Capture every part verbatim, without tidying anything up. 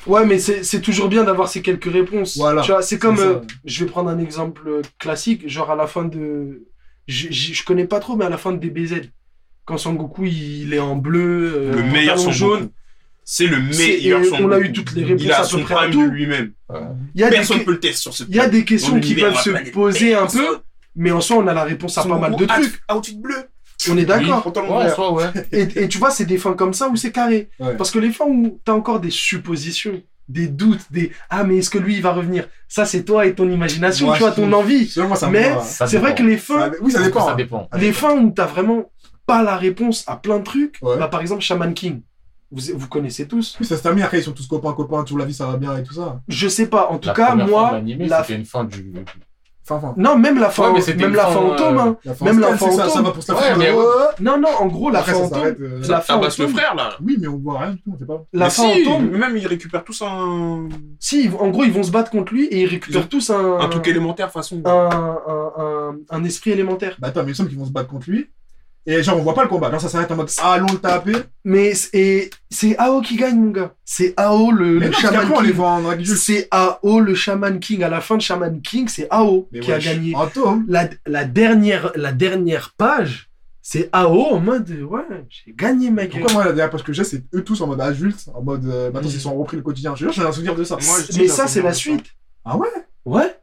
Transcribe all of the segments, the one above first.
Ouais, mais c'est, c'est toujours bien d'avoir ces quelques réponses. Voilà. Tu vois, c'est comme, C'est euh, je vais prendre un exemple classique, genre à la fin de, je, je, je connais pas trop, mais à la fin de D B Z, quand Son Goku il est en bleu, euh, Le meilleur pantalon Son jaune, Goku. C'est le c'est- meilleur et Son on a Goku. eu toutes les réponses Il a à son peu près à prime de tout. lui-même. Il y a Personne des, peut le tester sur ce il y a des questions Dans qui l'univers, peuvent la se planète. poser un peu, Personne. mais en soi on a la réponse à Son pas mal Goku de trucs. out- Outfit bleu. On est d'accord. Pantalon Ouais, vert. soit, ouais. Et, et tu vois, c'est des fins comme ça où c'est carré. Ouais. Parce que les fins où t'as encore des suppositions, des doutes, des ah mais est-ce que lui il va revenir? Ça c'est toi et ton imagination, Moi, tu vois, je ton trouve- envie. Selon moi, ça me Mais va. Ça c'est vrai dépend. que les fins, Ah, mais- Oui, ça dépend. Ça hein. dépend. les fins où t'as vraiment pas la réponse à plein de trucs, Ouais. bah par exemple Shaman King, vous, vous connaissez tous. Oui, ça se termine après, ils sont tous copains, copains, toute la vie ça va bien et tout ça. Je sais pas, en tout La cas première fin de moi, l'animé, la... c'était une fin du. Enfin, enfin. non même la fin, Ouais, mais c'était même une la fin, fin en tome, euh, hein. La fin, Même la c'est- fin c'est en ça, ça tome. va pour se la Ouais, faire. mais Ouais. Non non, en gros la Après, fin ça en tome, s'arrête. euh, la fin en Tabasse le tome, frère, là. Oui, mais on voit rien du tout, on sait pas. la Mais fin si, en tome, même ils récupèrent tous un, si en gros ils vont se battre contre lui et ils récupèrent Ils ont tous un un truc élémentaire façon. un, un, un, un esprit élémentaire. Bah attends, mais il me semble qu'ils vont se battre contre lui. Et genre, on voit pas le combat. Genre, ça s'arrête en mode ah, allons le taper. Mais c'est- et c'est A O qui gagne, mon gars. C'est A O le, Mais le non, parce Shaman qu'après, on les King. voit en adulte. C'est A O le Shaman King. À la fin de Shaman King, c'est A O Mais qui wesh, a gagné. En tome. La, la, dernière, la dernière page, c'est A O en mode ouais, j'ai gagné, mec. Pourquoi moi, la dernière page que j'ai, c'est eux tous en mode adultes, en mode euh, maintenant Mhm. ils sont repris le quotidien. Je te jure, j'ai un souvenir de ça. Moi, je dis Mais la ça, c'est la première suite. Ah ouais. Ouais.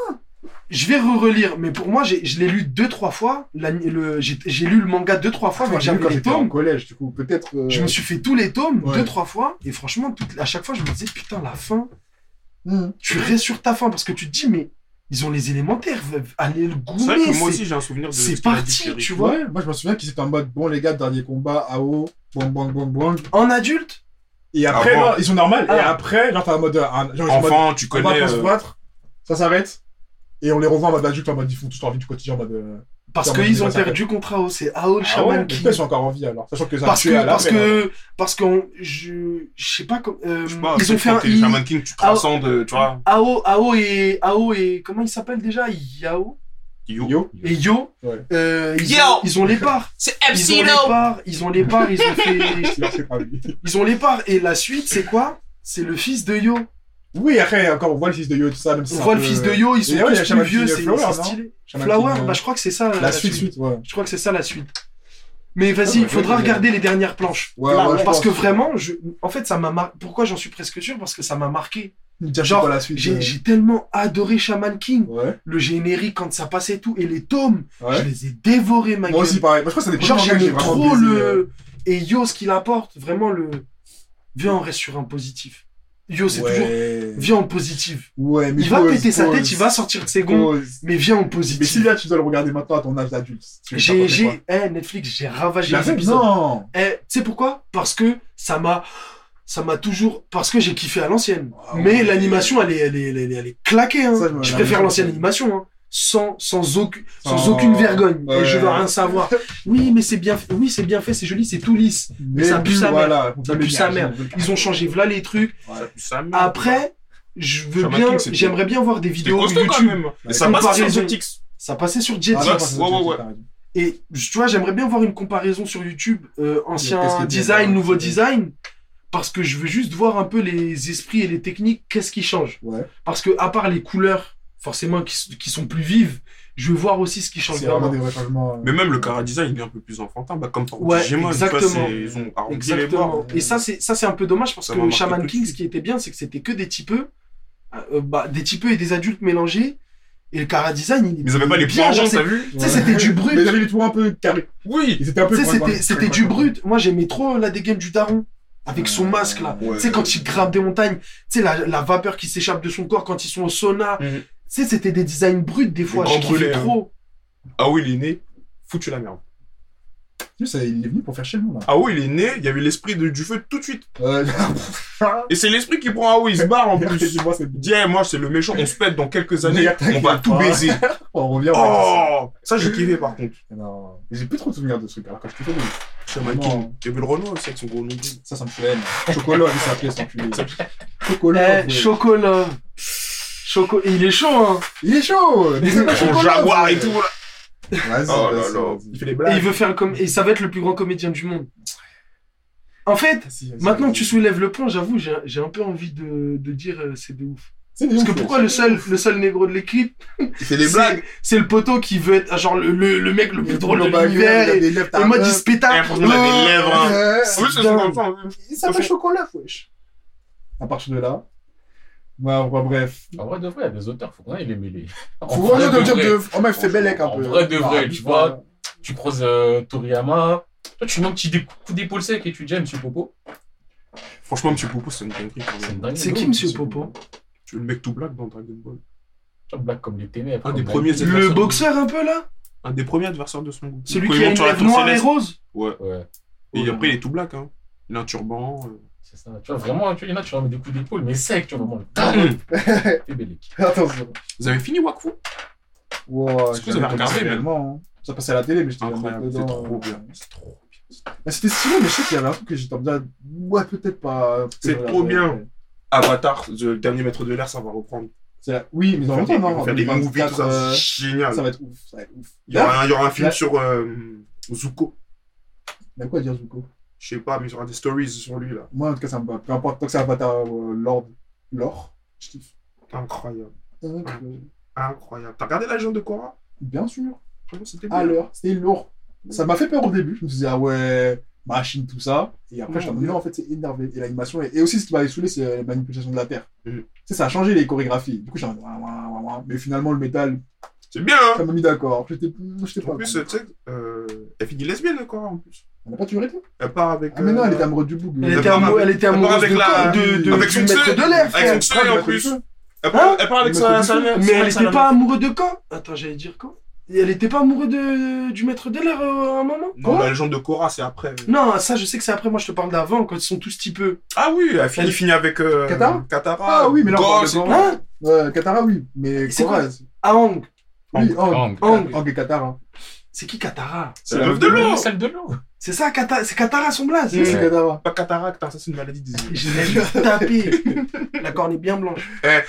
Je vais re-relire, mais pour moi, j'ai, je l'ai lu deux, trois fois. La- le, j'ai, j'ai lu le manga deux, trois fois. Moi, Quand j'ai vu j'avais quand les j'étais en tomes. collège, du coup, peut-être. euh, Je me suis fait tous les tomes, Ouais. deux, trois fois. Et franchement, toutes- à chaque fois, je me disais, putain, la fin. Mhm. Tu restes sur ta fin parce que tu te dis, mais ils ont les élémentaires, allez le C'est vrai goumer. que moi c'est- aussi j'ai un souvenir de. c'est ce qu'il a dit, parti, Thierry. tu vois. Ouais, moi je me souviens qu'ils étaient en mode bon, les gars, dernier combat, A O, bon, bon, bon, bon. En adulte, Et après, Ah bon. non, ils sont normales. Et Ah. après, genre, t'as en mode. euh, un- genre, ils sont en mode, Enfant, tu on va connais. pas se euh, battre, ça s'arrête. Et on les revoit en mode adulte, en mode ils font toute leur vie du quotidien, en mode. euh, parce C'est en mode qu'ils ont massacre. perdu contre A O, c'est A O le Ah Shaman ouais, mais King. pourquoi ils sont encore en vie alors? Sachant que ça a Parce tué que, à la parce fin, hein. que, parce qu'on, je, je sais pas comment, euh, Je sais pas, ils ont fait un, quand t'es ils- Shaman King, tu transcendes, tu vois. A O, A O et, A O et, comment il s'appelle déjà? Yao? Yo. Yo. Et Yo? Ouais. Euh, ils, Yo ont, ils ont les parts. C'est Ils ont les parts, ils ont les parts, ils ont fait, C'est- c'est pas lui. ils ont les parts. Et la suite, c'est quoi? C'est le fils de Yo. Oui, après, encore, on voit le fils de Yo et tout ça, même si On c'est voit un le peu- fils de Yo, ils sont Et ouais, il y a tous plus Shaman vieux, King c'est Flower, c'est non stylé. Shaman Flower, King, euh, bah je crois que c'est ça. La suite, suite, ouais. Je crois que c'est ça la suite. Mais vas-y, Ah, il bah, faudra ouais, regarder les dernières planches. Ouais, Là, ouais, je parce pense. que vraiment, je... en fait, ça m'a mar... Pourquoi j'en suis presque sûr? Parce que ça m'a marqué. Déjà, Genre, genre, la suite. J'ai euh, j'ai tellement adoré Shaman King. Ouais, Le générique, quand ça passait et tout, et les tomes, je ouais. les ai dévorés, ma Moi gueule. aussi, pareil. Moi, je crois que c'est des Genre, premiers mangas que j'aimais j'ai vraiment trop baisé, euh, le... Et Yo, ce qu'il apporte, vraiment le... Viens, on reste sur un positif. Yo, c'est ouais. toujours... Viens en positif. Ouais, mais Il va pause, péter sa pause, tête, il va sortir de ses gonds, pause. mais viens en Mais positif. si là, tu dois le regarder maintenant à ton âge d'adulte. tu veux J'ai, faire j'ai, quoi? eh, Netflix, j'ai Tu ravagé l'as les fait? épisodes. Non. Eh, tu sais pourquoi? Parce que ça m'a, ça m'a toujours, parce que j'ai kiffé à l'ancienne. Ah Mais ouais. l'animation, elle est, elle est, elle est, elle est claquée, hein. Ça, je me- je la préfère même l'ancienne chose. animation, hein. Sans, sans aucune, sans Sans- aucune vergogne. Ouais. Et je veux rien savoir. Oui, mais c'est bien, fait- oui, c'est bien fait, c'est joli, c'est tout lisse. Mais ça pue oui, sa voilà. Ça pue sa mère. Ils ont changé voilà les trucs. Ça pue sa mère. Après, je veux Shaman bien, King, c'était- j'aimerais bien voir des C'était vidéos costaud quand YouTube. même. Ouais, Ça passe sur comparaison. Jetix. Ça passait sur Ah, Jetix. ouais, parce que Ouais, c'est- ouais, ouais. t'as raison. Et tu vois, j'aimerais bien voir une comparaison sur YouTube, euh, Qu'est-ce qui ancien est bien, design, ouais, nouveau c'est- design, parce que je veux juste voir un peu les esprits et les techniques, qu'est-ce qui change. Ouais. Parce que à part les couleurs, forcément, qui, s- qui sont plus vives, je veux voir aussi ce qui change C'est vraiment vraiment. des vrais changements. euh. Mais même le Cara Design, il est un peu plus enfantin, bah, comme pour Ouais, Digimon. tu vois, exactement. c'est- Ils ont arrondi les bords. Exactement. Et ça, c'est ça, c'est un peu dommage parce Ça m'a que marqué Shaman tout de King, suite. ce qui était bien, c'est que c'était que des typeux, euh, bah, des typeux et des adultes mélangés. Et le Cara Design, il est Mais ils avaient pas les bien, points genre, ronds, c'est- t'as vu? Tu sais, c'était du brut. Mais ils avaient les tours un peu carrés. Oui. Ils étaient un peu. Tu sais, ouais, ouais, c'était, c'était ouais, du ouais. brut. Moi, j'aimais trop la dégaine du daron. Avec son masque, là. Ouais. Tu sais, quand il grimpe des montagnes, tu sais, la, la vapeur qui s'échappe de son corps quand ils sont au sauna. Mhm. Tu sais, c'était des designs bruts, des fois. grands Je kiffais brûlés, hein. trop. Ah oui, il est né. Foutu la merde. Tu sais, il est venu pour faire chez nous, là. Ah oui, il est né, il y avait l'esprit de- du feu tout de suite. Euh, Et c'est l'esprit qui prend Ah oui, il se barre en plus. Dis-moi, c'est Il dit, eh, moi, c'est le méchant, on se pète dans quelques années, Mais on va t'inquiète tout pas. baiser. On revient. on va Oh, ça, j'ai kiffé par contre. dire ça. Non. J'ai plus trop de souvenirs de ce truc. Alors, quand je kiffais, Shaman Non. King. Il y avait le Renault aussi avec son gros nombril. ça, ça me fait haine. Chocolat, il s'appelait, cet enculé. Chocolat. Eh, ouais. chocolat. Choco... Il est chaud, hein. Il est chaud. Mais c'est pas Son chocolat. jaguar ouais. et tout, là. Vas-y, Oh là vas-y, là. vas-y. Il fait des Et blagues. il veut faire le com... Et ça va être le plus grand comédien du monde. En fait, Si, vas-y, maintenant vas-y. que tu soulèves le point, j'avoue, j'ai j'ai un peu envie de, de dire euh, c'est de ouf. C'est Parce que pourquoi le seul, le seul négro de l'équipe, Il fait des c'est- blagues. c'est le poteau qui veut être genre le, le, le mec le plus drôle de Global, l'univers. il a Et, des lèvres et moi, tartes. dis pétard. Eh, franchement, il a des lèvres, hein. Ouais. Oui, c'est dingue. comme ça. hein. Il s'appelle Chocolat, wesh. À partir de là. Ouais, ouais, bref. En vrai de vrai, il y a des auteurs, faut qu'on aille les mêler. En Faut vrai vraiment de dire vrai. de. Oh, mec, fait Bellec un En peu. vrai de Non, vrai, abuse tu pas. vois. Tu creuses euh, Toriyama. Toi, tu mets un petit dé- coup d'épaule sec et tu dis, ah, Monsieur Popo. Franchement, Monsieur Popo, c'est une dinguerie quand C'est une même. dinguerie. C'est de qui, ouf, Monsieur Popo? Tu es le mec tout black dans Dragon Ball. Tu vois, black comme les ténèbres. Un comme des la- premiers Le adversaires. boxeur un peu là? Un des premiers adversaires de Son Goku. Celui Quand qui il a monte une sur la lèvre tour noire et céleste. rose? Ouais. Ouais, Et après, il est tout black, hein. Il a un turban. euh. c'est ça. Tu vois, vraiment, tu vois, il y en a, tu leur mets des coups d'épaule, mais sec, tu vois, vraiment. C'est bellique. Attention. Vous avez fini Wakfu? Wow, Est-ce que vous avez regardé, mais- réellement, hein. Ça passait à la télé, mais j'étais jamais Incroyable, c'est dedans. trop bien. C'est trop bien. Mais c'était stylé, mais je sais qu'il y avait un truc que j'étais en train ouais, peut-être pas. C'est peut-être trop pas, bien. mais- Avatar, le dernier maître de l'air, ça va reprendre. C'est la- Oui, mais dans Faire des, longtemps, ils non. vont en faire des deux mille vingt-quatre, movies, tout ça. euh, C'est génial. Ça va être ouf, ça va être ouf. Il y aura un, il y aura un film Là- sur euh, Zuko. Il y a quoi à dire, Zuko? Je sais pas, mais il y aura des stories sur lui, là. Moi, en tout cas, ça me va. Peu importe, tant que c'est Avatar euh, Lord. Lore, je kiffe. Incroyable. Euh, Incroyable. T'as regardé la légende de Korra? Bien sûr. Franchement, c'était À bien. l'heure, c'était lourd. Ça m'a fait peur au début. Je me suis dit, ah ouais, machine, tout ça. Et après, je suis en mode, non, en fait, c'est énervé. Et l'animation, et aussi, ce qui m'avait saoulé, c'est la manipulation de la terre. Mhm. Tu sais, ça a changé les chorégraphies. Du coup, j'ai en mode, ouah, ouah, ouah, ouah. Mais finalement, le métal, C'est bien, hein. ça m'a mis d'accord. J'étais j'étais pas. En plus, bon. tu sais, euh, elle finit lesbienne, Korra, en plus. Elle n'a pas tué tout. Elle part avec. Ah, mais non, euh, elle était amoureuse du boug. Elle Elle était, part amou- avec- elle était elle part amoureuse avec de, la- de, de, avec du son maître sœur. de l'air, Avec frère. son sœur, en plus. Elle part, Hein elle part avec Le sa, maître sa du feu. mère. Mais sa- elle sa- était pas amoureuse de quand? Attends, j'allais dire quand? Et elle était pas amoureuse de, du maître de l'air euh, à un moment? Non, la légende de Korra, c'est après. Non, ça, je sais que c'est après. Moi, je te parle d'avant, quand ils sont tous typeux. Ah oui, elle finit, Elle- finit avec. Euh, Katara Katara. Ah oui, mais là, on parle de Gosse et Korra. tout. Hein? Ouais, Katara, oui. Mais C'est Korra, quoi c'est- Aang. Oui, Ang. Ang. Ang. Ang et Katara. C'est qui Katara? C'est la meuf de l'eau. Celle de l'eau. C'est ça, Kata... c'est Katara son blaze. C'est Katara. Pas cataracte, hein, ça c'est une maladie des yeux. Je l'ai tapé. La corne est bien blanche.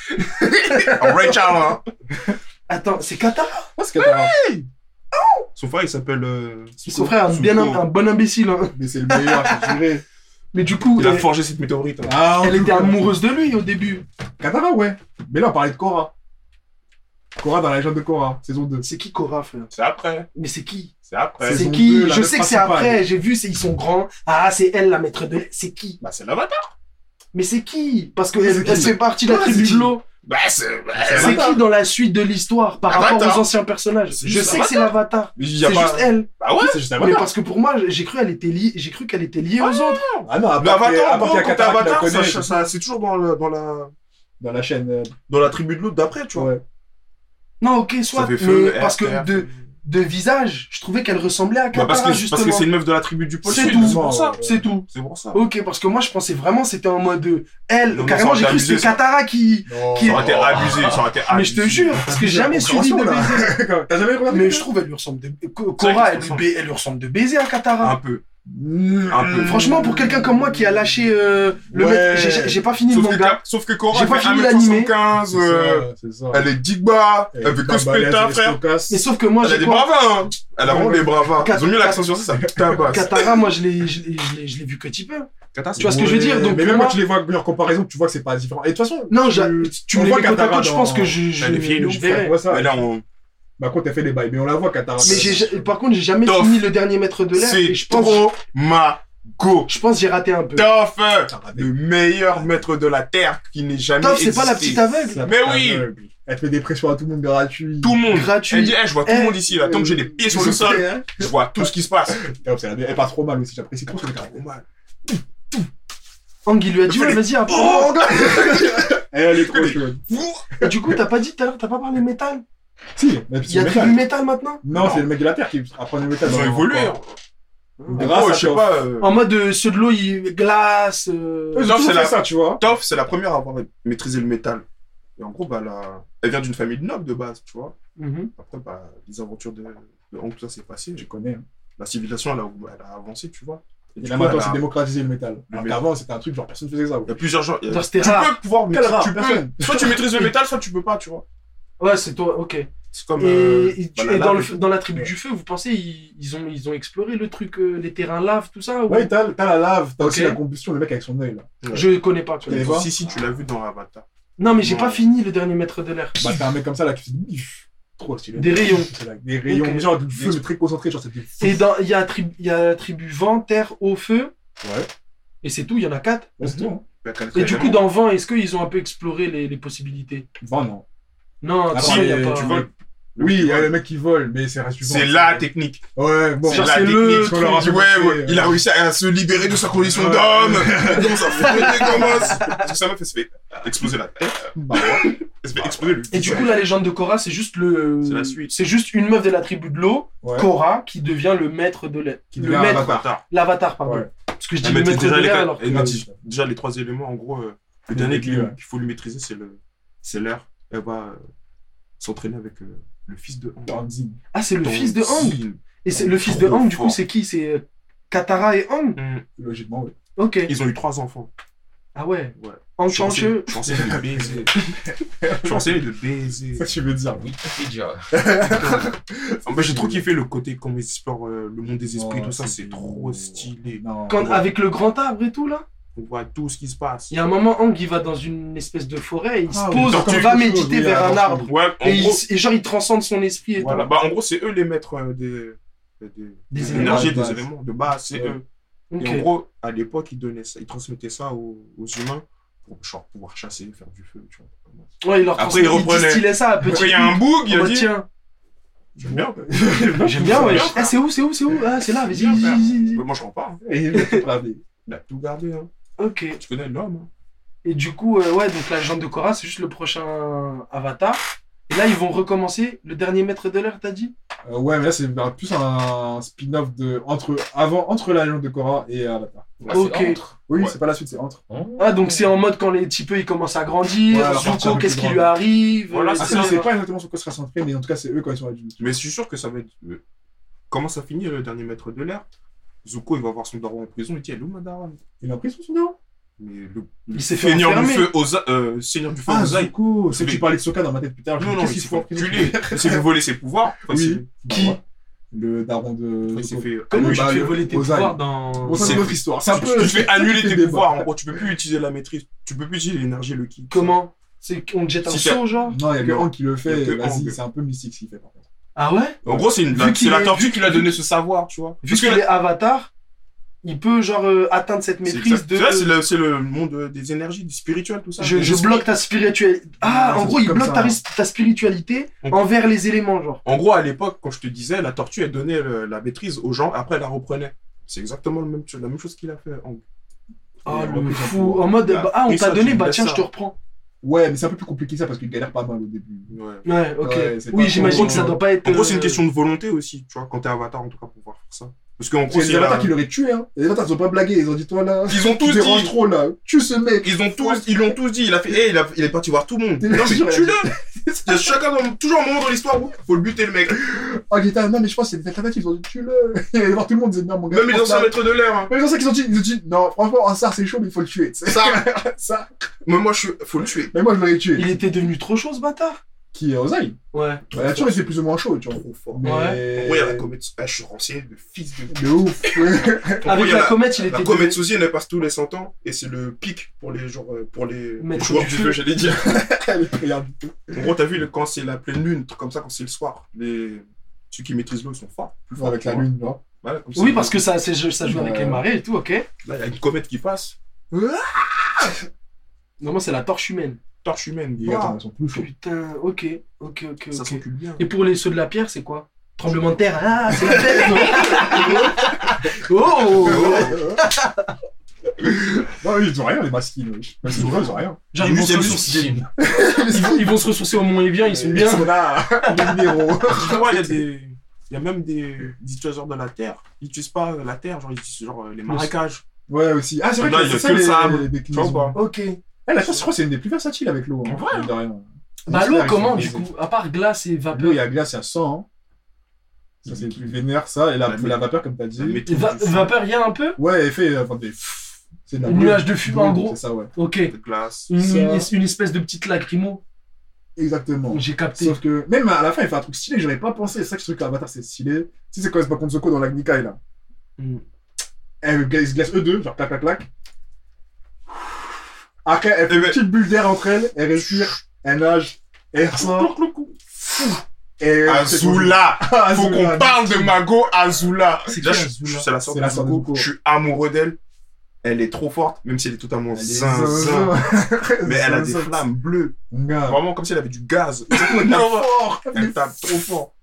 En Rachel, hein. Attends, c'est Katara? Ah, c'est Katara. Son frère, il s'appelle. Euh, Son frère, un, Zuko. bien un, un bon imbécile. Hein. Mais c'est le meilleur, je dirais. Mais du coup, Il a elle, forgé cette météorite. hein. Ah, en elle tout était cas. amoureuse de lui au début. Katara, ouais. Mais là, on parlait de Korra. Korra dans la légende de Korra, saison deux. C'est qui Korra, frère? C'est après. Mais c'est qui? C'est après. Saison C'est qui? deux, la Je meuf sais que c'est principale. après. J'ai vu, c'est ils sont grands. Ah, c'est elle la maître de l'air. C'est qui? Bah, c'est l'avatar. Mais c'est qui? Parce C'est qu'elle qui elle fait partie de la Ouais, tribu c'est de qui l'eau. Bah, c'est. Bah, C'est Avatar. qui dans la suite de l'histoire par Avatar. rapport aux anciens personnages? C'est Je juste sais que c'est l'avatar. Il y a C'est pas- juste elle. Bah ouais. C'est juste Mais Avatar. parce que pour moi, j'ai cru, elle était liée, j'ai cru qu'elle était liée aux autres. Ah non, à Mais part qu'il y a- Avatar, à part qu'il y a gros, quand t'es Katara qui la Avatar, connaît, ça- ça- c'est toujours dans, le- dans, la, dans la chaîne. euh, dans la tribu de l'autre d'après, tu vois. Ouais. Non, ok, soit. Ça fait feu, Mais parce que air, de, de visage, je trouvais qu'elle ressemblait à Bah, Katara, parce que justement. parce que c'est une meuf de la tribu du pôle C'est Sud, tout. c'est pour ça. Ouais. C'est tout. C'est pour ça. Ok, parce que moi, je pensais vraiment c'était en mode euh, elle. Non, Carrément, ça j'ai aurait cru que été c'était abusé, ça. Katara qui. Non. Qui- Ça aurait été abusé, ça aurait été abusé. Mais je te jure, parce que j'ai jamais suivi de Compréhension, là. baiser. T'as jamais regardé Mais le je film trouve, elle lui ressemble de. Ko- C'est Korra, vrai elle, qu'il lui ba- elle lui ressemble de baiser à Katara. Un peu. Mmh. Un peu. Franchement, pour quelqu'un comme moi qui a lâché euh, le Ouais. mec, j'ai- j'ai pas fini le Sauf que, manga. sauf que Korra, J'ai elle pas fait fini un mètre l'animé. soixante-quinze, C'est euh, ça, c'est ça. elle est digba, elle fait que balèze, ce péta, elle frère. stocasse. Mais sauf que moi, Elle a j'ai des quoi bravas, hein. Elle a vraiment des bravas. Kat- Ils ont mis l'accent sur ça, ça tabasse. Katara, moi, je l'ai, je l'ai, je l'ai, je l'ai vu que petit peu. Kata, Tu vois ce que je veux dire? Donc, mais pour même moi- quand tu les vois en comparaison, tu vois que c'est pas différent. Et de toute façon, Non, tu- j'a- tu on me les voit mets côte à Katara côte, je dans- pense que je, je, Elle est vieille de je ouf, verrai. on voit ça. Elle est en... Bah, quand elle fait des bails, mais on la voit Katara. Mais j'ai, ja- par contre, j'ai jamais Tof. fini le dernier maître de l'air et C'est je pense, trop ma go. je pense que j'ai raté un peu. Toff, raté. le meilleur maître de la Terre qui n'ait jamais Tof, c'est pas la existé. petite aveugle. C'est la Mais petite oui. aveugle. Elle fait des pressions à tout le monde gratuit. Tout le monde. Gratuit. Elle dit, eh, je vois tout Eh, le monde ici, là. Tant que j'ai les pieds sur le sol, je vois tout ce qui se passe. Elle passe trop mal aussi, j'apprécie trop ce truc. Trop mal. Ang, il lui a dit, ouais, vas-y, après. Oh, Elle est trop chaude. Et du coup, t'as pas dit tout à l'heure, t'as pas parlé métal. Si, mais Il y a c'est tribu métal. métal maintenant. Non, c'est le mec de la Terre qui apprend le métal. Ils ont dans- évolué. hein. Grâce Gros, à je sais Toff. pas. euh, En mode, euh, ceux de l'eau, ils glace. euh, Ils ont Non, toujours c'est fait la- ça, tu vois. Toff, c'est la première à avoir maîtrisé le métal. Et en gros, bah, la... elle vient d'une famille de nobles de base, tu vois. mhm. Après, bah, les aventures de, de Hank, tout ça, c'est facile. Je connais. hein. La civilisation, elle a, elle a avancé, tu vois. Et Et du là, coup, maintenant, elle a- c'est démocratiser le métal. Alors métal. qu'avant, c'était un truc, genre, personne faisait ça. Il y a plusieurs gens. il y a- Genre, c'était Tu rare. peux pouvoir Quel rare, tu peux... personne. Soit tu maîtrises le métal, soit tu peux pas, tu vois. Ouais, c'est toi, ok. C'est comme. Et, euh, et tu- bah, la et dans, lave le, dans la tribu du feu, vous pensez ils, ils ont, ils ont exploré le truc, euh, les terrains lave, tout ça ou... Ouais, t'as t'as la lave, t'as Ok. aussi la combustion, le mec avec son œil là. Ouais. Je connais pas. Tu connais et- pas Si, si, tu l'as vu dans Avatar. Non, mais j'ai Non. pas fini le dernier maître de l'air. Bah, t'as un mec comme ça là qui fait bif. Trop stylé. Des rayons. C'est là, Des rayons, Ok. genre du feu, mais très concentré, genre c'était fou. Et dans- il y, a tri- il y a la tribu vent, terre, eau, feu, Ouais, et c'est tout, il y en a quatre. ouais, c'est tout. Hein. Bah, quel- Et du quel- coup, dans vent, est-ce qu'ils ont un peu exploré les, les possibilités? Bon, non. Non, Ah, attends, si, il y a euh, pas... tu voles. Oui, il y a le mec qui vole, mais c'est reste du vent. C'est la technique. Ouais, bon. C'est Genre, la c'est technique. le ce qu'on truc. leur a dit, ouais, Ouais, ouais, il a réussi à se libérer de sa condition Ouais. d'homme. Il commence à fouetter comment Parce que sa meuf, elle se fait exploser la tête. Bah ouais. Elle se fait exploser le Et du coup, la légende de Korra, c'est juste le... C'est la suite. C'est juste une meuf de la tribu de l'eau, Ouais. Korra, qui devient le maître de l'air. Qui Le devient un maître, Avatar. l'avatar, pardon. Ouais. Parce que je dis Elle le maîtrise maître déjà de les l'air quatre- alors que... elle maîtrise déjà les trois éléments. En gros, euh, le dernier Le qu'il ouais. qu'il faut lui maîtriser, c'est le, c'est l'air. Elle va euh, s'entraîner avec euh, le fils de Aang. Tanzin. Ah, c'est le fils de Aang. Tanzin. Et c'est le fils de Trop Aang, du coup, fort. c'est qui? C'est euh, Katara et Aang? Hum, Logiquement, oui. Ok. Ils ont eu trois enfants. Ah ouais. Ouais. Aang Je suis enseigné- Changcheux. je suis enseigné de baiser. Je suis enseigné de baiser. Ça, tu veux dire. oui. Wikipédia. En fait, j'ai trop kiffé le côté comment ils explorent euh, le monde des esprits, Non, tout ça, c'est- c'est trop stylé. Non. Quand, Ouais. avec le grand arbre et tout, là? On voit tout ce qui se passe. Il y a un moment, Aang, il va dans une espèce de forêt, et il Ah, se oui, pose, tortue, il va quelque chose, méditer oui, vers un attention. arbre. Ouais, en Et, gros, il- et genre, il transcende son esprit et voilà. tout. Bah, en gros, c'est eux les maîtres euh, des, des, Des des éléments énergies, de des base. éléments de base, c'est Ouais. eux. Ok. Et en gros, à l'époque, ils donnaient ça, ils transmettaient ça aux, aux humains pour genre, pouvoir chasser, faire du feu, tu vois. Ouais, il leur Après, transmet, il reprenait. distillait ça à petit Après, il y a un coup. bug, il En a mode, dit. tiens, J'aime bien. j'aime bien, ouais. bien, Ah, frère. c'est où, c'est où, c'est où? Ah, c'est là, vas-y, Bien, vas-y, frère. vas-y, vas-y. Mais moi, je rends pas. Hein. Et il va tout braver. Il a tout gardé. Hein. Ok. Tu connais l'homme. Hein. Et du coup, euh, ouais, donc la légende de Korra, c'est juste le prochain Avatar. Et là, ils vont recommencer le dernier maître de l'air, t'as dit? Euh, ouais, mais là, c'est plus un spin-off de. Entre, avant, entre la légende de Korra et Avatar. Ah, c'est Ok. entre. Oui, Ouais. c'est pas la suite, c'est entre. Oh. Ah, donc c'est en mode quand les petits peu ils commencent à grandir, Ouais, alors, partir Zuko, un peu qu'est-ce plus qui grand. lui arrive, Voilà, euh, c'est Ah, et ça, je sais cetera. pas exactement sur quoi sera centré, mais en tout cas, c'est eux quand ils sont adultes. Mais je suis sûr que ça va être. euh, Comment ça finit le dernier maître de l'air? Zuko, il va voir son daron en prison. Il dit, elle est où ma daronne? Il a pris son souvenir. Mais le, le Il s'est fait Seigneur du enfermer. feu, Oza, euh, Seigneur du feu, Ah, Ozai. Zuko. C'est C'est que tu lui. parlais de Sokka dans ma tête plus tard. Je Non, me non, dis, il qu'est-ce s'est qu'il faut fait en prison enculer. Il s'est fait voler ses pouvoirs. Enfin, Oui. c'est- Bah, Qui ouais. Le daron de. Après, il s'est Zuko. fait. Comment annuler- tu te bah, fais le- voler tes Ozai. pouvoirs dans... Bon, ça, c'est C'est- une autre histoire. C'est un Tu peu. tu te fais annuler tes débat. pouvoirs. En gros, tu peux plus utiliser la maîtrise. Tu peux plus utiliser l'énergie, le ki. Comment? C'est qu'on te jette un Si saut, genre? Non, il y a que Non. Hank qui le fait. Il y a que Vas-y, Hank. c'est un peu mystique ce qu'il fait par contre. Ah ouais? En gros, c'est une Vu qu'il c'est la est- tortue vu qui lui a qu'il- donné ce savoir, tu vois. Vu Parce que qu'il là- est avatar, il peut genre euh, atteindre cette c'est maîtrise exact- de... c'est là, c'est le, c'est le monde euh, des énergies, du spirituel, tout ça. Je, Des je esprits. bloque ta spiritualité. Ah, Ah, en c'est gros, il comme bloque ça. ta, ris- ta spiritualité On- envers les éléments, genre. En gros, à l'époque, quand je te disais, la tortue, elle donnait le- la maîtrise aux gens, après, elle la reprenait. C'est exactement le même, la même chose qu'il a fait. En... Ah, Et le repris son fou. pouvoir. En mode, Ah, bah, ah, on et t'a ça, donné, tu bah laisses tiens, ça. je te reprends. Ouais, mais c'est un peu plus compliqué que ça parce qu'il galère pas mal au début. Ouais. Ouais, ok. Ouais, c'est Oui, pas j'imagine trop- que ça doit pas être... En gros, c'est une euh, question de volonté aussi, tu vois, quand t'es avatar, en tout cas, pour pouvoir faire ça. Parce qu'en gros, C'est c'est les avatars la... qui l'auraient tué, hein. Les avatars, ils ont pas blagué. Ils ont dit, toi là, Ils ont tu tous déranges dit. trop là. Tue ce mec. Ils ont tous, ils l'ont tous dit. Il a fait, hey, il, a, il est parti voir tout le monde. T'es Non, mais sûr, tue-le. Il y a chacun dans, toujours un moment dans l'histoire où faut le buter, le mec. Oh, il était, non, mais je pense qu'il y a des alternatives. Ils ont dit, tue-le. Il allait voir tout le monde. Ils disaient, non, mon gars. Même les je pense anciens là- maîtres de l'air. Hein. Même les anciens qui ont dit, ils ont dit, non, franchement, un sar, c'est chaud, mais il faut le tuer. tu sais. Ça, Ça. mais moi, je suis, faut le tuer. Mais moi, je l'aurais tué. Il était devenu trop chaud, ce bâtard. Qui est Ozai. Ouais. Bah, il a toujours été plus ou moins chaud, tu vois. Trop fort. Mais... Ouais. En gros, il y a la comète. Ah, je suis renseigné de fils de. De ouf. Ouais. En gros, Avec il y a la comète, il La était... comète Suzy, elle passe tous les cent ans et c'est le pic pour les, genre, euh, pour les, les Maître joueurs du du feu. feu, j'allais dire. Elle est regarde du tout. En gros, t'as vu, le- quand c'est la pleine lune, truc comme ça, quand c'est le soir, les... ceux qui maîtrisent l'eau, ils sont forts. Plus forts, Avec tu la vois. lune, là. Voilà, comme Oui, ça. parce que ça, c'est- ça joue avec Ouais. les marées et tout, ok. Là, il y a une comète qui passe. Normalement, c'est la torche humaine. Torche humaine. Les Wow. gars, attends, ils sont plus chauds. Putain, ok, ok, ok, Ça ok. s'occupe bien. Et pour les ceux de la pierre, c'est quoi? Tremblement de terre, ah, c'est la terre. Oh. Non, ils ont rien, les masquines. wesh. Même si ils ont rien. Genre, ils vont, se Ils ressourcer, Chine. ils, vont, ils vont se ressourcer au Mont Evian, ils sont Ils bien. sont là, les minéraux. Tu vois, il y a des. Il y a même des, des utilisateurs de la terre. Ils n'utilisent pas la terre, genre ils utilisent genre euh, les marécages. Ouais, aussi. Ah, c'est vrai Là, que il y a c'est ça que le les, sable. les Tu vois déclinaisons. ou pas Ok. Eh, la terre, je crois que c'est une des plus versatiles avec l'eau. Hein. Ouais. mine de rien. Bah, Les l'eau, terres, ils comment, sont du baisés. coup? À part glace et L'eau, vapeur. il y a glace, il y a sang. Hein. Ça, c'est le plus vénère, ça. Et la, La la vapeur, comme t'as dit. La Et maîtrise va- du feu, vapeur, il y a un peu? Ouais, elle fait. euh, Enfin, des. C'est de la Un brume. nuage de fumée, en Brume, gros. C'est ça, ouais. Ok. de glace. Une, Ça. une- une espèce de petite lacrymo. Exactement. J'ai capté. Sauf que, même à la fin, il fait un truc stylé que j'avais pas pensé. C'est ça que je trouve que l'Avatar, c'est stylé. Tu sais, c'est quand il se bat contre Zuko dans la Nikai, là. Mm. Elle, ils se glace eux deux, genre clac, clac, clac. Après, elle fait Eh une ben- petite bulle d'air entre elles, elle respire, elle nage, et elle ressort. Et Azula. Faut Azula, qu'on parle de Mago Azula. C'est Déjà, qui, je- Azula je- c'est la sœur C'est de la sœur de Zuko. Zuko. Je suis amoureux d'elle. Elle est trop forte, même si elle est totalement Elle est zinzin. zinzin. Mais elle a des Zinzin. flammes bleues. Mon gars. Vraiment comme si elle avait du gaz. Elle tape fort. Elle tape trop fort.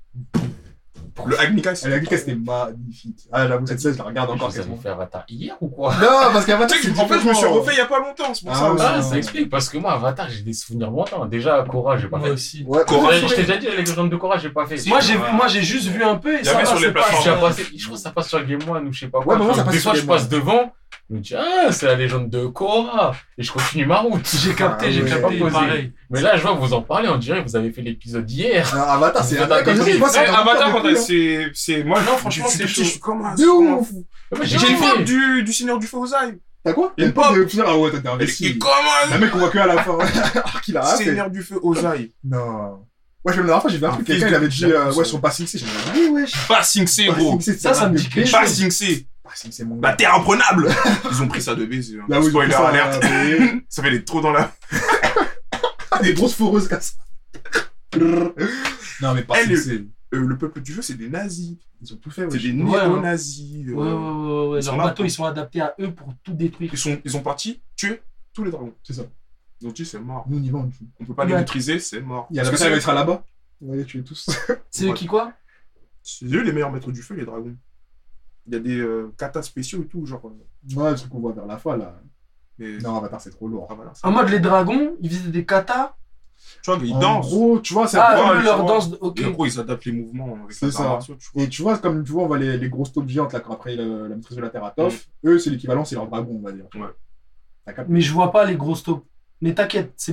Le Agnika, c'est Elle a dit que c'était magnifique. Ah, j'avoue, cette scène, je la regarde encore Vous avez quasiment. fait Avatar hier ou quoi? Non, parce qu'Avatar, Tu sais c'est que, en fait, je me suis différent. refait il y a pas longtemps, c'est pour Ah, ça. ouais. aussi. Ah, ça explique, parce que moi, Avatar, j'ai des souvenirs lointains. Déjà, Korra, j'ai pas Moi fait. aussi. Ouais, Korra, Je t'ai déjà dit, les légendes de Korra, j'ai pas fait. Moi, j'ai, Ouais. moi, j'ai juste vu un peu et Il y ça avait va, sur les c'est pas- plateformes. J'ai passé, je crois que ça passe sur Game One ou je sais pas quoi. Ouais, mais moi, ça Des passe fois, sur je Game passe devant, je me dis, ah, c'est la légende de Korra. Et je continue ma route. J'ai capté, Ah, j'ai ouais. capté, Pas pareil. Mais là, je vois que vous en parlez, on dirait que vous avez fait l'épisode hier. Non, Avatar, c'est Avatar, comme je dis, c'est- moi, c'est Ouais, Avatar, quand depuis, elle- hein. c'est, c'est, moi, Non, franchement, je suis c'est petit, chaud. je suis comme un, De comme un ouf. fou. Mais J'ai une pop du, du Seigneur du Feu aux ailes. T'as quoi? Une Une pop pop. de plusieurs. Ah ouais, t'as Elle investi. est comme La un mec, on voit que à la fin. Alors qu'il a raté. Seigneur du Feu aux ailes. Non. Ouais, je me dernière fois, j'ai vu un Un truc, fils quelqu'un, de il avait dit, Pierre euh, Poussin. ouais, sur Passing C. J'ai dit, oui, wesh. Passing C, gros. Passing C, Ça, ça me dit quelque chose. Passing C. Passing C, mon La gars. terre imprenable. Ils ont pris ça de baiser. hein. Là, oui, ils ont Spoiler pris ça, alerte. euh, Ça fait des trous dans la. Des grosses foreuses comme ça. Non, mais Passing Elle, C. Euh, le peuple du feu, c'est des nazis. Ils ont tout fait, C'est wesh. des Ouais, néo-nazis. euh, Ouais, ouais, ouais, ouais. Ils sont Leurs là bateaux, pour- ils sont adaptés à eux pour tout détruire. Ils sont, ils sont partis tuer tous les dragons. C'est ça. Ils ont dit, c'est mort. Nous, on y va, on le tue. On peut pas Mais les att- maîtriser, c'est mort. Il y a la Parce que personne qui c'est va être là-bas. On va les tuer tous. C'est eux qui quoi? c'est eux les meilleurs maîtres du feu, les dragons. Il y a des euh, katas spéciaux et tout, genre. euh, Ouais, le truc qu'on voit vers la fin, là. mais... Non, Avatar, c'est trop lourd. Ah, voilà, c'est- En mode les dragons, ils faisaient des katas. Tu vois, ils En dansent. gros, tu vois, c'est Ah, ouais, eux, tu leur vois. danse. de- Ok. Et en gros, ils adaptent les mouvements avec C'est la ça. narration, tu vois. Et tu vois, comme tu vois, on voit les, les grosses taupes géantes là, après la, la maîtrise de la Terre à Toph. Eux, c'est l'équivalent, c'est leur dragon, on va dire. Ouais. T'as capté? Mais je vois pas les grosses taupes. Mais t'inquiète, c'est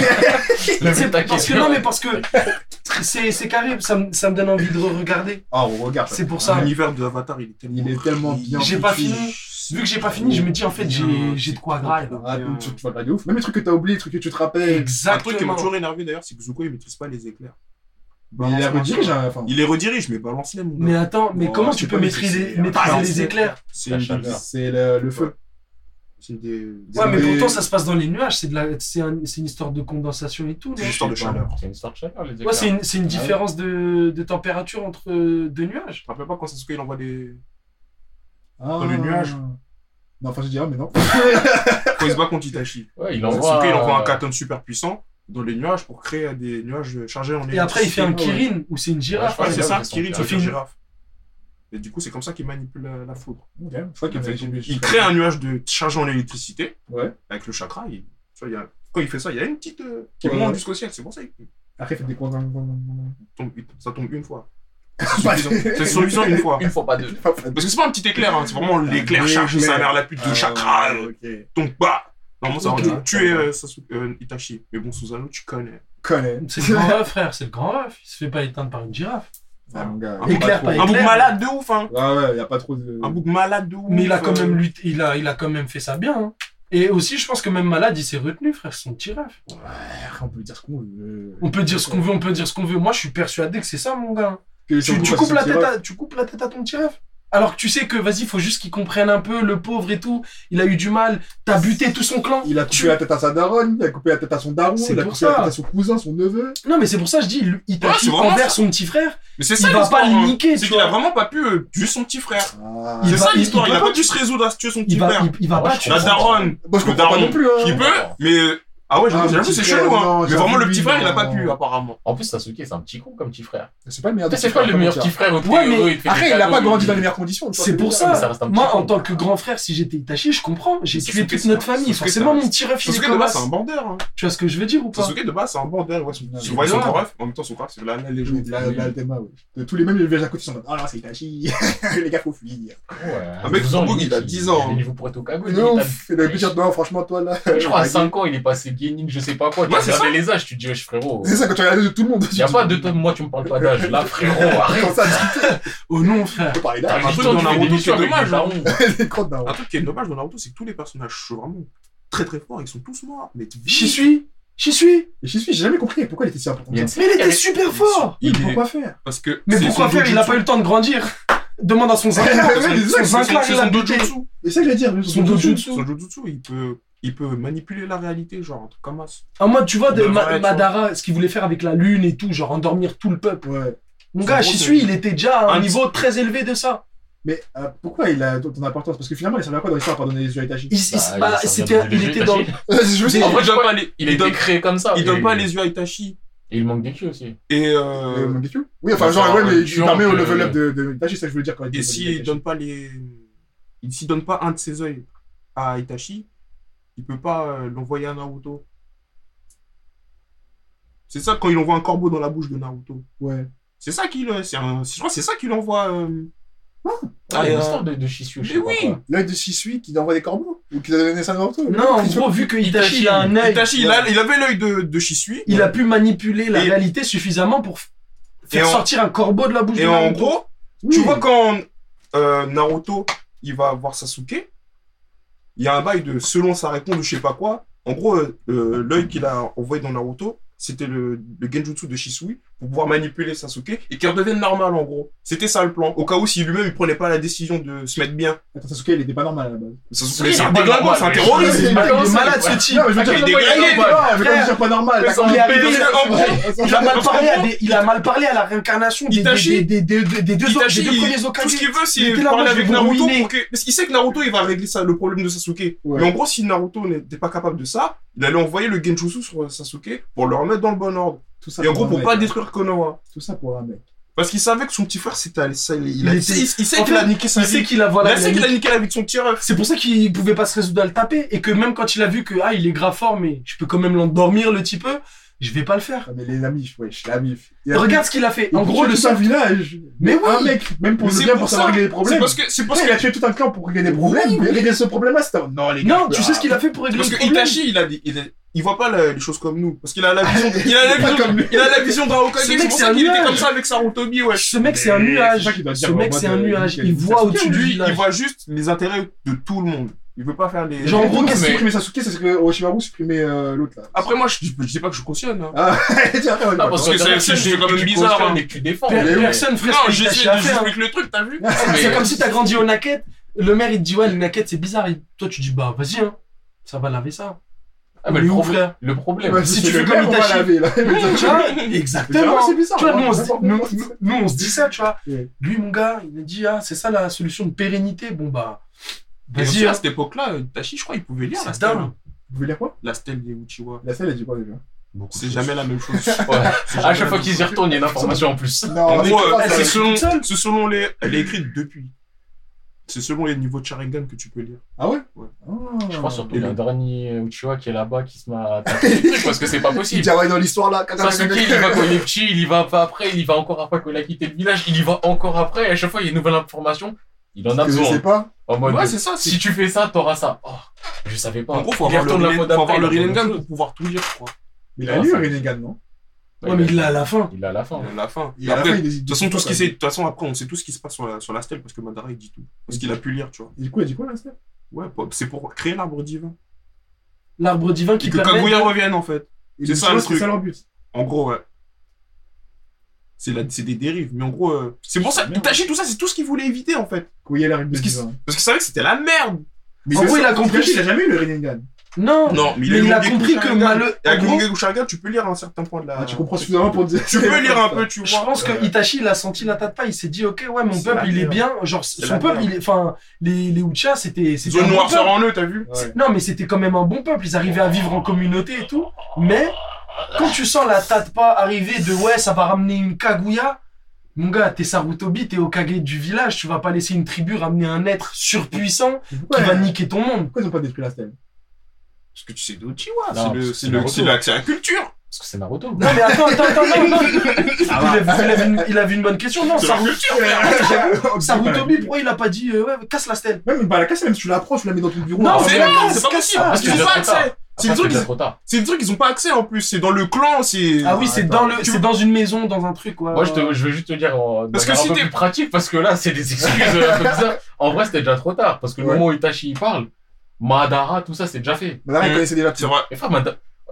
c'est parce que non, mais parce que c'est c'est carré, ça me ça me donne envie de re-regarder. Ah, on regarde. C'est pour ça. L'univers de Avatar, il est tellement, Il est tellement bien J'ai pas foutu. fini. Vu que j'ai pas fini, je me dis en fait j'ai j'ai de quoi grave. Ah, tu, tu vas regarder ouf. Même les trucs que t'as oubliés, les trucs que tu te rappelles. Un truc qui m'a Exactement. toujours énervé d'ailleurs, c'est que Zuko il maîtrise pas les éclairs. Mais il les redirige à la fin. Il les redirige, mais balance-les, mon gars. Mais attends, mais Oh, comment c'est tu pas peux les- maîtriser c'est- maîtriser Ah, les c'est- éclairs? C'est La une chaleur. C'est le, le feu. C'est des. des- Ouais, mais des- pourtant ça se passe dans les nuages, c'est de la c'est un- c'est une histoire de condensation et tout. C'est non une histoire de chaleur. C'est une histoire de chaleur, les Ouais, éclairs. c'est une, c'est une Ah ouais. différence de, de température entre euh, deux nuages. Je te rappelle pas quand Sasuke il envoie des. Ah. le nuage. Non, enfin, je dirais, mais non. Quand il se bat contre Itachi. Ouais, il Sasuke envoie. il envoie un euh, katon super puissant dans les nuages pour créer des nuages chargés en Et après il fait un électricité. Kirin où c'est une girafe. Ouais, Ouais, Ouais, c'est c'est ça, ça, Kirin, il ça fait fait une- girafe. Et du coup, c'est comme ça qu'il manipule la, la foudre. Ok, je crois qu'il Il, avait- fait- j'ai- il crée un nuage de chargé en électricité Ouais. avec le chakra. Il, tu vois, il y a, quand il fait ça, il y a une petite euh, qui Ouais, monte ouais. jusqu'au ciel. C'est pour ça qu'il Après, il fait des coins. tombe, il- ça tombe une fois. Pas Suffisant. C'est suffisant une fois. Une fois, pas deux. Parce que c'est pas un petit éclair, hein, c'est vraiment l'éclair Ah, chargé, ça a l'éclair. l'air la pute de chakra. euh, Ok. Donc, bah, normalement, ça Ok. aurait dû tuer euh, Sasuke- euh, Itachi. Mais bon, Susanoo, tu connais. Connais. C'est le grand ref, frère, c'est le grand ref. Il se fait pas éteindre par une girafe. Ah, mon gars. Un il y a éclair, pas pas trop- Un bouc éclair. malade de ouf, hein. Ouais, ouais, il y a pas trop de. Un bouc malade de ouf. Mais il a quand euh, même lutté, il a, il a quand même fait ça bien. hein. Et aussi, je pense que même malade, il s'est retenu, frère, c'est son petit ref. Ouais, on peut dire ce qu'on veut. On peut dire ce qu'on veut, on peut dire ce qu'on veut. Moi, je suis persuadé que c'est ça, mon gars. Que Tu, si on tu passe coupes ce la petit tête ref, à, tu coupes la tête à ton petit ref. Alors que tu sais que, vas-y, faut juste qu'il comprenne un peu, le pauvre et tout. Il a eu du mal. T'as buté tout son clan. Il a coupé Tu- la tête à sa daronne, il a coupé la tête à son daron, C'est il a pour coupé la ça. tête à son cousin, son neveu. Non, mais c'est pour ça que je dis, lui, Ouais, Itachi c'est vraiment envers ça. son petit frère. Mais c'est Il ça va l'histoire, pas le hein. niquer, C'est tu qu'il a vois. vraiment pas pu euh, tuer son petit frère. Ah. Il C'est va- ça il- l'histoire, il il a peut pas pas dû se résoudre à tuer son petit Il va, frère. il, il va Ouais, pas je tuer La son- daronne, Moi, je le comprends pas daron, non plus, hein. qui peut, mais. Ah ouais, j'avoue, Ah, j'avoue, le c'est petit chelou, frère, hein. non, Mais j'avoue, vraiment, le lui, petit frère, il a pas non. pu, apparemment. En plus, Sasuke, c'est un petit con comme petit frère. C'est pas le meilleur. Peut-être des c'est quoi petits le meilleur frères, petit frère au Ouais, mais il fait Après, des il a cadeaux, pas grandi il- dans les meilleures conditions. tu vois C'est ce que pour je veux dire. mais ça. ça reste un petit Moi, con. en tant que grand frère, si j'étais Itachi, je comprends. J'ai Mais tué Sasuke, toute c'est notre un- famille. Sasuke, Forcément, c'est un- mon petit ref, il est Sasuke, de comme base, ça. c'est un bandeur, hein. Tu vois ce que je veux dire ou pas? Sasuke, de base, c'est un bandeur, ouais. Son Non, son mais vrai, son bien. grand ref. En même temps, son frère, c'est la légende. La, la Altema, ouais. De tous les mêmes, les villages à côté sont en mode, oh non, c'est Itachi. Les gars, faut fuir. Ouais, Un mec, douze ans, Fubu, limite, il a dix ans, Il hein. est niveau pour être au Kagome. De il est ouf. Il a pu dire, non, franchement, toi, là. à- Je crois à cinq ans, il est passé gaming, je sais pas quoi. Tu Ouais, c'est regardais les âges, tu te dis, wesh, frérot. C'est ça, quand tu regardes les yeux de tout le monde. Y a pas de toi, moi, tu me parles pas d'âge. Là, frérot, arrête. Comme ça, discuter. Oh non, frère. On peut parler T'as d'âge. un huit truc ans, dans tu fais Naruto des missions qui est avec des dommage, darons. Les crottes d'un. Un truc qui est dommage dans Naruto, c'est que tous les personnages vraiment très très forts, ils sont tous morts. Mais J'y suis. J'y suis. Et j'y suis, j'ai jamais compris pourquoi il était si important. Il y a que une ça. Mais il était avait- super fort. Oui, Il mais est- pourquoi faire? Parce que. Mais c'est pourquoi son faire? Il a dojutsu. pas eu le temps de grandir. Demande à son zinc. Ouais, Son zinc là, C'est il son a buté. dojutsu. Et ça, je vais dire, Son dojutsu. Son jujutsu, il peut, il peut manipuler la réalité, genre un truc comme ça. En mode, tu vois, de Ouais, Ma- ouais, tu Madara, ce qu'il voulait faire avec la lune et tout, genre endormir tout le peuple. Ouais. Mon Son gars, gros, j'y c'est- suis, il était déjà à un Un niveau très élevé de ça. Mais euh, pourquoi il a ton importance? Parce que finalement, il servait à quoi dans l'histoire à part donner les yeux à Itachi? Il, il- Bah, il bah, s'est c'était, regardé il les était yeux dans. Itachi. Je veux dire, En vrai, il donne Ouais, pas les, Il a il été donne, créé comme ça. il et- donne pas les yeux à Itachi. Et il manque des culs aussi. Et, euh, euh, Mangekyou Oui, enfin, Bah, genre, c'est ouais, un mais il tueur permet au que- level up de, de Itachi, c'est ça que je voulais dire quand il et dit s'il donne pas les, il- s'il donne pas un de ses yeux à Itachi, il peut pas euh, l'envoyer à Naruto. C'est ça quand il envoie un corbeau dans la bouche de Naruto. Ouais. C'est ça qu'il, euh, c'est un, je crois que c'est ça qu'il envoie. euh, Ah, il y a une euh, histoire de, de Shisui, je mais sais pas oui. quoi. L'œil de Shisui qui envoie des corbeaux? Ou qui a donné ça à Naruto? Non, en gros, vu que Itachi il a un œil, Itachi, il, a- il avait l'œil de, de Shisui. il a pu manipuler la Et- réalité suffisamment pour f- faire Et en- sortir un corbeau de la bouche Et de en Naruto. gros, Oui. tu vois quand euh, Naruto, il va voir Sasuke, il y a un bail de selon sa réponse ou je sais pas quoi. En gros, euh, euh, l'œil qu'il a envoyé dans Naruto, c'était le, le genjutsu de Shisui pour pouvoir manipuler Sasuke et qu'il redevienne normal en gros. C'était ça le plan. Au cas où si lui-même il prenait pas la décision de se mettre bien. Attends, Sasuke, il était pas normal à la base. Sasuke, Oui, c'est un il est pas déglingo, normal, c'est un mais- terroriste. Il est mal- il est Ouais. malade ce type. Non, mais je veux Ah, dire, il il est est déglingo, pas, mais frère. comme dire pas normal. Mais d'accord. il est Mais arrivé- parce que, en gros, Il a mal parlé à des, il a mal parlé à la réincarnation des, Itachi- des, des, des, des, des deux, Itachi, des deux il- premiers tout ce Hokage. qu'il veut, Il c'est était là, parler moi, je avec vais vous Naruto ruiner. pour que... Parce qu'il sait que Naruto, il va régler ça, le problème de Sasuke. Ouais. Mais en gros, si Naruto n'était pas capable de ça, il allait envoyer le Genjutsu sur Sasuke pour le remettre dans le bon ordre. Tout ça Et en gros, un pour mec, pas hein. détruire Konoha. Tout ça pour un mec. Parce qu'il savait que son petit frère, c'était ça, il, il, Il a- était- il, il sait En qu'il fait, a niqué sa Il sait vie. qu'il a, voilà, il il a sait qu'il a niqué- niqué la vie de son petit ref. C'est pour ça qu'il pouvait pas se résoudre à le taper et que même quand il a vu que ah il est grave fort mais je peux quand même l'endormir le petit peu, je vais pas le faire. Ah, mais les amis, wesh, la mif. Il a Regarde ce qu'il a fait. En gros le tout un seul village. Mais oui. Un mec, même pour Mais le c'est bien, pour pour ça. savoir régler les C'est problèmes. parce que, c'est parce Parce que, qu'il a tué tout un clan pour régler des problèmes. Mais régler ce problème-là, c'était. Non, les gars. Non, tu sais ce qu'il a fait pour régler parce le que problème. Itachi, il a dit, il, est- il voit pas la- les choses comme nous. Parce qu'il a la vision, il a la Pas vision, comme lui. il a la vision d'un Hokage. Ce C'est mec, pour c'est ça un qu'il était nuage. comme ça avec Sarutobi, wesh. Ce mec c'est un Mais nuage. c'est ça qu'il doit dire Ce en mec mode, c'est un euh, nuage. il Il a- voit Sasuke, au-dessus du Lui, village. il voit juste les intérêts de tout le monde. Il veut pas faire les... Genre, en gros, Genre, qu'est-ce qu'est-ce que- supprimer Sasuke, c'est ce que Orochimaru supprimait euh, l'autre là. Après, moi, je, je dis pas que je cautionne, hein. Ah, tiens, après, on y Ah, va. parce que que c'est- c'est c'est- c'est quand même tu bizarre, cautionnes hein. et que tu défends. Per- Mais oui. Personne ferait Non, ce que j'essaie Itachi de a fait. hein. j'explique le truc, t'as vu? C'est comme si t'as grandi au Naket, le maire il te dit ouais le Naket c'est bizarre, et toi tu dis bah vas-y hein, ça va laver ça. Ah, mais Mais le où, problème, frère le problème, Ouais, si c'est tu le fais comme même, on va Itachi. laver, là. Tu vois, Mais exactement. c'est bizarre. Tu vois, nous on, hein. se dit, nous, nous- nous, on se dit ça, tu vois. Ouais. Lui, mon gars, il me dit, ah, c'est ça la solution de pérennité. Bon, bah, Et aussi, vas-y. à hein. cette époque-là, Itachi, je crois, il pouvait lire la C'est stèle. dingue. Vous voulez dire quoi? La stèle des Uchiwa. La selle, elle dit quoi déjà? C'est jamais la même chose. Ouais. C'est À jamais chaque la fois même qu'ils y chose. retournent, il y a une information en plus. Non, En mais gros, c'est pas euh, ça. c'est selon, toute seule. c'est selon les, elle est écrite depuis. C'est selon les niveaux de Sharingan que tu peux lire. Ah ouais? Ouais. Ah. Je crois surtout Et qu'il y a le- un dernier Uchiwa qui est là-bas qui se met à taper des trucs parce que c'est pas Il possible. dit, ah ouais, dans l'histoire là, quand Sasuke, il y va quand il est petit, il y va pas après, il y va encore après quand il a quitté le village, il y va encore après, et à chaque fois il y a une nouvelle information, il en a que je sais besoin. pas. En mode, Ouais, c'est ça. c'est- si tu fais ça, t'auras ça. Oh, je savais pas. En gros, faut Il y avoir le retourne la Rinnegan- fois faut avoir d'après, le il a Rinnegan autre pour chose. pouvoir tout lire, je crois. Mais il a lu Rinnegan, non? Ouais, mais il l'a à la fin. Il a la fin. À la fin. Et à la Après, fin, de il décide. toute façon, tout ce qui s'est, de toute façon, après, on sait tout ce qui se passe sur la, sur la stèle parce que Madara, il dit tout. Parce qu'il a pu lire, tu vois. Et du coup, elle dit quoi là, c'était? Ouais, c'est pour créer l'arbre divin. L'arbre divin qui Et que permet. Kaguya de- revienne, en fait. Et C'est du ça, coup, le c'est truc. ça leur but. En gros, ouais. C'est la, c'est des dérives. Mais en gros, euh, c'est pour ça, Merde. Itachi, tout ça, c'est tout ce qu'il voulait éviter, en fait. Kaguya a l'air Parce qu'il divin. parce qu'il savait que c'était la merde. Mais En gros, il a compris- Il a jamais eu le Rinnegan. Non, Non, mais mais est il a Longeku compris que Sharingan. malheur. Et avec en gros, Longeku Sharingan, tu peux lire un certain point de la. Ah, tu comprends suffisamment pour dire. Tu peux lire un peu, tu Je vois. pense que Ouais. Itachi il a senti la tête pas, il s'est dit ok ouais mon C'est peuple la il est merde. bien, genre la son peuple merde. il est, enfin les les Uchiha c'était Ils c'était ont un une bon noirceur peuple. en eux, t'as vu? Ouais. Non mais c'était quand même un bon peuple, ils arrivaient à vivre en communauté et tout, mais quand tu sens la Tatpa arriver de ouais ça va ramener une Kaguya, mon gars t'es Sarutobi, t'es Hokage du village, tu vas pas laisser une tribu ramener un être surpuissant Pourquoi qui va niquer ton monde. Pourquoi ils ont pas détruit la stèle? Parce que tu sais d'Uchiwa, Non, c'est parce le, que c'est c'est le, Naruto. c'est la, c'est la culture. Parce que c'est Naruto. Non mais attends attends attends non non. Il avait, il avait une, il avait une bonne question non C'est la Saru- culture, frère. Sarutobi pourquoi il a pas dit euh, ouais casse la stèle. Même, bah, la casse, même si tu l'approches, tu la mets dans ton bureau. Non, Ah, c'est ouais, là, ouais, c'est pas casse possible. ça. Parce qu'ils ont Après, pas c'est trop accès. tard. C'est Après, des trucs, déjà ils- trop tard. c'est des trucs qu'ils ont pas accès en plus. C'est dans le clan, c'est. Ah oui c'est attends, dans le tu- c'est dans une maison dans un truc ouais. Moi, je, te, je vais juste te dire euh, de Parce que manière si un peu t'es- plus pratique, parce que là, c'est des excuses euh, un peu bizarres. En vrai, c'était déjà trop tard, parce que le Ouais. moment où Itachi il parle, Madara, tout ça, c'est déjà fait. Madara, il Mm. connaissait déjà C'est tout. vrai. Et frère, Mada-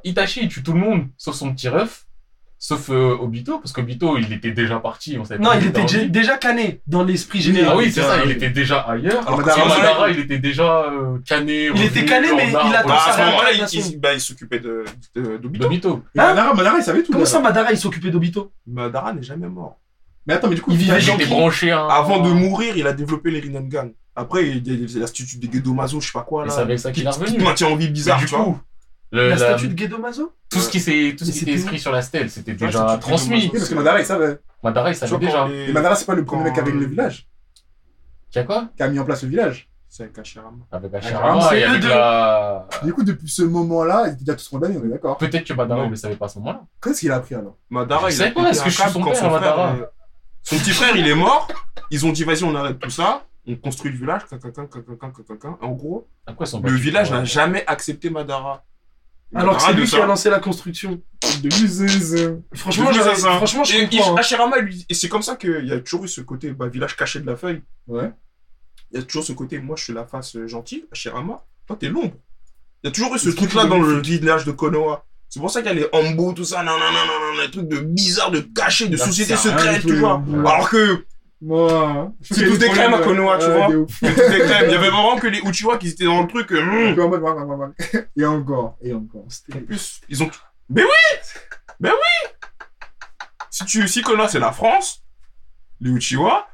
Itachi, il tue tout le monde, sauf son petit ref, sauf euh, Obito, parce qu'Obito, il était déjà parti. On savait Non, pas il où était en déjà, vie. déjà cané dans l'esprit général. Ah oui, c'est ça, oui. il était déjà ailleurs. Alors, Et Madara, Madara, il était déjà euh, cané. Il était cané, mais il attend Bah, à ça ce va. moment-là, il, réincarnation. il- bah, il s'occupait de, de, d'Obito. D'Obito. Et Hein Madara, Madara, il savait tout. Comment ça, Madara. Madara, il s'occupait d'Obito? Madara n'est jamais mort. Mais attends, mais du coup, Il vivait Il Genki. était branché à un... Avant de mourir, il a développé les Rinnegan. Après, il y a la statue de Gedomazo, je sais pas quoi, Et là. c'est avec ça qu'il est Qui revenu. te maintient en vie Mais bizarre, du tu vois. coup, le- La la- statue de Gedomazo? tout ce qui s'est, tout ce Mais qui c'était était où écrit sur la stèle, c'était Ouais, déjà c'était transmis. Gedomazo. Oui, parce que Madara, il savait. Madara, il Tu savait vois, déjà. quand les- Et Madara, c'est pas le premier Quand- mec avec le village, Qui a quoi? qui a mis en place le village. C'est avec Hashirama. Avec Hashirama, Hashirama c'est et eux avec deux. la... Du coup, depuis ce moment-là, ils étaient déjà tous condamnés, on est d'accord. Peut-être que Madara, Non. il le savait pas à ce moment-là. Qu'est-ce qu'il a appris alors? Madara, Je il sais a pas, pété est-ce que un je suis câble son quand père, son frère, Madara euh, Son petit frère, il est mort. Ils ont dit, vas-y, on arrête tout ça. On construit le village. caca, caca, caca, caca, caca. En gros, À quoi ils sont le battus village pour, n'a euh, jamais accepté Madara. Alors que Madara, c'est de lui qui ça- a lancé la construction. De l'usine. Franchement, Depuis j'aurais- ça, ça. franchement, je Et- comprends. et hein. Hashirama, lui, et c'est comme ça qu'il y a toujours eu ce côté bah, village caché de la feuille. Ouais. Il y a toujours ce côté, moi je suis la face euh, gentille, Hashirama, toi t'es l'ombre. Il y a toujours eu ce Est-ce que truc-là tu dans veux le village de Konoha. C'est pour ça qu'il y a les Ambo, tout ça, non, non, non, non, non, les trucs de bizarre, de cachés, de Là, sociétés c'est rien secrètes, du tu tout, vois. les Ambo. Alors que Moi, C'est tout des crèmes à Konoha, tu vois. de ouf. tout est crème. Il y avait vraiment que les Uchiwa qui étaient dans le truc. euh, Un hmm. peu en mode, ouais, ouais, ouais, ouais. Et encore, et encore. En plus, ils ont. Mais oui Mais oui Si tu si Konoha c'est la France, les Uchiwa.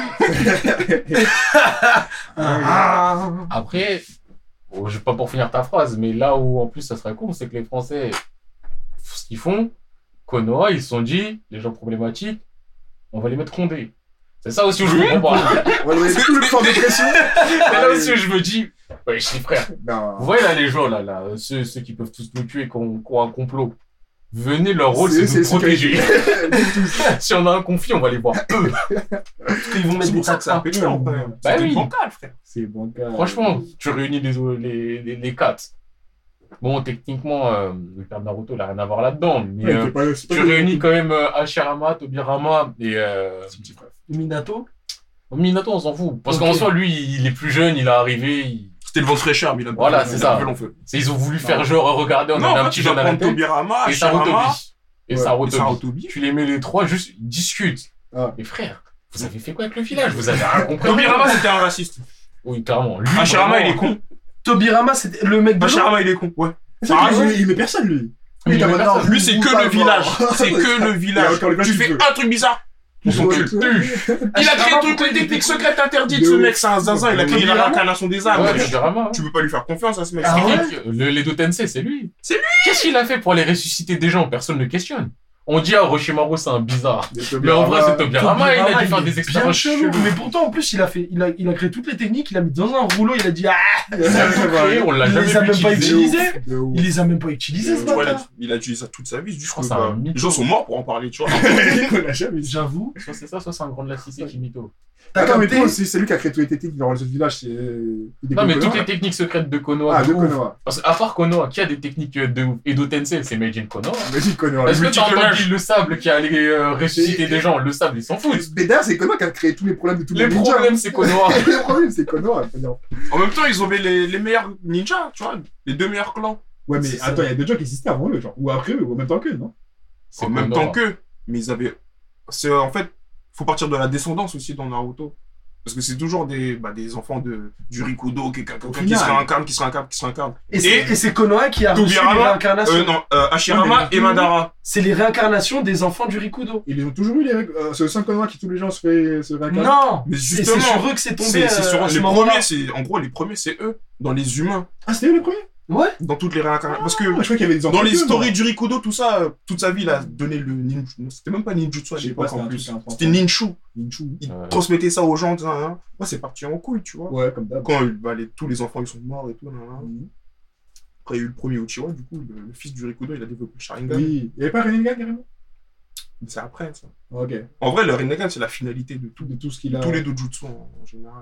Ah. Après, bon, je vais pas pour finir ta phrase, mais là où en plus ça serait con, c'est que les Français, ce qu'ils font, Konoha, ils se sont dit, les gens problématiques, on va les mettre rondés. C'est ça aussi où je comprends pas. Ouais, ouais, tout le temps de pression. C'est là aussi où je me dis, ouais, les frères, Non. vous voyez là les gens, là, là ceux, ceux qui peuvent tous nous tuer, qui ont, qui ont un complot, venez, leur rôle c'est de nous protéger. Si on a un conflit, on va les voir eux. Parce qu'ils vont mettre C'est des pour ça que ça a taxes. pété en vrai. Bah C'était oui. bancal, frère. C'est bon, gars. Franchement, tu réunis les, les, les, les quatre. Bon, techniquement, euh, le père de Naruto, il a rien à voir là-dedans, mais Ouais, euh, c'est pas- c'est pas tu que- réunis quand même euh, Hashirama, Tobirama et euh, Minato. Minato, on s'en fout. Parce Ok. qu'en soi, lui, il est plus jeune, il est arrivé, il- C'était le vent fraîcheur, mais il a Voilà, il c'est a ça. fait long feu. c'est- ils ont voulu faire genre, regardez, on Non, a un en fait, petit tu dois jeune à la prendre tête, Tobirama, et Hashirama, Sarutobi. Et Ouais, et Sarutobi. Sarutobi. Tu les mets les trois, juste, ils discutent. Ah. Mais frère, vous avez fait quoi avec le village? Vous avez rien compris. Tobirama, c'était un raciste. Oui, clairement. Lui, Hashirama, il vraiment, est con. Tobirama, c'était le mec de l'eau. Hashirama, il est con. Ouais. C'est vrai Ah, qu'il- ouais. il met personne, lui. Il Il est en met mode, personne. non, Lui, c'est vous que pas le voir. village. C'est que le Il y village. a encore le village Tu qui fais veut. un truc bizarre. On s'en Ouais, tue. ouais. Il a créé Hashirama, toutes pourquoi les il techniques était- secrètes interdites, De ce ouf. mec, c'est un zinzin. Il a créé la Tobirama. réincarnation des âmes. Ouais, wesh. Tobirama, hein. Tu peux pas lui faire confiance à ce mec. Ah C'est ouais technique. Le, les Tensei, c'est lui. C'est lui. Qu'est-ce qu'il a fait pour aller ressusciter des gens? Personne ne questionne. On dit, ah, Orochimaru, c'est un bizarre. Mais en vrai, c'est Tobirama, il a dû faire Tobirama, des il est expériences bien chelou. cheloues. Mais pourtant, en plus, il a fait, il a, il a créé toutes les techniques, il a mis dans un rouleau, il a dit, ah, Ça a tout créé, on l'a Il jamais les a vu même pas utiliser. utilisés. De ouf. il les a même pas utilisés, ce Tu vois, il a- bâtard. Il a utilisé ça toute sa vie. Juste crois que, que c'est un bah, mytho. les gens sont morts pour en parler, tu vois. On a jamais vu. J'avoue. Soit c'est ça, soit c'est un grand de la Cissé qui mytho. T'as Attends, mais capté? toi, c'est c'est lui qui a créé toutes les techniques dans le village. C'est. il Non, décolle mais toutes Konoha. les techniques secrètes de Konoha. Ah, de de ouf. Konoha. Parce qu'à part Konoha, qui a des techniques de ouf? Edo Tensei, c'est Made in Konoha. Vas-y, Konoha. Est-ce que t'as multiclonage. entendu le sable qui allait euh, ressusciter Et- des gens? Le sable, ils s'en foutent. Mais d'ailleurs, c'est Konoha qui a créé tous les problèmes de tous les Les ninjas. problèmes, c'est Konoha. Les problèmes, c'est Konoha. faut dire. En même temps, ils avaient les, les meilleurs ninjas, tu vois, les deux meilleurs clans. Ouais, mais C'est ça. attends, il y a d'autres gens qui existaient avant eux, genre. Ou après eux, ou en même temps qu'eux, non? C'est En même Konoha. temps qu'eux. Mais ils avaient. C'est en fait, faut partir de la descendance aussi dans Naruto. Parce que c'est toujours des, bah, des enfants de, du Rikudo, qui, qui, Au qui final. se réincarne, qui se réincarne, qui se réincarne. Et c'est, Et- et c'est Konoha qui a reçu les Tobirama, réincarnations. Euh, non, euh, Hashirama Ouais, mais- et Madara. C'est les réincarnations des enfants du Rikudo. Ils ont toujours eu les. euh, c'est au sein de Konoha qui tous les gens se, fait, se réincarnent. Non! Mais C'est justement, c'est sur eux que c'est tombé. C'est c'est euh, sur à ce les moment-là. premiers, c'est, en gros, les premiers, c'est eux, dans les humains, Ah, c'était eux les premiers? Ouais. dans toutes les réincarnations. Parce que, Ah, je crois qu'il y avait des dans enfants les qu'eux, stories moi. du Rikudo, tout ça, euh, toute sa vie, il a donné le ninjutsu. Non, c'était même pas ninjutsu à Je sais l'époque pas, c'était en un plus. truc, un C'était ninchu. Ninchu. Il Ouais. transmettait ça aux gens, tout ça, hein. Moi, c'est parti en couille, tu vois. Ouais, comme d'hab. Quand bah, les- tous les enfants ils sont morts et tout, nan, nan. Mhm. Après, il y a eu le premier Uchiwa, du coup, le, le fils du Rikudo, il a développé le Sharingan. Oui. Il y avait pas Rinnegan carrément? Mais c'est après, ça. Ok. En vrai, le Rinnegan, c'est la finalité de tout, De tout ce qu'il a. tous les dojutsu en, en général.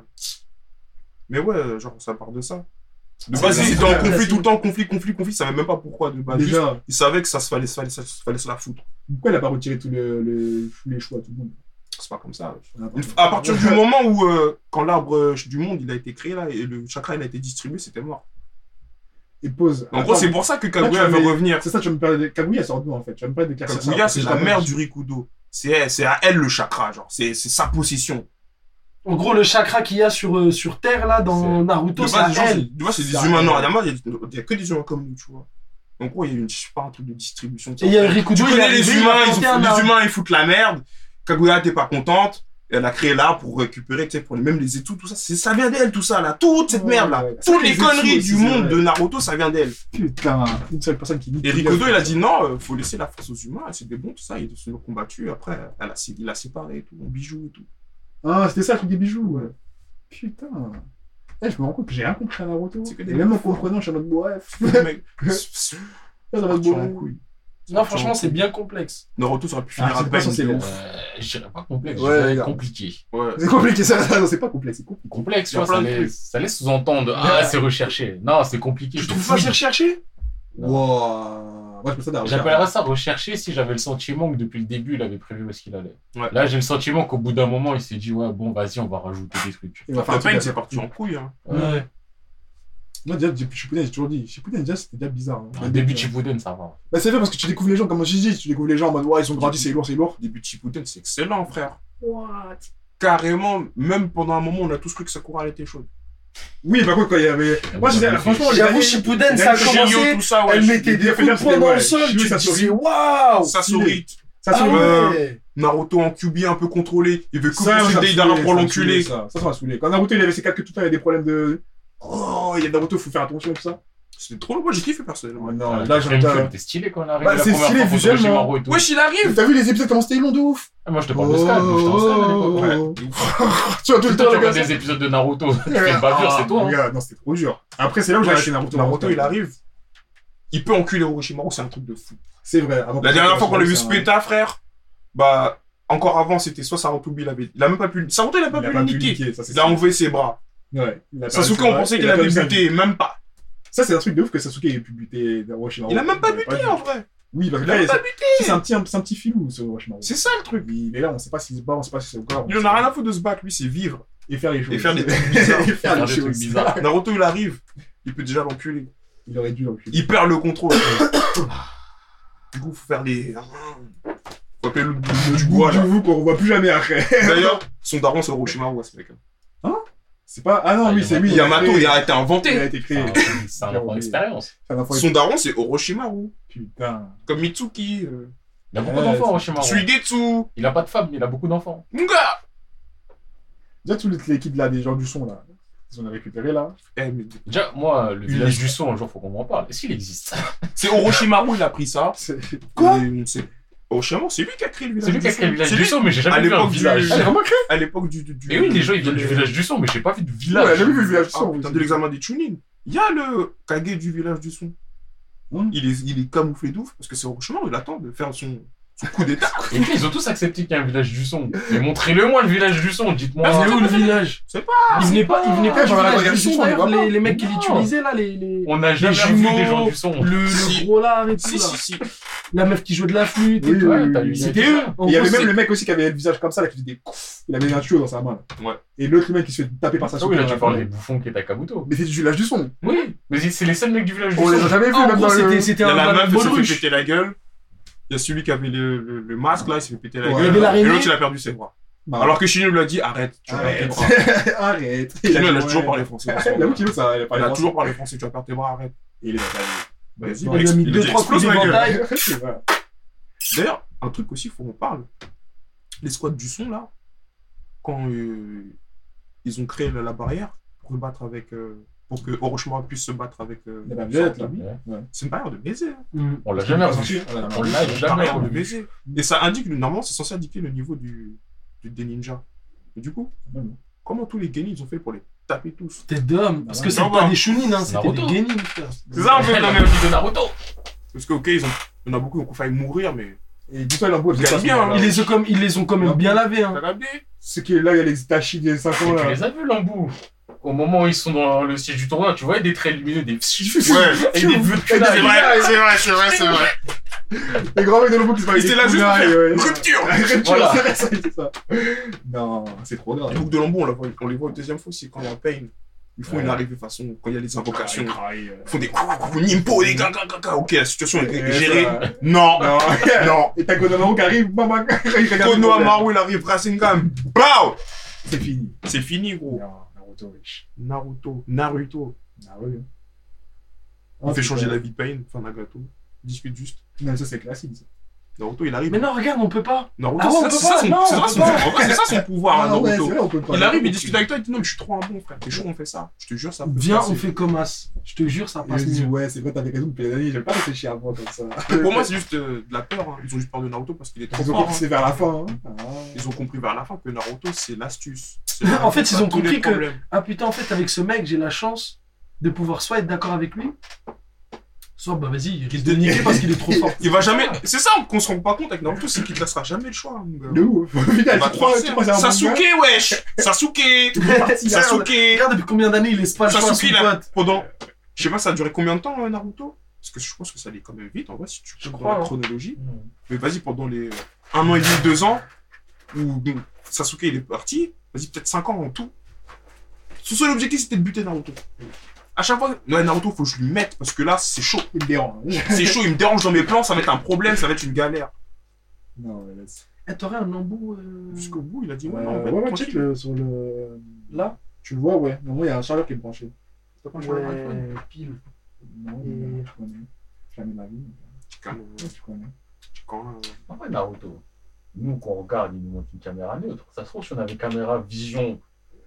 Mais ouais, genre, ça part de ça. De C'est base, la- ils étaient en c'est la- conflit tout le temps, conflit, conflit, conflit, ils savaient même pas pourquoi de base. Juste, Déjà, ils savaient que ça se fallait, fallait, fallait, fallait se la foutre. pourquoi il a pas retiré tous le, le- tous les choix à tout le monde? C'est pas comme ça. Ah, Une- À partir du moment où, euh, quand l'arbre euh, du monde il a été créé là et le chakra il a été distribué, c'était mort. Et pause. En gros, Attends, c'est pour ça que Là, Kaguya tu veut vas me- revenir. C'est ça, tu vas me parler de Kaguya, elle sort d'où en fait? Tu vas me parler de d'éclaircir ça. Kaguya, c'est Je la t'ai mère pas du dit. Rikudo. C'est elle, c'est à elle le chakra, genre. C'est c'est sa possession. En gros, le chakra qu'il y a sur, euh, sur Terre, là, dans C'est- Naruto, De c'est base, à les gens, c'est- elle. de base, c'est C'est des à humains elle. noirs. Il y a- il y a que des humains comme nous, tu vois. En gros, il y a une, je sais pas, un truc de distribution. de ça. Et il y a Rikudo, Tu il est connais arrivé, les il a humains, ils, planté ont- un les arbre. humains, ils foutent la merde. Kaguya, t'es pas contente. Et elle a créé l'arbre pour récupérer, tu sais, pour les, même les études, tout ça. C'est- Ça vient d'elle, tout ça, là. Toute cette Ouais, merde, là. ouais. Toutes C'est les les conneries études du aussi, monde c'est de vrai. Naruto, ça vient d'elle. Putain, une seule personne qui nique. Et tout Rikudo, bien. il a dit non, euh, faut laisser la force aux humains. C'est des bons, tout ça. Ils se sont combattus. Après, elle a, il a séparé et tout, en bijoux et tout. Ah, c'était ça le truc des bijoux, ouais. Putain. Eh, je me rends compte que j'ai rien compris à Naruto. C'est que Et des même en meufs, comprenant, je suis en mode bref. Mec, Là, dans mode parti en bref. couille. Non, franchement, c'est bien complexe. Naruto, ça aurait pu Ah, finir c'est à pas peine. censé de long. ouf. Euh, je dirais pas complexe, Ouais, je dirais regarde. compliqué. Ouais. C'est compliqué, ça. Non, c'est pas compliqué, c'est compliqué. Complexe, tu Il y a vois, ça plein de laisse, ça laisse sous-entendre. Ah, c'est recherché. Non, c'est compliqué. Tu c'est trouves pas c'est fouillis. recherché? Non. Wow. Moi, je peux ça d'avoir. J'appellerais ça recherché si j'avais le sentiment que depuis le début, il avait prévu où est-ce qu'il allait. Ouais. Là, j'ai le sentiment qu'au bout d'un moment, il s'est dit, ouais, bon, vas-y, on va rajouter des trucs. Il va faire un Après, truc c'est à- parti en couille. Hein. Ouais. Moi, déjà, depuis Shippuden, j'ai toujours dit. Shippuden, déjà, c'était déjà bizarre. hein. Au début de Shippuden, ça va. Bah, c'est vrai parce que tu découvres les gens, comme j'ai dit, tu découvres les gens en mode, ouais, ils ont grandi, c'est lourd, c'est lourd. Début de Shippuden, c'est excellent, frère. What? Carrément, même pendant un moment, on a tous cru que Sakura elle était chaude. Oui, par contre, quand il y avait. Moi, je disais, franchement, les J'avoue, années- Shippuden, les ça a années Shiryu, commencé. tout ça, ouais. Elle je- mettait des Shiryu, coups de poing dans le ouais, sol. Shiryu, Tu ça te se disais, rit. waouh! Sasori, Ça, Ah c'est euh, ouais! Naruto en Q B un peu contrôlé. Il veut que Ça, pousser ça m'a Deidara saoulé, pour ça m'a saoulé, l'enculer. Ça, ça ça m'a saoulé. Quand Naruto, il avait ses quatre que tout le temps, il y a des problèmes de. Oh, il y a Naruto, faut faire attention tout ça. C'était trop long. Moi, j'ai kiffé personnellement. Oh, non, Ouais, là, le j'aime Flamme bien. Club, t'es stylé quand on arrive Bah, la c'est première stylé fois contre visuellement. Orochimaru et tout. Wesh, il arrive! T'as vu les épisodes comment c'était long de ouf? Ah, moi, je te parle de Sky, moi, j'étais en Sky à l'époque. Ouais. Oh. de ouf. Tu vois, tout Tout le le temps, temps, tu le gars. regardes des épisodes de Naruto, tu fais une bavure, c'est toi. hein. Regarde, non, c'était trop dur. Après, c'est là où j'ai Wesh, arrêté Naruto. Naruto, il arrive. Il peut enculer Orochimaru, c'est un truc de fou. C'est vrai. Avant La que- dernière fois qu'on l'a vu c'est se un- péter, frère, bah, encore avant, c'était soit Sarutobi, il avait. Il a même pas pu. Saruto, il a pas Il a pu pas le pu niquer. niquer, ça, c'est Il a sûr. enlevé ses bras. Ouais. il a Sasuke, perdu on sa- pensait il qu'il a allait perdu sa vie. buter, même pas. Ça, c'est un truc de ouf que Sasuke ait pu buter Orochimaru. Il a même pas Ouais, buté vu. en vrai. Oui, parce que Il a là, même pas c'est buté. c'est un petit, un, c'est un petit filou, ce Orochimaru. C'est ça le truc. Il est là, on sait pas s'il se bat, on sait pas si c'est encore. Il en a rien à foutre de se battre, lui, c'est vivre. Et faire les choses. Et faire des trucs bizarres. Et faire Faire les des trucs choses. bizarres. Naruto, il arrive, il peut déjà l'enculer. Il aurait dû l'enculer. Il perd le contrôle. Du coup, faut faire les. Faut appeler le bout du bois, là. vous qu'on revoit plus jamais après. D'ailleurs, son daron, c'est Orochimaru, ce mec. C'est pas. Ah non, Ah, oui, c'est lui. Yamato, créé- il a été Il a inventé. été créé. C'est un- C'est un enfant d'expérience. C'est un enfant Son daron, c'est Orochimaru. Putain. Comme Mitsuki, euh, Il a beaucoup Ouais, d'enfants, c'est- Orochimaru. Suigetsu. Il a pas de femme, mais il a beaucoup d'enfants. Nga. Déjà, toute l'équipe là, des gens du son là, ils ont récupéré là. Eh, mais Déjà, moi, le Une village liste. du son, un jour, faut qu'on m'en parle. Est-ce qu'il existe? c'est Orochimaru, il a pris ça. C'est Quoi c'est... Orochimaru, c'est lui qui a créé le village C'est lui qui a du créé le son. village C'est du lui- son, mais j'ai à jamais vu un l'époque du- village. Ah, vraiment créé. À l'époque du, du, du- Mais oui, les gens, ils viennent de- du village du son, mais j'ai pas vu de Ouais, village. j'ai vu le village du Ah, son. putain, oui. de l'examen des Chunin. Il y a le Kage du village du son. Hum. Il, est, il est camouflé d'ouf parce que c'est Orochimaru, il attend de faire son, son coup d'état. Et puis, ils ont tous accepté qu'il y a un village du son. Mais montrez-le moi, le village du son, dites-moi. Ah, c'est où le village? C'est pas. Il venait pas, il venait pas Ah, du j'en ai village regardé du le son, son, d'ailleurs, on les voit les, les mecs qui Non. l'utilisaient là, les, les... On n'a jamais Les vu jumeaux, des gens du son. le, le Si. gros là et tout Si, là. si, si. La meuf qui joue de la flûte et Oui, tout. oui, Ouais, oui, t'as oui. eu- C'était il y a eux. dit ça. En Et il y avait gros, même c'est- le mec aussi qui avait le visage comme ça là qui faisait des coups. Il avait un tuyau dans sa main là. Ouais. Et l'autre mec qui se fait taper par sa Ah oui, là, soupe, tu parles des bouffons qui est à Kabuto. Mais c'est du village du son. Oui, mais c'est les seuls mecs du village du On les a son. jamais vus En même gros, dans c'était le. c'était Il y a un la un meuf qui s'est fait baudruche. péter la gueule. Il y a celui qui avait le, le, le masque là, il s'est fait péter la Ouais. gueule. Il y avait Et l'araignée. l'autre, il a perdu ses bras. Bah, Alors que Shinu lui a dit arrête, tu vas perdre tes Arrête. bras. Arrête. Shinu, elle a dit, toujours ouais. parlé français. Il a Kilo, ça, il a Elle parlé a français. toujours parlé français, tu vas perdre tes bras, arrête. Et il est dans Vas-y, Il On lui a mis il deux, dit, trois coups explose ma gueule. d'éventail. C'est vrai. D'ailleurs, un truc aussi, il faut qu'on parle. Les squads du son, là, quand euh, ils ont créé la, la barrière pour se battre avec. euh, pour que Orochimaru puisse se battre avec. Euh, Il y a la vedette, là. Sarutobi, Ouais. c'est une barrière de baiser. hein. Mm. On l'a jamais revu. On l'a Une jamais barrière de revu. baiser. Et ça indique, normalement, c'est censé indiquer le niveau du, du- des ninjas. Et du coup, comment tous les genin ils ont fait pour les taper tous? Tête d'homme. Parce que c'est Non, pas non. des Chunin, hein, c'était Naruto. des Genin, frère. C'est ça, en fait, La non, mais- même vie de Naruto. Parce que, ok, ils ont, il y en a beaucoup qui ont failli mourir, mais. Et dis-toi, Lambo, Il gagne bien, hein. Ils les ont comme, ils les ont quand même bien lavés, hein. T'as regardé? Ce qui est là, il y a les Itachi des cinq ans Tu là. les as vus, Lambou? Au moment où ils sont dans le siège du tournoi, tu vois des traits lumineux, des Ouais. et des vœux de C'est kunai. vrai, c'est vrai, c'est vrai, c'est vrai. Les grands mecs de Lambo qui se Et c'était là juste pour faire rupture. Voilà. Voilà. C'est ça. Non, c'est trop Les grave. boucles de lambeau, on, la voit- on les voit une deuxième fois aussi quand il y a Pain. Ils font Ouais. une arrivée façon, quand il y a les invocations, Ils ils font des coups, Nimpo, les gars, gars, gars, gars. Ok, la situation est Et gérée. ça- Non, Non. non. Et t'as Konohamaru qui arrive, maman, il regarde le Kono problème. Amaru, il arrive, Rasengan, BAM! C'est fini. C'est fini, gros. Non, Naruto, wesh. Naruto, Naruto. Ah ouais. Il fait changer la vie de Pain, enfin Nagato. Discute juste. Non, ça c'est classique. Ça. Naruto, il arrive. Mais non, regarde, on peut pas. Naruto, Ah ouais, on c'est peut ça, pas, c'est non, ça, on son- peut pas. en vrai, c'est ça son pouvoir, hein, Ah ouais, Naruto. c'est vrai, on peut pas. Il arrive, il discute avec toi, il dit non, mais je suis trop un bon frère. T'es chaud, on fait ça. Je te jure, ça peut Viens, passer. on fait comme As. Je te jure, ça Et passe je dis, mieux. ouais, c'est vrai, t'avais raison depuis des années, j'avais pas réfléchi avant comme ça. Pour moi, c'est juste euh, de la peur. Hein. Ils ont juste peur de Naruto parce qu'il est trop Ils ont fort. compris, hein. c'est vers la fin. Hein. Ah. Ils ont compris vers la fin que Naruto, c'est l'astuce. C'est En fait, ils ont tous les compris que- problèmes. Ah putain, en fait, avec ce mec, j'ai la chance de pouvoir soit être d'accord avec lui, soit bah vas-y, il risque de niquer parce qu'il est trop fort. Il va jamais. C'est ça qu'on se rend pas compte avec Naruto, c'est qu'il te laissera jamais le choix. mon gars. De ouf. Putain, Il va tu te crois, forcer. tu crois, c'est un Sasuke, manga wesh! Sasuke! Parti, là, Sasuke! Regarde depuis combien d'années il laisse pas le choix à son Sasuke, il a- pote. Pendant. Je sais pas, ça a duré combien de temps, euh, Naruto? Parce que je pense que ça allait quand même vite, en vrai, si tu Je prends crois, la hein. chronologie. Mais vas-y, pendant les un an et demi, deux ans, où bon, Sasuke il est parti, vas-y, peut-être cinq ans en tout. Son seul objectif c'était de buter Naruto. À chaque fois, ouais, Naruto, faut que je lui mette parce que là, c'est chaud. Il me dérange. C'est chaud, il me dérange dans mes plans, ça va être un problème, ça va être une galère. Non, mais laisse. Eh, t'aurais un embout euh, Jusqu'au bout, il a dit, Ouais, ouais, non, on va ouais, être ouais, tranquille. check le, sur le. là Tu le vois, ouais. Non, moi, il y a un chargeur qui est branché. T'as pas changé d'iPhone pile. Non, Et- non, je connais. Jamais de ma vie. Tu calmes, mais- Tu connais. tu calmes, euh, En vrai, Naruto, nous, quand on regarde, il nous montre une caméra neutre. Ça se trouve, si on avait caméra vision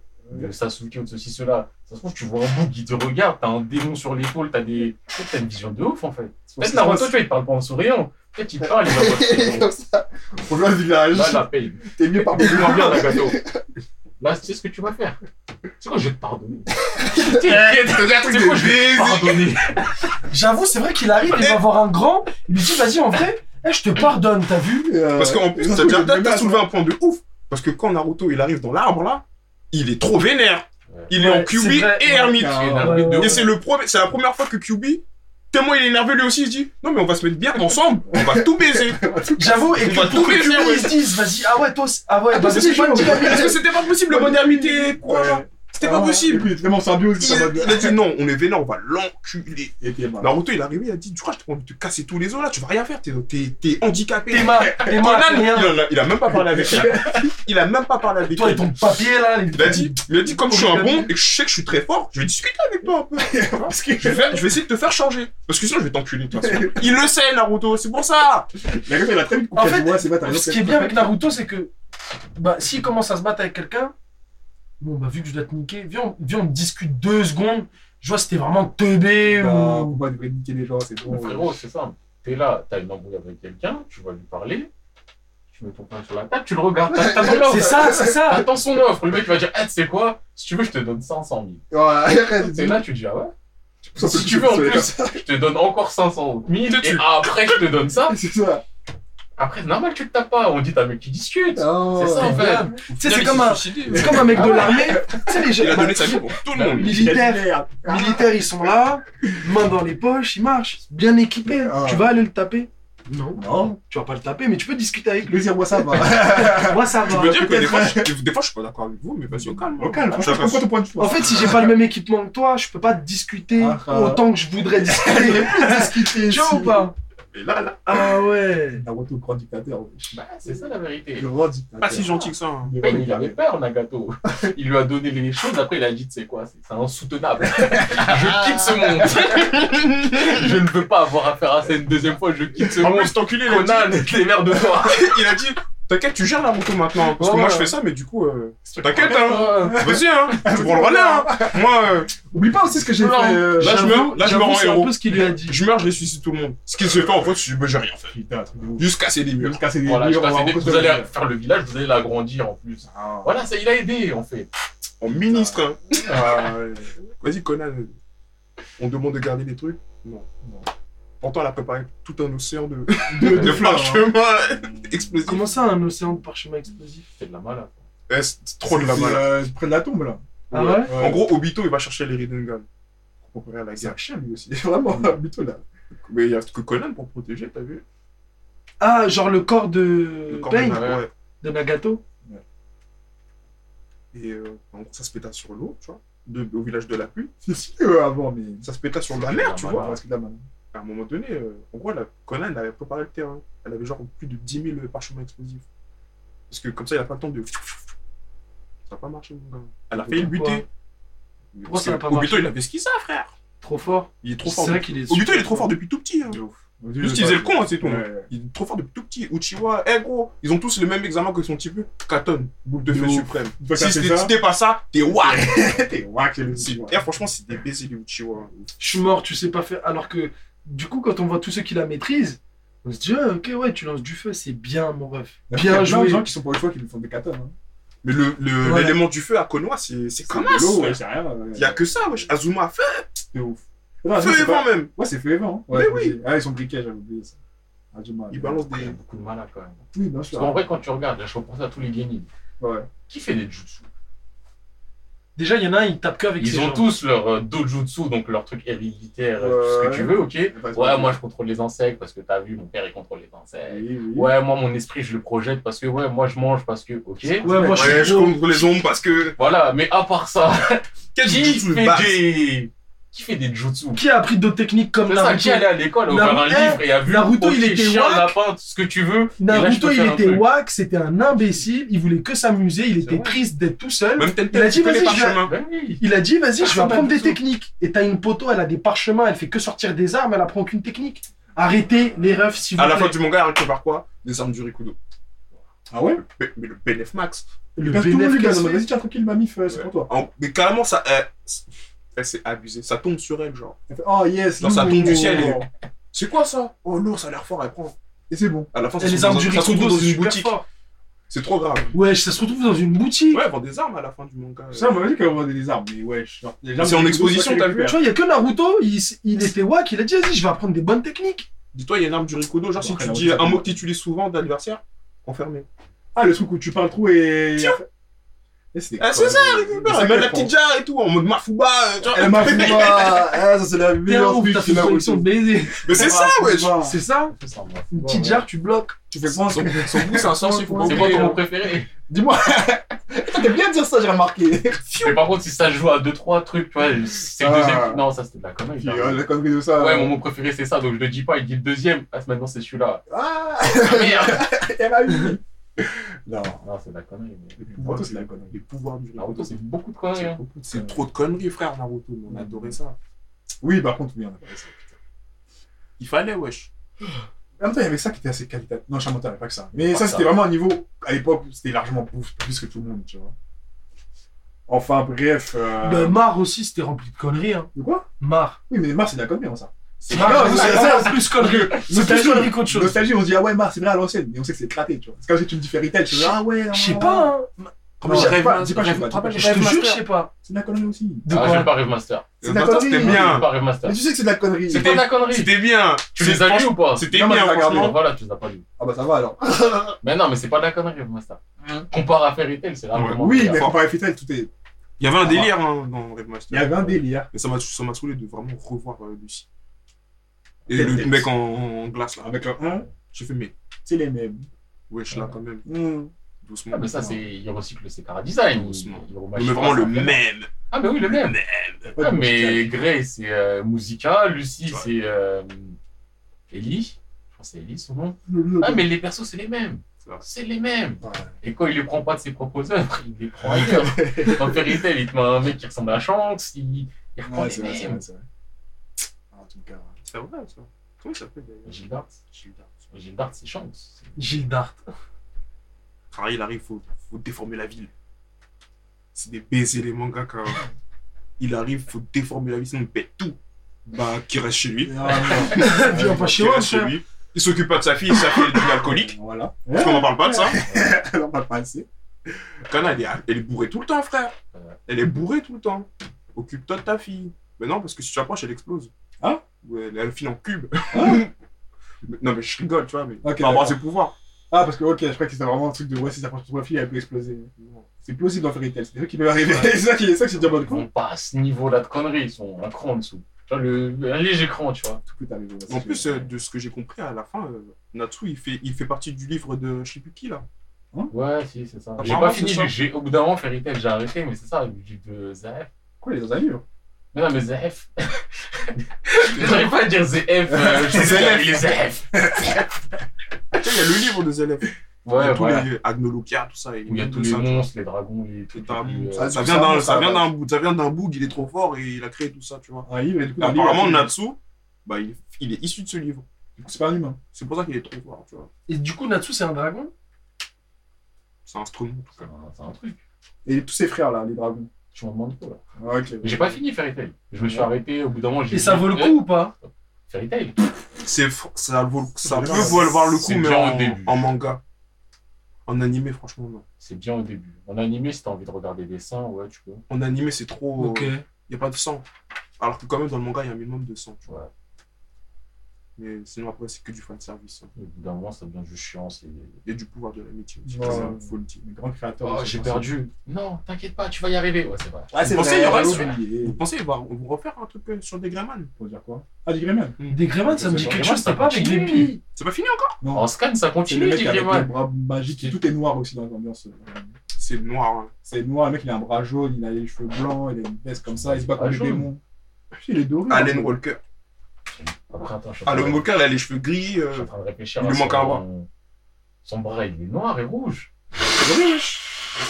de Sasuke ou de ceci, cela, ça se trouve, tu vois un bout qui te regarde, t'as un démon sur l'épaule, t'as des... t'as une vision de ouf, en fait. Peut-être Naruto, tu vois, il te parle pas en souriant. Peut-être il te parle, il va voir Comme ça. On voit le village. Là, la paye. T'es mieux par Écoute-moi bien, Nagato. Là, tu sais ce que tu vas faire. C'est quoi, je vais te pardonner. C'est quoi, je vais te pardonner. J'avoue, c'est vrai qu'il arrive, il va voir un grand, il lui dit vas-y en vrai, eh, je te pardonne, t'as vu? Parce qu'en plus, t'as déjà t'as- t'as soulevé un point de ouf. Parce que quand Naruto il arrive dans l'arbre là, il est trop vénère. Il est Ouais, en Q B c'est vrai, et ouais. Hermite. Ah, Il est énervé de ouais, Et ouf. c'est le premier, c'est la première fois que Q B, tellement il est énervé lui aussi, il se dit non mais on va se mettre bien ensemble, on va tout baiser. J'avoue, et On va que tout pour que baiser, Kyuubi, ouais. ils se disent vas-y, ah ouais, toi, c'est- ah ouais, bah Parce vas-y, que, je vais parce que c'était pas possible le bon Hermite et quoi là. C'était pas Et possible. puis, il est vraiment symbiose. Il, ça va bien. il a dit non, on est vénère, on va l'enculer. Et puis, bah. Naruto il est arrivé, il a dit tu crois que j'ai pas envie de te casser tous les os là, tu vas rien faire, t'es t'es- t'es handicapé. T'es mal, t'es Conan, mal, il, rien. en a, il a même pas parlé avec elle. Il a même pas parlé avec Toi et elle. ton papier là, les- Il a dit, il a dit comme je suis un bon et que je sais que je suis très fort, je vais discuter avec toi un peu. Parce que. Je vais, faire- je vais essayer de te faire changer. Parce que sinon je vais t'enculer de toute façon. Il le sait Naruto, c'est pour ça. La gueule, il a très vite En compris. fait, Ouais, c'est vrai, t'as raison. Ce qui est bien avec Naruto, c'est que bah, s'il commence à se battre avec quelqu'un, bon, bah, vu que je dois te niquer, viens, on, viens, on discute deux secondes. Je vois si t'es vraiment teubé Non, ou. pourquoi tu devrais niquer les gens, c'est bon. Mais frérot, c'est simple. T'es là, t'as une embrouille avec quelqu'un, tu vas lui parler, tu mets ton poing sur la table, tu le regardes, t'as t'as ton offre. C'est ça, c'est ça. T'attends son offre. Le mec va dire, eh, tu sais quoi, si tu veux, je te donne cinq cent mille. Ouais, arrête. Et là, tu dis, ah ouais, Ça, si c'est- tu veux, en c'est- plus, je te donne encore cinq cent mille, Il te et tue. après, je te donne ça. C'est ça. Après, c'est normal, tu te tapes pas. On dit, t'as un mec qui discute. Oh, C'est ça, en fait. Grave. Tu sais, c'est Il comme s'est un, suicidé. c'est comme un mec de Ah ouais. l'armée. Tu sais, les Il a gens. donné sa vie pour tout le monde. Militaires, militaires, ils sont là, mains dans les poches, ils marchent, bien équipés. Ah. Tu vas aller le taper? Non. Non. Tu vas pas le taper, mais tu peux discuter avec lui. Le dire, moi, ça va. Moi, ça Je va. peux dire que des peut-être- fois, je, des fois, je suis pas d'accord avec vous, mais vas-y, au calme. Au calme, Ça franchement, passe. pourquoi ton point de vue En fait, si j'ai pas le même équipement que toi, je peux pas discuter Ah, ah. autant que je voudrais discuter. discuter. Tu vois ou pas? Et là, là, Ah ouais. Naruto, grand dictateur. wesh. Bah, c'est ça la vérité. Grand dictateur. pas si gentil que ça. hein. Le Mais grand il avait dictateur. peur, Nagato. Il lui a donné les choses, après il a dit, tu sais quoi, c'est c'est insoutenable. Je quitte ce monde. Je ne veux pas avoir affaire à ça une deuxième fois, je quitte ce En monde. plus, cet enculé, il a dit, Conan, démerde-toi. il a dit, t'inquiète, tu gères la moto maintenant. Parce que Ouais. moi, je fais ça, mais du coup, euh, t'inquiète, hein. Ouais. Vas-y, hein. Tu prends le relais, hein. Moi, euh, Oublie pas aussi ce que j'ai Non. fait. euh, Là, je J'avoue- meurs- là, je j'avoue, meurs en c'est un héros. peu ce qu'il lui a dit. je meurs, je les suicide tout le monde. Ce qu'il se fait, en fait, je dis, bah, j'ai rien fait. Putain, un truc de ouf. Juste casser des murs. Juste casser des Voilà, je murs, on va casse des- reconstruire vous allez le- faire le village, vous allez l'agrandir en plus. Ah. Voilà, ça, il a aidé en fait. En ministre, hein. Ah, ouais. Vas-y, Conan. euh, On demande de garder les trucs. Non. Non. Pourtant, elle a préparé tout un océan de, De- de de parchemin explosif. Comment ça, un océan de parchemin explosif? C'est de la malade. Eh, C'est trop de la C'est, malade. euh, c'est près de la tombe, là. Ah ouais? En gros, Obito, il va chercher les Rinnegan pour préparer la C'est guerre. un chien, lui aussi. Vraiment, Obito, là. Mais il y a que Conan pour protéger, t'as vu? Ah, genre le corps de Le corps de Pain, Naruto, ouais. de Nagato? Et euh, en gros, ça se pétale sur l'eau, tu vois. de, au village de la pluie. C'est stylé ouais, avant, mais. Ça se pétait sur la mer, tu Ouais, vois. Parce que là, maintenant. À un moment donné, euh, en gros, la Conan elle avait préparé le terrain. Elle avait genre plus de dix mille parchemins explosifs. Parce que comme ça, il n'a pas le temps de. Ça n'a pas marché, mon gars. Elle a failli le buter. Pourquoi ça n'a pas Obito, marché il avait ce qu'il sait, frère. Trop fort. Il est trop C'est fort. vrai qu'il est. Obito, il est super trop fort fort. depuis tout petit. Hein. De ouf. Juste, il faisait le con, hein, c'est tout. Ouais, hein. ouais. Il est trop fort depuis tout petit. Uchiwa, eh gros, ils ont tous le même examen que son petit peu. Katon, boule de De feu ouf. suprême. Une fois que Si t'as fait c'était ça, si t'es pas ça, t'es wack. t'es wack, c'est le C'est- Uchiwa. Eh, franchement, c'est des baisers, les Uchiwa. Je suis mort, tu sais pas faire. Alors que, du coup, quand on voit tous ceux qui la maîtrisent, on se dit, ah, ok, ouais, tu lances du feu, c'est bien, mon ref. Il y a Bien plein de joué. gens qui sont pour le choix qui lui font des katanas. Hein. Mais le- le- Voilà. l'élément du feu à Konoha, c'est c'est comme de l'eau, ça. ouais, c'est rien. Il y a que ça, wesh. Azuma a fait C'est ouf. Non, feu c'est et pas- vent même. Ouais, c'est feu et vent. hein. Ouais, Mais oui. c'est- Ah, ils sont briquets, j'avais oublié ça. Ah, du mal. Il balance Il y a des. beaucoup de malades quand même. Oui, bien Parce sûr. qu'en vrai, quand tu regardes, là, je repense à tous les genin. Ouais. Qui fait des jutsu? Déjà, il y en a un, il tape que avec ses Ils ont jambes. tous leur euh, dojutsu, donc leur truc héréditaire, euh, Ouais. tout ce que tu veux, ok? Vas-y, Ouais, vas-y. moi je contrôle les insectes parce que t'as vu, mon père il contrôle les insectes. Oui, oui. Ouais, moi mon esprit je le projette parce que, ouais, moi je mange parce que, ok? Ouais, moi, je Ouais, suis je gros. contre les ombres parce que. Voilà, mais à part ça, Quel qui jutsu de fait base des. Qui fait des jutsu? Qui a appris d'autres techniques comme C'est ça, Naruto qui allait à l'école, a ouvert un Naruto- livre et a vu Naruto, ok, il était chien, wack. lapin, tout ce que tu veux. et là, je Naruto, peux il faire un était truc. wack, c'était un imbécile, il voulait que s'amuser, il était vrai. triste d'être tout seul. Même tel Il a dit, tu connais vas-y, je vais- parchemin. Ben oui. Il a dit, vas-y, je vais Parchemin apprendre des jutsu. techniques. Et t'as une poteau, elle a des parchemins, elle fait que sortir des armes, elle apprend aucune technique. Arrêtez les refs, s'il vous À la plaît. fin du manga, il arrive par quoi? Des armes du Rikudo. Ah ouais? Mais, mais le B N F Max. Le Il passe tout le bénéf monde, qu'elle gars. fait. Vas-y, tiens, tranquille, ma mif, euh, c'est Ouais. pour toi. En- Mais carrément, ça. euh, c'est- eh, c'est abusé. Ça tombe sur elle, genre. Elle fait, oh yes, Genre, ça lourd. tombe du ciel et- C'est quoi ça? Oh lourd, ça a l'air fort, elle prend. Et c'est bon. À la fin, Et ça se les retrouve armes dans- du ça se retrouve Rikudo, dans c'est une super boutique. fort. C'est trop grave. Ouais, ça se retrouve dans une boutique. Ouais, elle vend des armes à la fin du manga. Ça, on m'a dit qu'elle vendait des armes, mais ouais. je- les armes C'est en du exposition, Rikudo, t'as vu? Tu vois, il y a que Naruto, il, il était wack, il a dit, vas-y, je vais apprendre des bonnes techniques. Dis-toi, il y a une arme du Rikudo, genre si Après, tu la dis haute, un ça mot fait- que tu utilises souvent d'adversaire, enfermé. Ah, le truc où tu parles trop et. Tiens. Et c'est Ah, c'est ça, C'est elle ça met qu'elle la prend. petite jarre et tout, en mode Mafuba. euh, tu vois. Elle m'a fait pas. Ah, ça, c'est la T'es un meilleure ouf, truc t'as qui fait une m'a collection de baiser. Mais c'est ça, wesh. C'est ça C'est ça, moi. Une Ouais, petite ouais. jarre, tu bloques. Tu fais Son, quoi son, son goût, c'est un sorcier, faut pas C'est quoi oublier. ton mot hein. préféré? Dis-moi. T'aimes bien dire ça, j'ai remarqué. Mais par contre, si ça joue à deux trois trucs, tu vois, c'est le Ah. deuxième. Non, ça c'était de la connerie. Puis, là. euh, la connerie de ça. Ouais, mon mot préféré c'est ça, donc je le dis pas, il dit le deuxième. Ah, maintenant c'est celui-là. Ah. Ah, merde! Elle a eu. Non. Non, c'est de la connerie. Mais... Naruto, c'est la connerie. Les pouvoirs du Naruto, Rikudo. c'est beaucoup de conneries. Hein. C'est trop de conneries, frère, Naruto. mais On a adoré ça. Oui, par contre, oui, on a parlé de ça. putain. Il fallait, wesh. En même temps, il y avait ça qui était assez qualitatif. Non, Charmantel, il n'y avait pas que ça. Mais Pas ça, ça. c'était vraiment un niveau, à l'époque, c'était largement plus, plus que tout le monde, tu vois. Enfin, bref. Euh... Bah, Mar aussi, c'était rempli de conneries. Hein. De quoi? Mar. Oui, mais Mars, c'est de la connerie, hein, ça. C'est Mar, non, c'est c'est- ça, c'est plus conneries. C'est plus conneries qu'autre chose. Nostalgie, on se dit, ah ouais, Mars, c'est vrai à l'ancienne, mais on sait que c'est éclaté, tu vois. C'est comme si tu me dis Fairy Tail, tu dis, ah ouais, Je sais pas, hein. Non, J'ai dis rêvé pas, un- dis pas, je sais pas, dis pas, rappelle- je Je te Rêve jure, je Master. sais pas. C'est de la connerie aussi. De Ah, quoi j'aime pas Rêve Master. C'est de la Master, connerie. c'était J'aime bien. pas Rêve Master. Mais tu sais que c'est de la connerie. C'est pas de la connerie. C'était bien. Tu les as lus ou pas? C'était Non, mais bien, je regarde, franchement. non. Voilà, tu les as pas lus. Ah bah ça va alors. Mais non, mais c'est pas de la connerie, Rêve Master. Compare à Fairy Tail, c'est largement. Oui, meilleur. mais comparé à Fairy Tail, tout est. Il y avait un délire hein, dans Rêve Master. Il y avait un délire. Mais ça m'a ça m'a saoulé de vraiment revoir euh, Lucie. Et Tête, le tête. mec en, en glace là. Avec un un, J'ai fait, mais c'est les mêmes. wesh là quand même. Mmh. Doucement. Ah, mais ça, c'est. Il recycle ses cara design. Doucement. Il, il Non, remâche mais pas vraiment ça, le vraiment. même. Ah, mais oui, le même. Pas Ah, de mais Grey, c'est euh, Musica. Lucie, Ouais. c'est euh, Ellie. Je pense que c'est Ellie son nom. musical. Ah, mais les persos, c'est les mêmes. C'est vrai. C'est les mêmes. Ouais. Et quand il les prend pas de ses propres œuvres, il les prend ailleurs. Dans Fairy Tail, il te met un mec qui ressemble à Shanks, il, il reprend Ouais, les c'est vrai, c'est mêmes. vrai, c'est vrai. En tout cas. C'est vrai ça. Comment il s'appelle d'ailleurs Gildart. Gildart, c'est Shanks. Gilles Dart. Ah, il arrive, faut, faut déformer la ville. C'est des baisers les mangas quand il arrive, faut déformer la ville, sinon il pète tout. Bah, qui reste chez lui. Ah, non. Viens pas chez Qui moi, reste chez frère. lui. Il s'occupe pas de sa fille, sa fille elle est alcoolique. Voilà. Parce qu'on n'en parle pas de ça. On en parle pas assez. Kana, elle est, elle est bourrée tout le temps, frère. Ouais. Elle est bourrée tout le temps. Occupe-toi de ta fille. Mais non, parce que si tu approches, elle explose. Hein? Ouais, elle, elle file en cube. Hein? Non, mais je rigole, tu vois, mais Ok, par rapport à d'accord. ses pouvoirs. Ah, parce que, ok, je crois que c'était vraiment un truc de ouais, si ça prend sur ma fille, elle peut exploser. C'est plausible dans Fairy Tail, c'est des trucs qui peuvent arriver. c'est ça qui c'est ça que c'est déjà bon Ils coup. vont pas à ce niveau-là de conneries, ils sont un cran en dessous. Tu vois, le, un léger cran, tu vois. Tout peut arriver. ouais, En c'est plus, sûr. euh, de ce que j'ai compris, à la fin, euh, Natsu, il fait, il fait partie du livre de je sais plus qui, là. Ouais, si, c'est ça. J'ai Apparemment, pas c'est fini, ça. j'ai- au bout d'un moment, Fairy Tail, j'ai arrêté, mais c'est ça, le livre de Zaef. Pourquoi il est dans un livre? Mais non, mais Z F. J'arrive pas à dire Z F. Euh, je sais pas, il est Z F. Ah, tiens, il y a le livre de Z F. Il y Ouais, a tous voilà. les Agnolokia, tout ça. Où il y a tous les monstres, les dragons, les trucs. Ça, les plus, ça, euh, ça ça, vient d'un, ça, ça ça vient va. d'un bout, ça vient d'un boug, il est trop fort et il a créé tout ça, tu vois. Un livre, et du coup, Et dans le livre, apparemment, il y a- Natsu, bah, il, est- il est issu de ce livre. c'est pas un humain. C'est pour ça qu'il est trop fort, tu vois. Et du coup, Natsu, c'est un dragon? C'est un instrument, en tout C'est cas. un, c'est un truc. Et tous ses frères, là, les dragons. Tu m'en demandes quoi là? Ah, ok. Mais j'ai pas fini Fairy Tail. Je me suis Ouais. arrêté au bout d'un moment. j'ai Et ça dit, vaut le eh, coup ou pas? Fairy Tail. C'est, f- ça, vaut, ça C'est peut bien, valoir le coup, c'est mais bien en, au début. en manga. En animé, franchement, non. C'est bien au début. En animé, si t'as envie de regarder des dessins, ouais, tu peux. En animé, c'est trop. Ok. Il n'y a pas de sang. Alors que, quand même, dans le manga, il y a un minimum de sang, tu vois. Ouais. Mais sinon, après, c'est que du fanservice. Hein. Au bout d'un moment, ça devient juste chiant. C'est... Et du pouvoir de l'amitié aussi. Ouais. Ça, faut le dire. Les grands créateurs. Oh, ils sont j'ai forcés. perdu. Non, t'inquiète pas, tu vas y arriver. Ouais, c'est vrai. Ah, c'est Vous pensez, vrai, il y aura j'avais une oublié. Vous pensez, on va on va refaire un truc euh, sur des Greyman? Pour dire quoi? Ah, du Greyman? Des Greyman, ça me dit Des quelque Greyman, chose, ça t'as pas avec continue. les billes. C'est pas fini encore? Non. En scan, ça C'est le continue, mec dit avec le Gréman. bras magique. et Tout est noir aussi dans l'ambiance. C'est noir. Hein. C'est noir, le mec il a un bras jaune, il a les cheveux blancs, il a une veste comme ça, il se bat Ah, contre les jaune. démons. Il est doré. Alan hein. Walker. Après, attends, je suis en train Alan de- Walker, il a les cheveux gris. je euh, suis en train de réfléchir. il à lui manque son- un bras. Son bras, il est noir et rouge. C'est doré, wesh.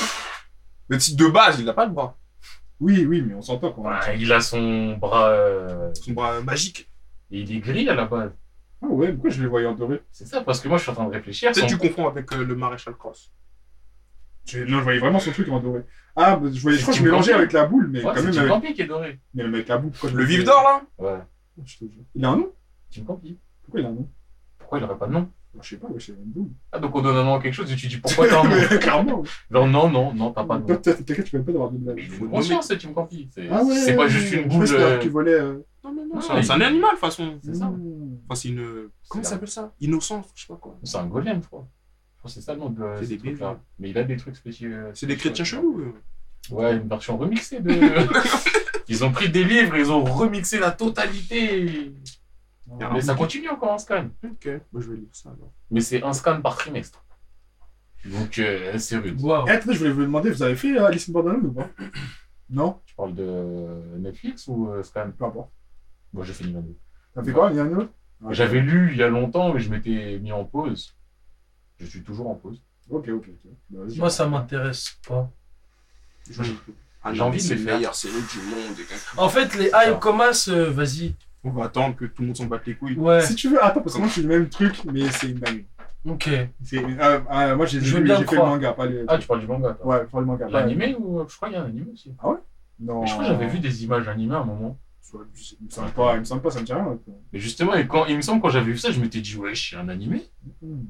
Le titre de base, il a pas de bras. Oui, oui, mais on s'entend quand même. Ouais, il a son bras. euh, Son bras magique. Et il est gris à la base. Ah ouais, pourquoi je les voyais en doré? C'est ça, parce que moi, je suis en train de réfléchir. Peut-être son- tu confonds avec euh, le maréchal Cross. Je- Non, je voyais vraiment son truc en doré. Ah, bah, je, voyais, je crois que je Tim mélangeais Campbell. avec la boule, mais Ouais, quand c'est même. Tim Avec... Campy qui est doré. Mais avec la boule, pourquoi je Le me vif fais- d'or, là? Ouais, Je te jure. Il a un nom? Tim Campy. Pourquoi il a un nom? Pourquoi il aurait pas de nom? Bah, je sais pas, wesh, c'est une boule. Ah, donc on donne un nom à quelque chose et tu dis pourquoi t'as un nom? Mais clairement. ouais. Genre, non, non, non, t'as pas de Toi, nom. toi, t'inquiète, tu peux pas d'avoir de blague. Mais il est conscient, c'est Tim Campy. C'est Ah ouais. c'est pas juste une je boule. pense qu'il euh, qui volait. euh, Non, non, non. Non, C'est un, il- c'est un animal, de toute façon. C'est ça. mmh. Enfin, c'est une. Comment C'est ça s'appelle ça? Innocence, je sais pas quoi. C'est un golem, je crois. Je crois que c'est ça le nom de C'est ce des truc-là. bébés. Mais il a des trucs spéciaux. C'est des chrétiens chelous. euh. Ouais, une version remixée de. Ils ont pris des livres, ils ont remixé la totalité. Y a un Mais ça bouquin. continue encore en scan. Ok, moi je vais lire ça alors. Mais c'est un scan par trimestre. Donc euh, c'est rude. Waouh. Eh, attendez, je voulais vous demander, vous avez fait euh, Alice in Borderland ou pas? Non? Tu parles de Netflix ou euh, scan? Peu importe. Moi j'ai fini la deux. T'as fait quoi? Il y a un autre? Ah, J'avais lu il y a longtemps, mais je m'étais mis en pause. Je suis toujours en pause. Ok, ok, ok. Bah, vas-y. Moi, ça m'intéresse pas. Je vais- Ah, J'ai non, envie de c'est les la faire. meilleure série du monde. et que- En fait, les Ça. hype commas, euh, vas-y. On va attendre que tout le monde s'en batte les couilles. Ouais, Si tu veux, attends, parce que moi je suis le même truc, mais c'est une dinguerie. ok. C'est- euh, euh, moi j'ai Je veux lu- bien j'ai te fait le croire. manga, pas le. Ah, tu parles du manga, toi. Ouais, pas le manga. pas- L'animé ou. Je crois qu'il y a un animé aussi. Non. Mais je crois que j'avais vu des images animées à un moment. Soit- Il me semble pas, il me semble pas, ça me dit rien. quoi. Mais justement, et quand, il me semble quand j'avais vu ça, je m'étais dit, wesh, il y a un animé. Hmm.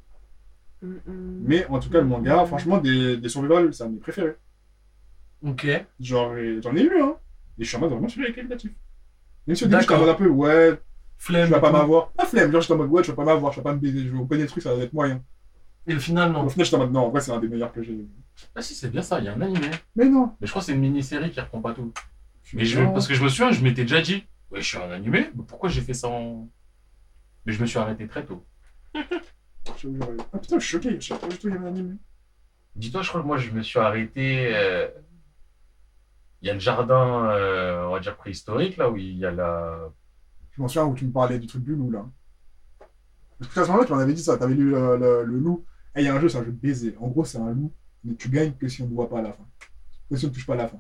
Mais en tout cas, le manga, franchement, des, des survival, c'est un de mes préférés. Ok. Genre, euh, j'en ai lu, hein. Et je suis en mode vraiment celui-là est qualitatif. Même si au début, j'étais en D'accord. mode un peu, ouais, Flemme. tu vas et pas tout. m'avoir. Pas flemme, genre j'étais en mode, ouais, tu vas pas m'avoir, tu vas pas me baiser, je vais vous connaître le truc, ça va être moyen. Et au final, non. Au final, j'étais en mode, non, en vrai, c'est un des meilleurs que j'ai vu. Ah si, c'est bien ça, il y a un animé. Mais non. Mais je crois que c'est une mini-série qui reprend pas tout. Mais je, Non. parce que je me souviens, je m'étais déjà dit, ouais, je suis un animé, mais pourquoi j'ai fait ça en. Mais je me suis arrêté très tôt. Je vous jure. Ah putain, je suis choqué, je savais pas du tout qu'il y avait un anime. Dis-toi, je crois que moi, je me suis arrêté. euh, Il y a le jardin, euh, on va dire préhistorique, là, où il y a la. Je m'en souviens où tu me parlais du truc du loup, là. Parce que à ce moment-là, tu m'en avais dit ça, t'avais lu le, le- le loup. Et il y a un jeu, c'est un jeu de baiser. En gros, c'est un loup, mais tu gagnes que si on ne voit pas à la fin. Que si on ne touche pas à la fin.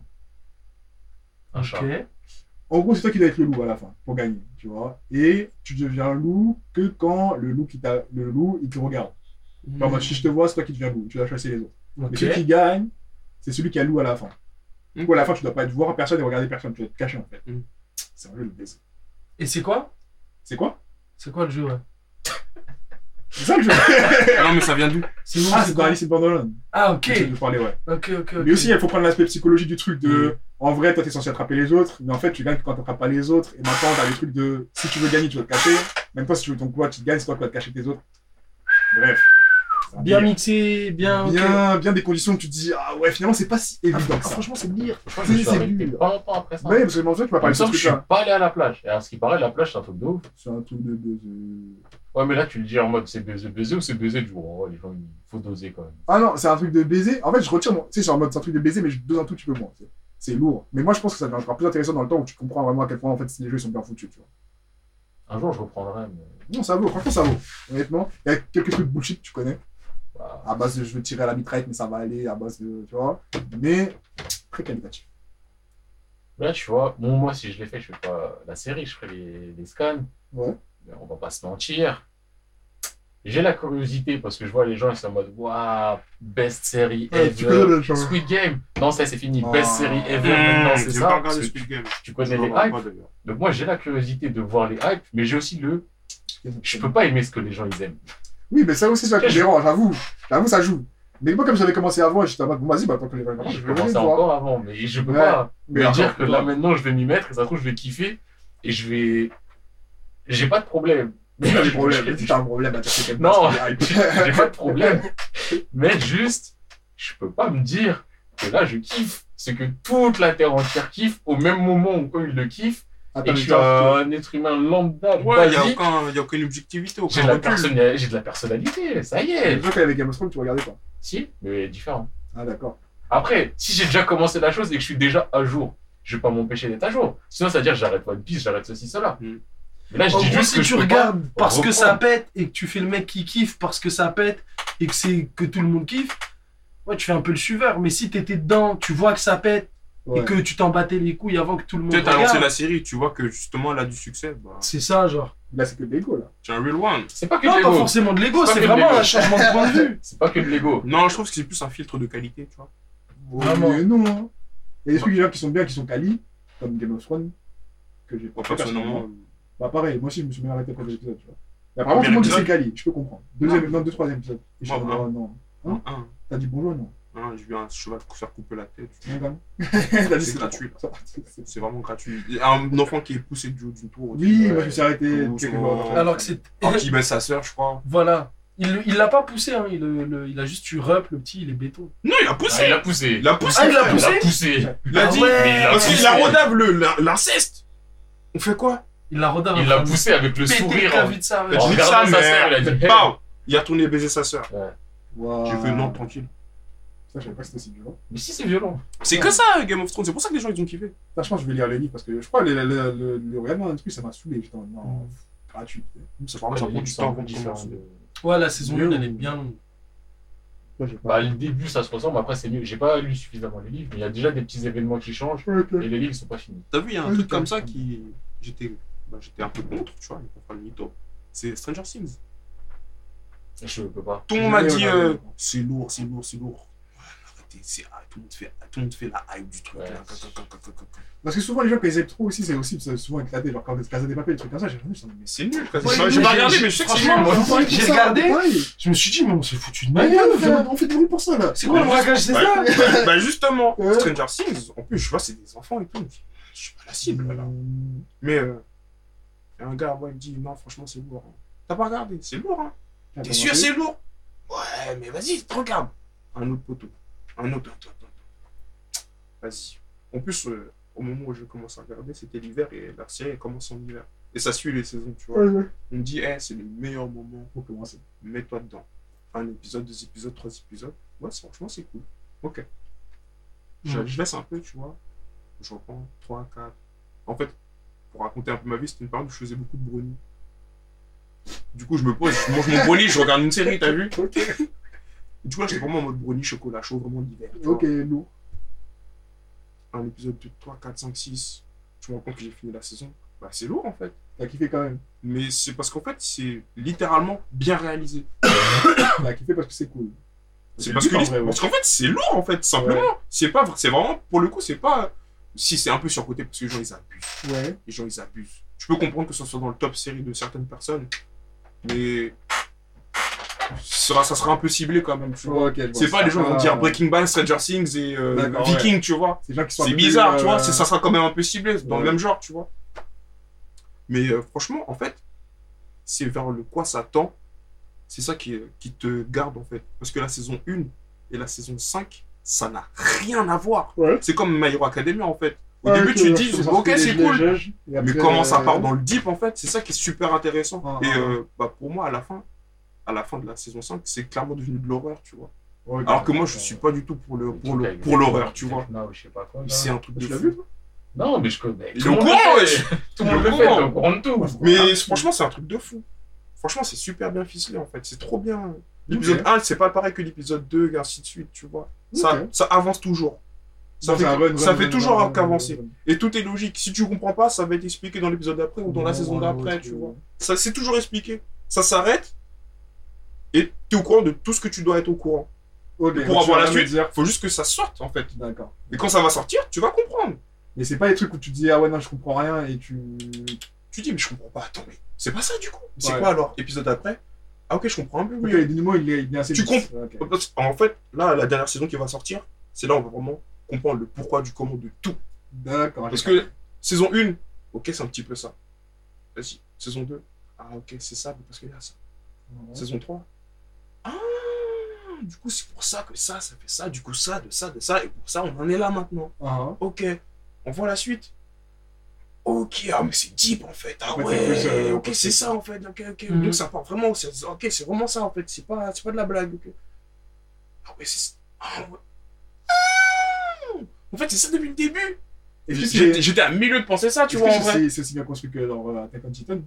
Un chat. Ok. En gros, c'est toi qui dois être le loup à la fin, pour gagner, tu vois. Et tu deviens loup que quand le loup, qui t'a, le loup il te regarde. Genre, moi, si je te vois, c'est toi qui deviens loup, tu dois chasser les autres. Et Ok. celui qui gagne, c'est celui qui a le loup à la fin. Du Mm. coup, à la fin, tu dois pas être voir personne et regarder personne, tu dois être caché en fait. Mm. C'est un jeu de baiser. Et c'est quoi? C'est quoi? C'est quoi le jeu, ouais? C'est ça le jeu? Ah non, mais ça vient d'où? C'est où? Ah, c'est c'est dans quoi? Alice in Borderland. Ah, ok. Je te parlais, ouais. Ok, ok, ok. Mais aussi, il faut prendre l'aspect psychologique du truc de. Mm. En vrai, toi, t'es censé attraper les autres, mais en fait, tu gagnes quand t'attrapes pas les autres. Et maintenant, t'as les trucs de. Si tu veux gagner, tu dois te cacher. Même toi, si tu veux ton pouvoir, tu te gagnes, c'est toi qui vas te cacher tes autres. Bref. C'est un Bien délire. mixé, bien. ok. Bien, bien des conditions où tu te dis, ah ouais, finalement, c'est pas si évident. Ah, que ça. franchement, c'est lire. Je crois que je me suis C'est arrêté nul. pas longtemps après ça. Ouais, parce que je m'en souviens, tu m'as En parlé même de ce temps, je suis truc-là. pas allé à la plage. Et à ce qui paraît, la plage, c'est un truc de ouf. C'est un truc de baiser. Ouais, mais là, tu le dis en mode c'est baiser, baiser ou c'est baiser du oh, les gens, il faut doser quand même. Ah non, c'est un truc de baiser. En fait, je retire mon. Tu sais, c'est en mode c'est un truc de baiser, mais je dose un tout petit peu moins. tu sais. c'est lourd. Mais moi, je pense que ça deviendra plus intéressant dans le temps où tu comprends vraiment à quel point en fait les jeux ils sont bien foutus, tu vois. Un jour, je reprendrai, mais. Non, ça vaut, franchement, ça vaut. Honnêtement, il y a quelques trucs bullshit, tu connais. Bah, À base de je veux tirer à la mitraillette, mais ça va aller, à base de. Tu vois. Mais très qualitatif. là, tu vois, bon, moi, si je l'ai fait, je fais pas la série, je ferai les, les scans. Ouais. Mais on va pas se mentir. J'ai la curiosité parce que je vois les gens, ils sont en mode waouh, best série Ouais, tu connais ever. le genre. Squid Game. Non, ça, c'est fini. Ah. Best série ever. Mmh, Maintenant, c'est j'ai ça. pas parce regardé que Squid Game. Tu connais Je les regarde hypes. pas, d'ailleurs. Donc, moi, j'ai la curiosité de voir les hypes, mais j'ai aussi le. Je peux pas aimer ce que les gens ils aiment. Oui, mais ça aussi, c'est Je- cohérent, j'avoue. J'avoue, ça joue. Mais moi, comme j'avais commencé avant, j'étais en mode, bon, vas-y, bah, tant que les gens Je je vais commençais voir. encore avant, mais je peux Ouais. pas Mais me attends, dire que là toi. maintenant je vais m'y mettre et ça se trouve je vais kiffer et je vais. J'ai pas de problème. Mais t'as des problèmes. Si t'as un problème, bah, t'as fait Non, quelque chose. j'ai pas de problème. Mais juste, je peux pas me dire que là je kiffe. C'est que toute la terre entière kiffe au même moment où eux ils le kiffent et Attends, que je mais suis toi, un être humain lambda, Ouais, il n'y a, basique. aucun- y a aucune objectivité, aucun J'ai de, la recul. personne- j'ai de la personnalité, ça y tu est. vois qu'avec Game of Thrones, tu regardais pas. Si, mais différent. Ah, d'accord. Après, si j'ai déjà commencé la chose et que je suis déjà à jour, je vais pas m'empêcher d'être à jour. Sinon, ça veut dire que j'arrête One Piece, j'arrête ceci, cela. Mm. Mais là, je En dis gros, juste si que tu je peux regardes pas parce que ça reprendre. pète et que tu fais le mec qui kiffe parce que ça pète et que c'est que tout le monde kiffe, ouais, tu fais un peu le suiveur. Mais si t'étais dedans, tu vois que ça pète Ouais. et que tu t'en battais les couilles avant que tout le monde Peut-être t'as lancé regarde, la série, tu vois que justement elle a du succès. Bah, c'est ça, genre. Là, c'est que de l'ego, là. c'est un real one. C'est pas que Non, de pas l'ego. forcément de l'ego, C'est pas c'est que de vraiment l'ego. un changement de point de vue. C'est pas que de l'ego. Non, je trouve que c'est plus un filtre de qualité, tu vois. Vraiment. Oui et non, hein. Il y a des trucs déjà qui sont bien, qui sont quali, comme Game of Thrones, que j'ai pas Moi, fait personnellement, Bah, pareil, moi aussi, je me suis bien arrêté après l'épisode, tu vois. Et apparemment, tout Premier le monde dit que c'est épisode. quali, je peux comprendre. Deuxième, non, deux, troisième épisode. Et je suis en Moi, mode, un. oh, non. euh, un, T'as dit bonjour, non? un, j'ai vu un cheval se faire couper la tête. Non, quand même. T'as dit C'est c'est gratuit. Ça va, c'est- c'est- C'est vraiment gratuit. Il y a un enfant qui est poussé du haut d'une tour. Oui, Ouais. moi, je me suis arrêté Doucement. quelques jours après. Alors que c'est. Alors qu'il baisse sa sœur, je crois. Voilà. Il le- il l'a pas poussé, hein. il, le- le- il a juste eu rep, le petit, il est béton. Non, il a poussé. Ah, il a poussé. Il a poussé. Ah, il l'a frère. poussé Il a poussé. Il a Ah dit. ouais. Mais il a Parce poussé. qu'il a rodave le- l'in- l'inceste. On fait quoi? Il l'a redonné. Il l'a poussé avec le Pété le sourire. clavier de sa Il mère. a En dit regardant ça, sa sœur, il a dit, mais. hey. Bam. Il a retourné baiser sa sœur. Waouh. J'ai fait non, tranquille. Ça, je savais pas que c'était si violent. Mais si, c'est violent. C'est que ça, Game of Thrones. C'est pour ça que les gens ils ont kiffé. Ça, je pense que je vais lire le livre parce que je crois que le, le, le, le regardement d'un truc, ça m'a saoulé. J'étais en mode, non, gratuit. Ça prend ça prend du temps avant de commencer. Ouais, la saison un, elle est bien longue. Moi, j'ai pas. Bah, le début, ça se ressemble. Après, c'est mieux. J'ai pas lu suffisamment les livres, mais il y a déjà des petits événements qui changent Ok. et les livres sont pas finis. T'as vu, il y a un Oui, truc t'as comme vu. ça qui. J'étais bah, j'étais un peu contre, tu vois, pour faire le mytho. C'est Stranger Things. Je peux pas. Tout le monde m'a Je l'ai dit regardé. euh, c'est lourd, c'est lourd, c'est lourd. Ouais, arrêtez, c'est ah, tout le monde fait tout le monde fait la hype du truc. Ouais. là, cac, cac, cac, cac, cac, cac. Parce que souvent, les gens, quand ils aiment trop aussi, c'est aussi c'est souvent éclaté. Genre, quand Casa des Papel, des trucs comme ça, j'ai regardé, je me Mais c'est nul. Ouais, J'ai j'ai- pas regardé, j'ai- mais je sais que c'est franchement, nul. moi, Ouais, j'ai c'est ça, regardé, ouais. je me suis dit, mais on s'est foutu de ma Mais gueule, on fait- frère. on fait du bruit pour ça, là. C'est quoi le braquage, c'est Bah, ça bah, bah, justement, Ouais. Stranger Things, en plus, je vois, c'est des enfants et tout. Je suis pas la cible là. Mais euh, y a un gars, moi, il me dit non, franchement, c'est lourd. hein. T'as pas regardé, c'est lourd, hein. T'es sûr, c'est lourd? Ouais, mais vas-y, regarde. Un autre poteau. Un autre. Attends, attends, attends. Vas-y. En plus, euh, au moment où je commence à regarder, c'était l'hiver et la série elle commence en hiver. Et ça suit les saisons, tu vois. Ouais, ouais. On me dit, eh, c'est le meilleur moment. Faut commencer. Mets-toi dedans. Un épisode, deux épisodes, trois épisodes. Ouais, c'est- franchement, c'est cool. Ok. Je, Mm. je laisse un peu, tu vois. Je reprends trois, quatre. En fait, pour raconter un peu ma vie, c'était une période où je faisais beaucoup de brownies. Du coup, je me pose, je mange mon brownie, je regarde une série, t'as vu? Ok. Et du coup, là, j'étais vraiment en mode brownie, chocolat chaud, vraiment l'hiver. tu vois. Ok, lourd. Un épisode de trois, quatre, cinq, six. Je me rends compte que j'ai fini la saison. Bah, c'est lourd, en fait. T'as kiffé quand même. Mais c'est parce qu'en fait, c'est littéralement bien réalisé. T'as kiffé parce que c'est cool. C'est parce que en vrai, ouais. parce qu'en fait c'est lourd en fait simplement. C'est pas c'est vraiment pour le coup c'est pas si c'est un peu surcoté parce que les gens ils abusent. Ouais. Les gens ils abusent. Je peux comprendre que ce soit dans le top série de certaines personnes, mais ça sera, ça sera un peu ciblé quand même. Tu vois. Ok, je vois. C'est pas les gens vont Ah, dire Breaking Bad, Stranger Things et euh, D'accord, Viking, tu vois. C'est des gens qui sont un C'est peu bizarre, plus, tu vois. euh, c'est- Ça sera quand même un peu ciblé dans le Ouais. même genre, tu vois. Mais euh, franchement, en fait, c'est vers le quoi ça tend. C'est ça qui, qui te garde, en fait. Parce que la saison un et la saison cinq, ça n'a rien à voir. Ouais. C'est comme My Hero Academia, en fait. Au Ouais, début, que tu te leur dis, philosophe, ok, les- c'est les cool. juges, et Mais après, comment ça euh, part dans le deep, en fait, c'est ça qui est super intéressant. Ah, et ah. euh, bah, pour moi, à la fin, à la fin de la saison cinq, c'est clairement devenu de l'horreur, tu vois. Ok. Alors que moi, je suis pas du tout pour le pour le Avec pour l'horreur, tu vois. Non, je sais pas quoi. là. C'est un truc de Tu l'as fou. vu, toi? Non, mais je connais. Il Tout est le au monde courant, le fait. wesh. Tout le monde Il est le au fait, courant. t'es au courant de tout. Mais franchement, c'est un truc de fou. Franchement, c'est super bien ficelé en fait. C'est trop bien. L'épisode Ok. un, c'est pas pareil que l'épisode deux, et ainsi de suite, tu vois. Ça, Ok. ça avance toujours. Ça Donc, fait, c'est un run, ça run, fait run, toujours run, run, qu'avancer. run, run. Et tout est logique. Si tu comprends pas, ça va être expliqué dans l'épisode d'après ou dans la Non, saison non, d'après, non, tu c'est- vois. Ça, c'est toujours expliqué. Ça s'arrête et t'es au courant de tout ce que tu dois être au courant. Ok, Et donc pour tu avoir vas la jamais suite, dire- faut juste que ça sorte en fait. D'accord. Et quand ça va sortir, tu vas comprendre. Mais c'est pas les trucs où tu dis, ah ouais, non, je comprends rien et tu. Tu dis, mais je comprends pas. Attends, mais c'est pas ça du coup. C'est Ouais. quoi alors? Épisode d'après? Ah ok, je comprends un peu Ok, mieux. les dénouements, il est, il est assez Tu vite. comprends. Ok. En fait, là, la dernière saison qui va sortir, c'est là où on va vraiment comprendre le pourquoi du comment de tout. D'accord. Parce j'ai que saison un, ok, c'est un petit peu ça. Vas-y. Saison deux, ah ok, c'est ça, mais parce qu'il y a ça. compris. Saison trois, ah, du coup, c'est pour ça que ça, ça fait ça, du coup, ça, de ça, de ça, et pour ça, on en est là maintenant. Ah, Ok, on voit la suite. Ok, ah, mais c'est deep en fait. Ah En fait, ouais, c'est plus, euh, ok, c'est ça en fait. Ok, ok. Mhm. Donc ça part vraiment. c'est- Ok, c'est vraiment ça en fait. C'est pas, c'est pas de la blague. Ok. Ah ouais, c'est. Ah ouais. Ah en fait, c'est ça depuis le début. Est-ce que J'étais c'est j'étais à milieu de penser ça, tu est-ce vois, que en vrai. c'est c'est aussi bien construit que dans euh, Attack on Titan?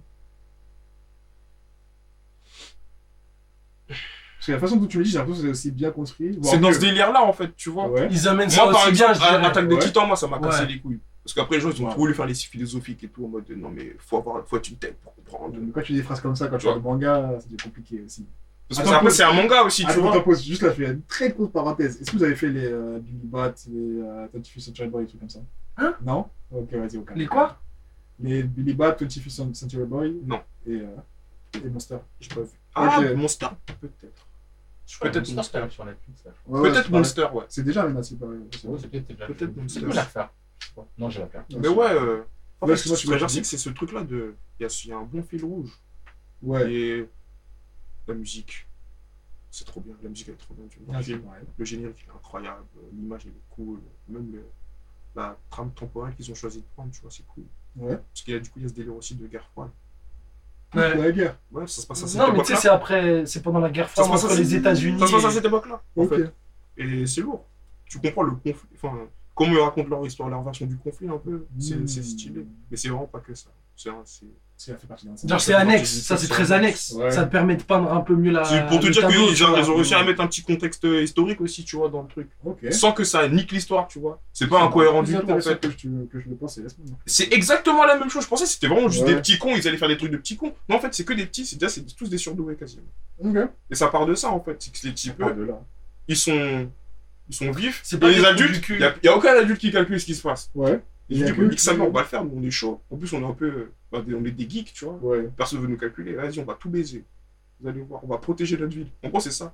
Parce que la façon dont tu me dis, j'ai l'impression que c'est aussi bien construit. voire C'est dans mieux. ce délire-là, en fait, tu vois. Ouais. Ils amènent ça Moi, par aussi bien, exemple, je à dirais. Attaque des Ouais. Titans, moi, ça m'a cassé Ouais. les couilles. Parce qu'après, les gens, ils ont Ouais. trop voulu faire les philosophiques et tout, en mode non, mais faut avoir, faut être une tête pour comprendre. Mais quand tu dis des phrases comme ça, quand tu Ouais. vois le manga, c'est déjà compliqué aussi. Parce que Attends, après, pause. c'est un manga aussi, tu Attends, vois. attends, pause. Juste là, je fais une très courte parenthèse. Est-ce que vous avez fait les euh, Billy Bat, les euh, twenty-fifth Century Boy, des trucs comme ça? Hein? Non? Ok, vas-y, au calme. Les quoi? Les Billy Bat, twenty-fifth Century Boy. Non. Et, euh, et Monster. J'ai pas vu. Ah, Ok. Monster, peut-être. Peut-être Monster. Sur Netflix, ça, je crois. Ouais, ouais, Peut-être c'est pareil. Monster, ouais. C'est déjà un assez pareil. Ouais, c'est peut-être déjà. Peut-être Je Monster. peux la refaire. Je sais pas. Non, j'ai la faire. Mais ouais, euh, en Ouais, fait, excuse-moi, ce tu que veux je veux dire, dire c'est que c'est ce truc-là de. Il y a, il y a un bon fil rouge. Ouais. Et la musique, c'est trop bien. La musique, elle est trop bien. Tu vois. Ah, Le c'est film, pareil. le générique, il est incroyable. L'image, elle est cool. Même le- la trame temporelle qu'ils ont choisi de prendre, tu vois, c'est cool. Ouais. Parce qu'il y a du coup, il y a ce délire aussi de guerre froide. Ouais. Pour la guerre. Ouais, ça se passe à cette Non, mais tu sais, époque-là. c'est après, c'est pendant la guerre Ça froide se passe à entre cette- les États-Unis. Ça se passe à et- cette époque-là, en Ok. fait. Et c'est lourd. Tu comprends le conflit. Enfin, comment ils racontent leur histoire, leur version du conflit un peu. C'est Mm. c'est stylé. Mais c'est vraiment pas que ça. C'est un- c'est- Ça fait partie d'un Genre, c'est Ça fait annexe, partie du ça c'est truc, très c'est annexe. Ouais. Ça te permet de peindre un peu mieux la. C'est pour te le dire tableau, qu'ils tu ont, vois. ils ont réussi à mettre un petit contexte historique aussi, tu vois, dans le truc. Ok. Sans que ça nique l'histoire, tu vois. C'est pas incohérent du C'est tout, en intéressant fait. que je, que je le pense et laisse-moi. C'est exactement la même chose. Je pensais que c'était vraiment juste Ouais. des petits cons, ils allaient faire des trucs de petits cons. Non, en fait, c'est que des petits, c'est déjà c'est tous des surdoués quasiment. Ok. Et ça part de ça, en fait. C'est que les types, Part de là. ils sont, ils sont vifs. C'est Et pas des les trous du adultes, cul. il n'y a, y a aucun adulte qui calcule ce qui se passe. Ouais. Et Y je a dis, que bah, eux nique sa qui- mère, on va le faire, nous on est chaud. En plus, on est un peu. Bah, des- on est des geeks, tu vois. Ouais. Personne veut nous calculer. Vas-y, on va tout baiser. Vous allez voir, on va protéger notre ville. En gros, c'est ça.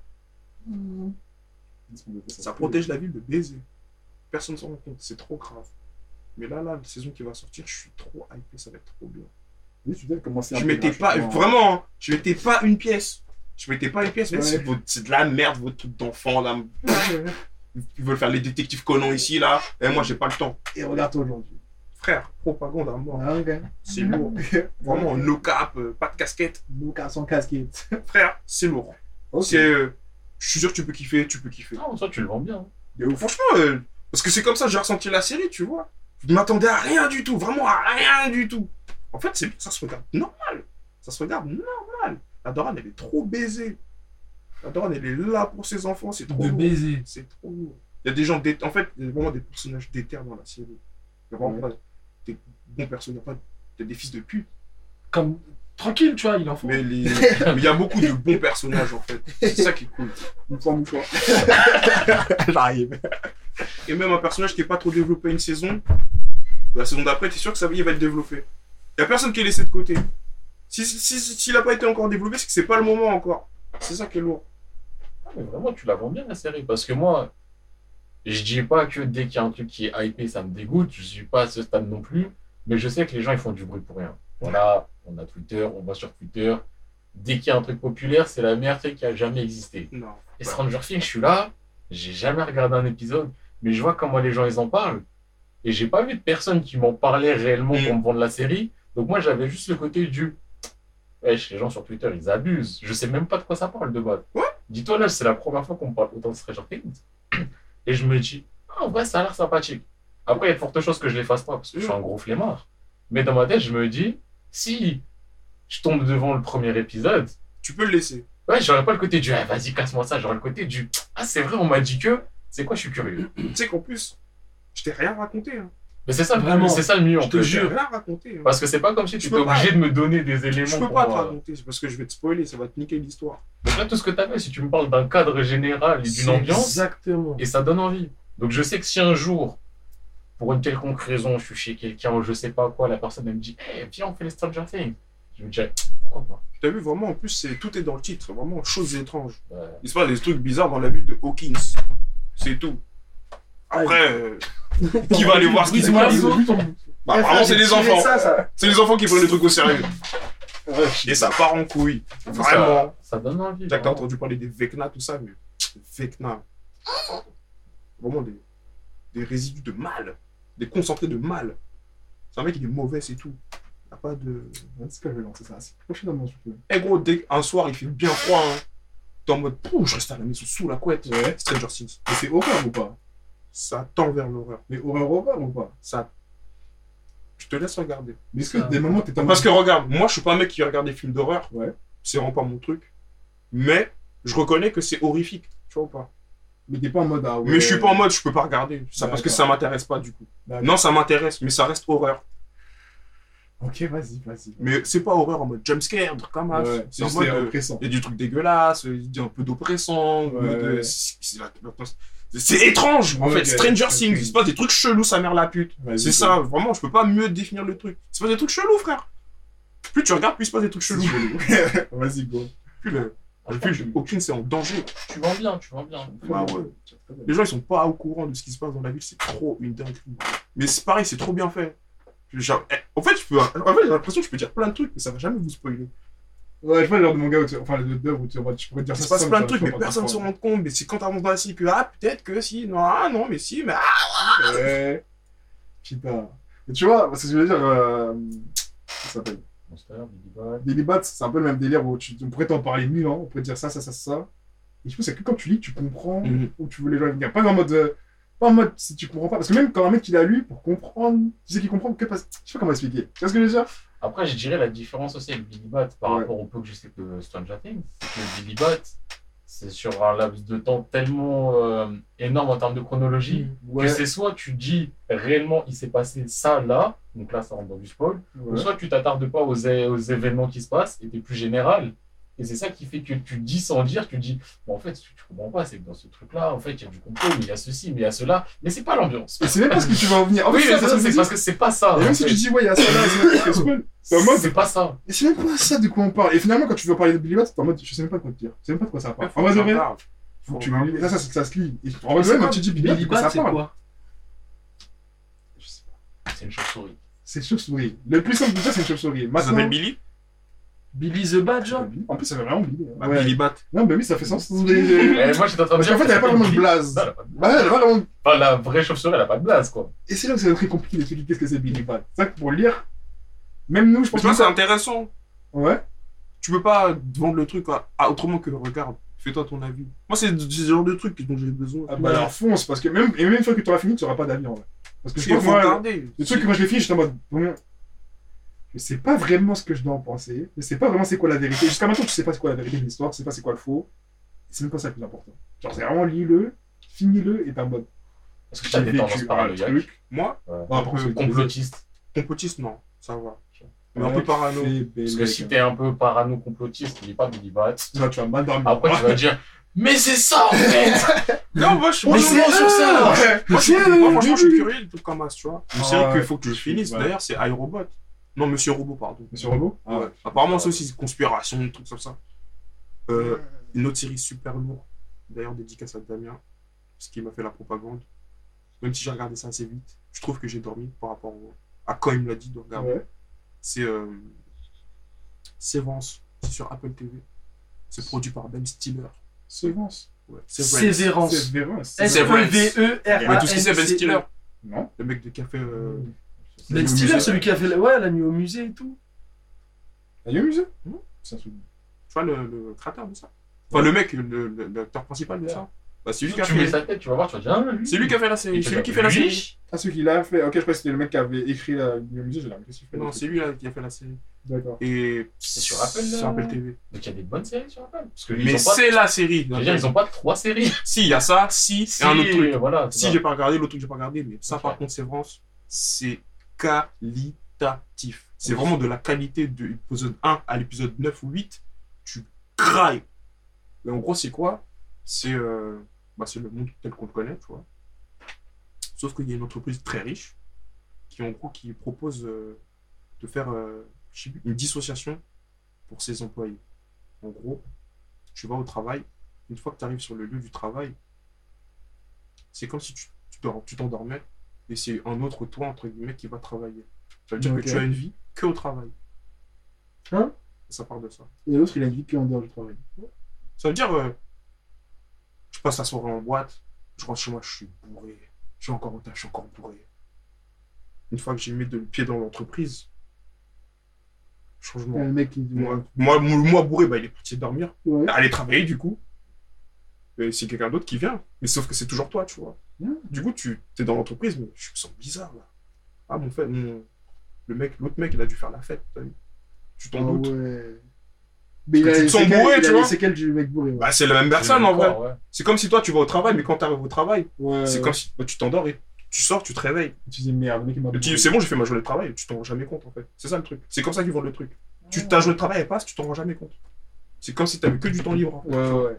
Laisse-moi noter Ça protège la ville de baiser. Personne s'en rend compte, c'est trop grave. Mais là, là, la saison qui va sortir, je suis trop hypé, ça va être trop bien. Oui, tu dois commencer à. Je mettais pas, vraiment, hein, je mettais pas une pièce. Je mettais pas une pièce, mais Ouais. c'est votre- c'est de la merde, votre truc d'enfant, là. Ouais. Ils veulent faire les détectives Conan ici, là. Et moi, j'ai pas le temps. Et regarde-toi aujourd'hui. Frère, propagande à mort. Ah, ok. C'est lourd. Vraiment, no cap, euh, pas de casquette. Donc, à son casquette. Frère, c'est lourd. Ok. C'est. euh, je suis sûr que tu peux kiffer, tu peux kiffer. Non, ça, tu le vends bien. hein. De ouf. Franchement, euh, parce que c'est comme ça que j'ai ressenti la série, tu vois. Je m'attendais à rien du tout, vraiment à rien du tout. En fait, c'est bien, ça se regarde normal. Ça se regarde normal. La daronne, elle est trop baisée. La daronne, elle est là pour ses enfants, c'est trop De lourd. baiser. C'est trop lourd. Il y a des gens, dé- en fait, il y a vraiment des personnages déter dans la série. Il y a vraiment Ouais. pas des bons personnages, pas des fils de pute. Comme. Tranquille, tu vois, il en faut. Mais les- mais il y a beaucoup de bons personnages, en fait. C'est ça qui est cool. Mouchoir, mouchoir. J'arrive. Et même un personnage qui n'est pas trop développé une saison, la saison d'après, t'es sûr que ça va, il va être développé. Il n'y a personne qui est laissé de côté. S'il si, si, s'il n'a pas été encore développé, c'est que c'est pas le moment encore. C'est ça qui est lourd. Ah, mais vraiment, tu la vends bien, la série. Parce que moi, je dis pas que dès qu'il y a un truc qui est hypé, ça me dégoûte. Je suis pas à ce stade non plus. Mais je sais que les gens, ils font du bruit pour rien. Voilà, on a Twitter, on va sur Twitter. Dès qu'il y a un truc populaire, c'est la meilleure truc qui a jamais existé. Non. Et Stranger Things, je suis là, j'ai jamais regardé un épisode, mais je vois comment les gens ils en parlent. Et j'ai pas vu de personne qui m'en parlait réellement pour Mm. me vendre la série. Donc moi, j'avais juste le côté du. Wesh, les gens sur Twitter, ils abusent. Je sais même pas de quoi ça parle de base. Dis-toi, là, c'est la première fois qu'on me parle autant de Stranger Things. Et je me dis, ah, en vrai, ça a l'air sympathique. Après, il y a de fortes chances que je les fasse pas parce que je suis un gros flemmard. Mais dans ma tête, je me dis, si je tombe devant le premier épisode, Tu peux le laisser. ouais, j'aurais pas le côté du, ah, vas-y, casse-moi ça. J'aurais le côté du, ah, c'est vrai, on m'a dit que, c'est quoi, je suis curieux. Tu sais qu'en plus, je t'ai rien raconté. Hein. Mais c'est ça, Vraiment, c'est ça le mieux, en je te plus. jure. Je t'ai rien raconté. Hein. Parce que c'est pas comme si tu Je étais peux pas. obligé de me donner des éléments. Je peux pour, pas te euh, raconter, c'est parce que je vais te spoiler, ça va te niquer l'histoire. Donc là, tout ce que tu as fait, si tu me parles d'un cadre général et d'une C'est ambiance, Exactement. et ça donne envie. Donc je sais que si un jour, pour une quelconque raison, je suis chez quelqu'un ou je sais pas quoi, la personne elle me dit, hey, viens, on fait les Stranger Things. Je me dirais, pourquoi pas. T'as vu, vraiment, en plus, c'est tout est dans le titre, vraiment, choses étranges. Ouais. Il se passe des trucs bizarres dans la ville de Hawkins. C'est tout. Après, euh, qui va aller voir ce qui se Oui, passe oui, Bah, apparemment, c'est les enfants. Ça, ça. C'est les enfants qui prennent les trucs au sérieux. Ouais, Et ça part en couille. Ça, Vraiment. ça donne envie. T'as vraiment. entendu parler des Vecna, tout ça, mais Vecna. Vraiment des, des résidus de mal. Des concentrés de mal. C'est un mec qui est mauvais, c'est tout. Y a pas de. Ouais, c'est que je vais lancer ça. C'est prochainement, je peux. Eh gros, dès qu'un soir il fait bien froid, hein, t'es en mode, pouh, je reste à la maison sous la couette. Ouais. Stranger Things. Mais c'est horreur ou pas? Ça tend vers l'horreur. Mais horreur, horreur ou pas? Ça. Je te laisse regarder. Mais est-ce Ça- que des moments t'es en Parce que regarde, moi je suis pas un mec qui regarde des films d'horreur. Ouais. C'est vraiment pas mon truc. Mais je reconnais que c'est horrifique. Tu vois ou pas? Mais t'es pas en mode. Ah, ouais. Mais je suis pas en mode, je peux pas regarder. Ça, parce que D'accord. ça m'intéresse pas du coup. D'accord. Non, ça m'intéresse, mais ça reste horreur. Ok, vas-y, vas-y. Mais c'est pas horreur en mode jumpscare, truc comme ça. Ouais, C'est c'est en juste mode. c'est euh, oppressant. Il y a du truc dégueulasse, il y a un peu d'oppressant. Ouais, de- ouais. c'est- c'est la- C'est étrange en Ouais, fait. ok, Stranger ok. Things, il se passe des trucs chelous, sa mère la pute. Vas-y, C'est ça, vraiment, je peux pas mieux définir le truc. Il se passe des trucs chelous, frère. Plus tu regardes, plus il se passe des trucs chelous. Vas-y, go. Plus le. Plus aucune, c'est en danger. Tu vends bien, tu vends bien. Ouais, ouais. Les gens, ils sont pas au courant de ce qui se passe dans la ville, c'est trop une dinguerie. Mais c'est pareil, c'est trop bien fait. Genre, eh, en fait, je peux, en fait, j'ai l'impression que je peux dire plein de trucs, mais ça va jamais vous spoiler. Ouais, je vois le genre de manga où tu. Enfin, le d'œuvre où tu je pourrais te dire Il ça. se passe ça, plein de ça, trucs, ça, mais ça, personne ne se ça, rend compte. Mais c'est quand t'avances dans la série que, ah, peut-être que si, non, ah, non, mais si, mais ah. Ouais. Putain. Mais tu vois, parce que je veux dire. Euh... Ça s'appelle. Monster, Billy Bat. Daily Bat, c'est un peu le même délire où tu, on pourrait t'en parler mille ans, on pourrait te dire ça, ça, ça, ça. Et je trouve que c'est que quand tu lis, tu comprends Mhm. où tu veux les gens venir. Pas en mode. euh, Pas en mode si tu comprends pas. Parce que même quand un mec il a lu, pour comprendre, tu sais qu'il comprend que pas. Je sais pas comment expliquer. Tu vois ce que je veux dire? Après, je dirais la différence aussi avec Billy Bat par Ouais. rapport au peu que je sais que Stranger Things, c'est que Billy Bat, c'est sur un laps de temps tellement euh, énorme en termes de chronologie Ouais. que c'est soit tu dis réellement il s'est passé ça là, donc là ça rentre dans du spoil, ou Ouais. soit tu t'attardes pas aux, é- aux événements qui se passent et t'es plus général. Et c'est ça qui fait que tu dis sans dire, tu dis, bon, en fait, ce que tu comprends pas, c'est que dans ce truc-là, en fait, il y a du complot, mais il y a ceci, mais il y a cela, mais c'est pas l'ambiance. Et c'est même pas ce que tu vas en venir. En Oui, fait, mais c'est ça, parce que c'est je parce dis- que c'est pas ça. Et même en si fait. tu dis, ouais, il y a ça là, c'est même pas ce que spoil. T'es en mode. C'est pas ça. Et c'est même pas ça de quoi on parle. Et finalement, quand tu veux parler de Billy Bat, t'es en mode, je sais même pas de quoi te dire. Je sais même pas de quoi ça parle. En mode, vrai, faut que tu le lis. Ça, ça, c'est que ça se lit. Et en mode, C'est vrai, quoi, quand tu dis Billy Bat, Billy de quoi Bat, ça c'est parle. quoi? Je sais pas. C'est une chauve-souris. C'est une chauve-souris. Le plus simple de ça, c'est une chauve-souris. Ça Maintenant. s'appelle Billy Billy the Bat, genre? En plus, ça fait vraiment Billy. hein. Bah, Ouais. Billy Bat. Non, mais oui, ça fait sens. Et moi, j'étais en train de Parce dire. qu'en fait, il n'y a pas vraiment de blaze. Non, elle a pas de- Bah, elle a pas vraiment. Enfin, la vraie chauve-souris, elle a pas de blase, quoi. Et c'est là que c'est très compliqué d'expliquer qu'est-ce que c'est Billy Bat. C'est ça que pour le lire, même nous, je Mais pense tu vois, que c'est intéressant. Ouais. Tu peux pas vendre le truc à, à autrement que regarde, fais-toi ton avis. Moi, c'est c'est ce genre de truc dont j'ai besoin. Ah bah alors fonce, parce que même, et même une fois que tu auras fini, tu n'auras pas d'avis en vrai. Parce que je Il pense que faut moi, regarder. le truc que moi je l'ai fini, j'étais en mode, bon, je sais pas vraiment ce que je dois en penser, je sais pas vraiment c'est quoi la vérité. Jusqu'à maintenant, tu sais pas c'est quoi la vérité de l'histoire, tu sais pas c'est quoi le faux. Et c'est même pas ça le plus important. Genre, c'est vraiment lis-le, finis-le et t'es en mode, Est-ce que tu as j'ai des tendances vécu un paranoïaques? truc. Moi, Ouais. Ah, Un par peu contre, complotiste. complotiste, non, ça va. Mais Ouais, un peu parano. fais Parce que belle, si mec. t'es un peu parano-complotiste, il est pas Billy Bat. Là, tu vas mal dormir. Après, tu vas dire, mais c'est ça, en fait! Non, moi, je suis Mais moi, c'est je- sur ça! Ouais. moi, je suis- C'est moi, eux, franchement, je oui, suis oui. curieux de trucs comme ça, tu vois. Une Ah, série qu'il ouais, faut que je je suis- finisse, ouais. d'ailleurs, c'est iRobot. Non, Monsieur Robot, pardon. Monsieur Robot Ah ouais. Apparemment, c'est aussi conspiration, des trucs comme ça. Euh, une autre série super lourde, d'ailleurs, dédicace à Damien, parce qu'il m'a fait la propagande. Même si j'ai regardé ça assez vite, je trouve que j'ai dormi par rapport au- à quand il me l'a dit de regarder. Ouais. C'est euh, Severance, c'est sur Apple T V. C'est produit par Ben Stiller. Severance. Ouais. Sévérance. Sévérance. S E V E R A N C E. Mais tout ce qui c'est Ben Stiller, Non. le mec de café. Euh... Ben Stiller, celui qui a fait la, ouais, la nuit au musée et tout. Il y a un musée Mhm. C'est un truc. Tu vois le, le créateur de ça. Enfin, le mec, le- le- l'acteur principal de ça. Bah, c'est lui qui a Tu mets fait. sa tête, tu vas voir, tu vas dire, ah, lui. C'est lui qui a fait la série. Il C'est fait lui qui pas- fait la lui série. Ah, celui qui l'a fait. Ok, je crois que c'était le mec qui avait écrit la, la musique. J'ai l'impression qu'il fait Non, le c'est truc. lui là qui a fait la série. D'accord. Et C'est sur Apple, là. Sur Apple T V. Donc il y a des bonnes séries sur Apple. Parce que ils Mais ont pas- c'est la série. Je veux dire, ils ont pas trois séries. Si, il y a ça, si, et un autre truc. Voilà. c'est Si, ça. j'ai pas regardé, l'autre truc, j'ai pas regardé, mais ça, Ok. par contre, Sévrance, c'est qualitatif. C'est Oui. vraiment de la qualité de l'épisode un à l'épisode neuf ou huit. Tu crailles. Mais en gros, c'est quoi? C'est euh, bah, c'est le monde tel qu'on le connaît, tu vois. Sauf qu'il y a une entreprise très riche qui, en gros, qui propose euh, de faire euh, je sais plus, une dissociation pour ses employés. En gros, tu vas au travail, une fois que tu arrives sur le lieu du travail, c'est comme si tu tu dors- tu t'endormais et c'est un autre toi, entre guillemets, qui va travailler. Ça veut dire Ok. que tu as une vie que au travail. Hein? Ça part de ça. Et l'autre, il a dit qu'en dehors du travail. Ça veut dire, euh, je passe la soirée en boîte, je rentre chez moi, je suis bourré. Je suis encore en taf, je suis encore bourré. Une fois que j'ai mis le pied dans l'entreprise, changement. Et le mec, il dit. Moi, moi, moi, bourré, bah, il est parti dormir. Ouais. Aller travailler, du coup. Et c'est quelqu'un d'autre qui vient. Mais sauf que c'est toujours toi, tu vois. Ouais. Du coup, tu es dans l'entreprise, mais je me sens bizarre, là. Ah, mon fait, mon... le mec, l'autre mec, il a dû faire la fête, t'as vu. Tu Ah t'en doutes. ouais. Mais il Parce a que tu les te sens séquelles- bourré, il tu a vois. les séquelles du mec bourré. Ouais. Bah, c'est la même personne, C'est en vrai. encore, ouais. C'est comme si toi, tu vas au travail, mais quand tu arrives au travail, Ouais, c'est ouais. comme si bah, tu t'endors et tu sors, tu te réveilles. Tu dis merde, le mec il m'a Et tu dis, bourré. c'est bon, j'ai fait ma journée de travail, tu t'en rends jamais compte, en fait. C'est ça le truc. C'est comme ça qu'ils vendent le truc. Tu, ta journée de travail, elle passe, tu t'en rends jamais compte. C'est comme si tu avais que du temps libre, en fait. Ouais, ouais.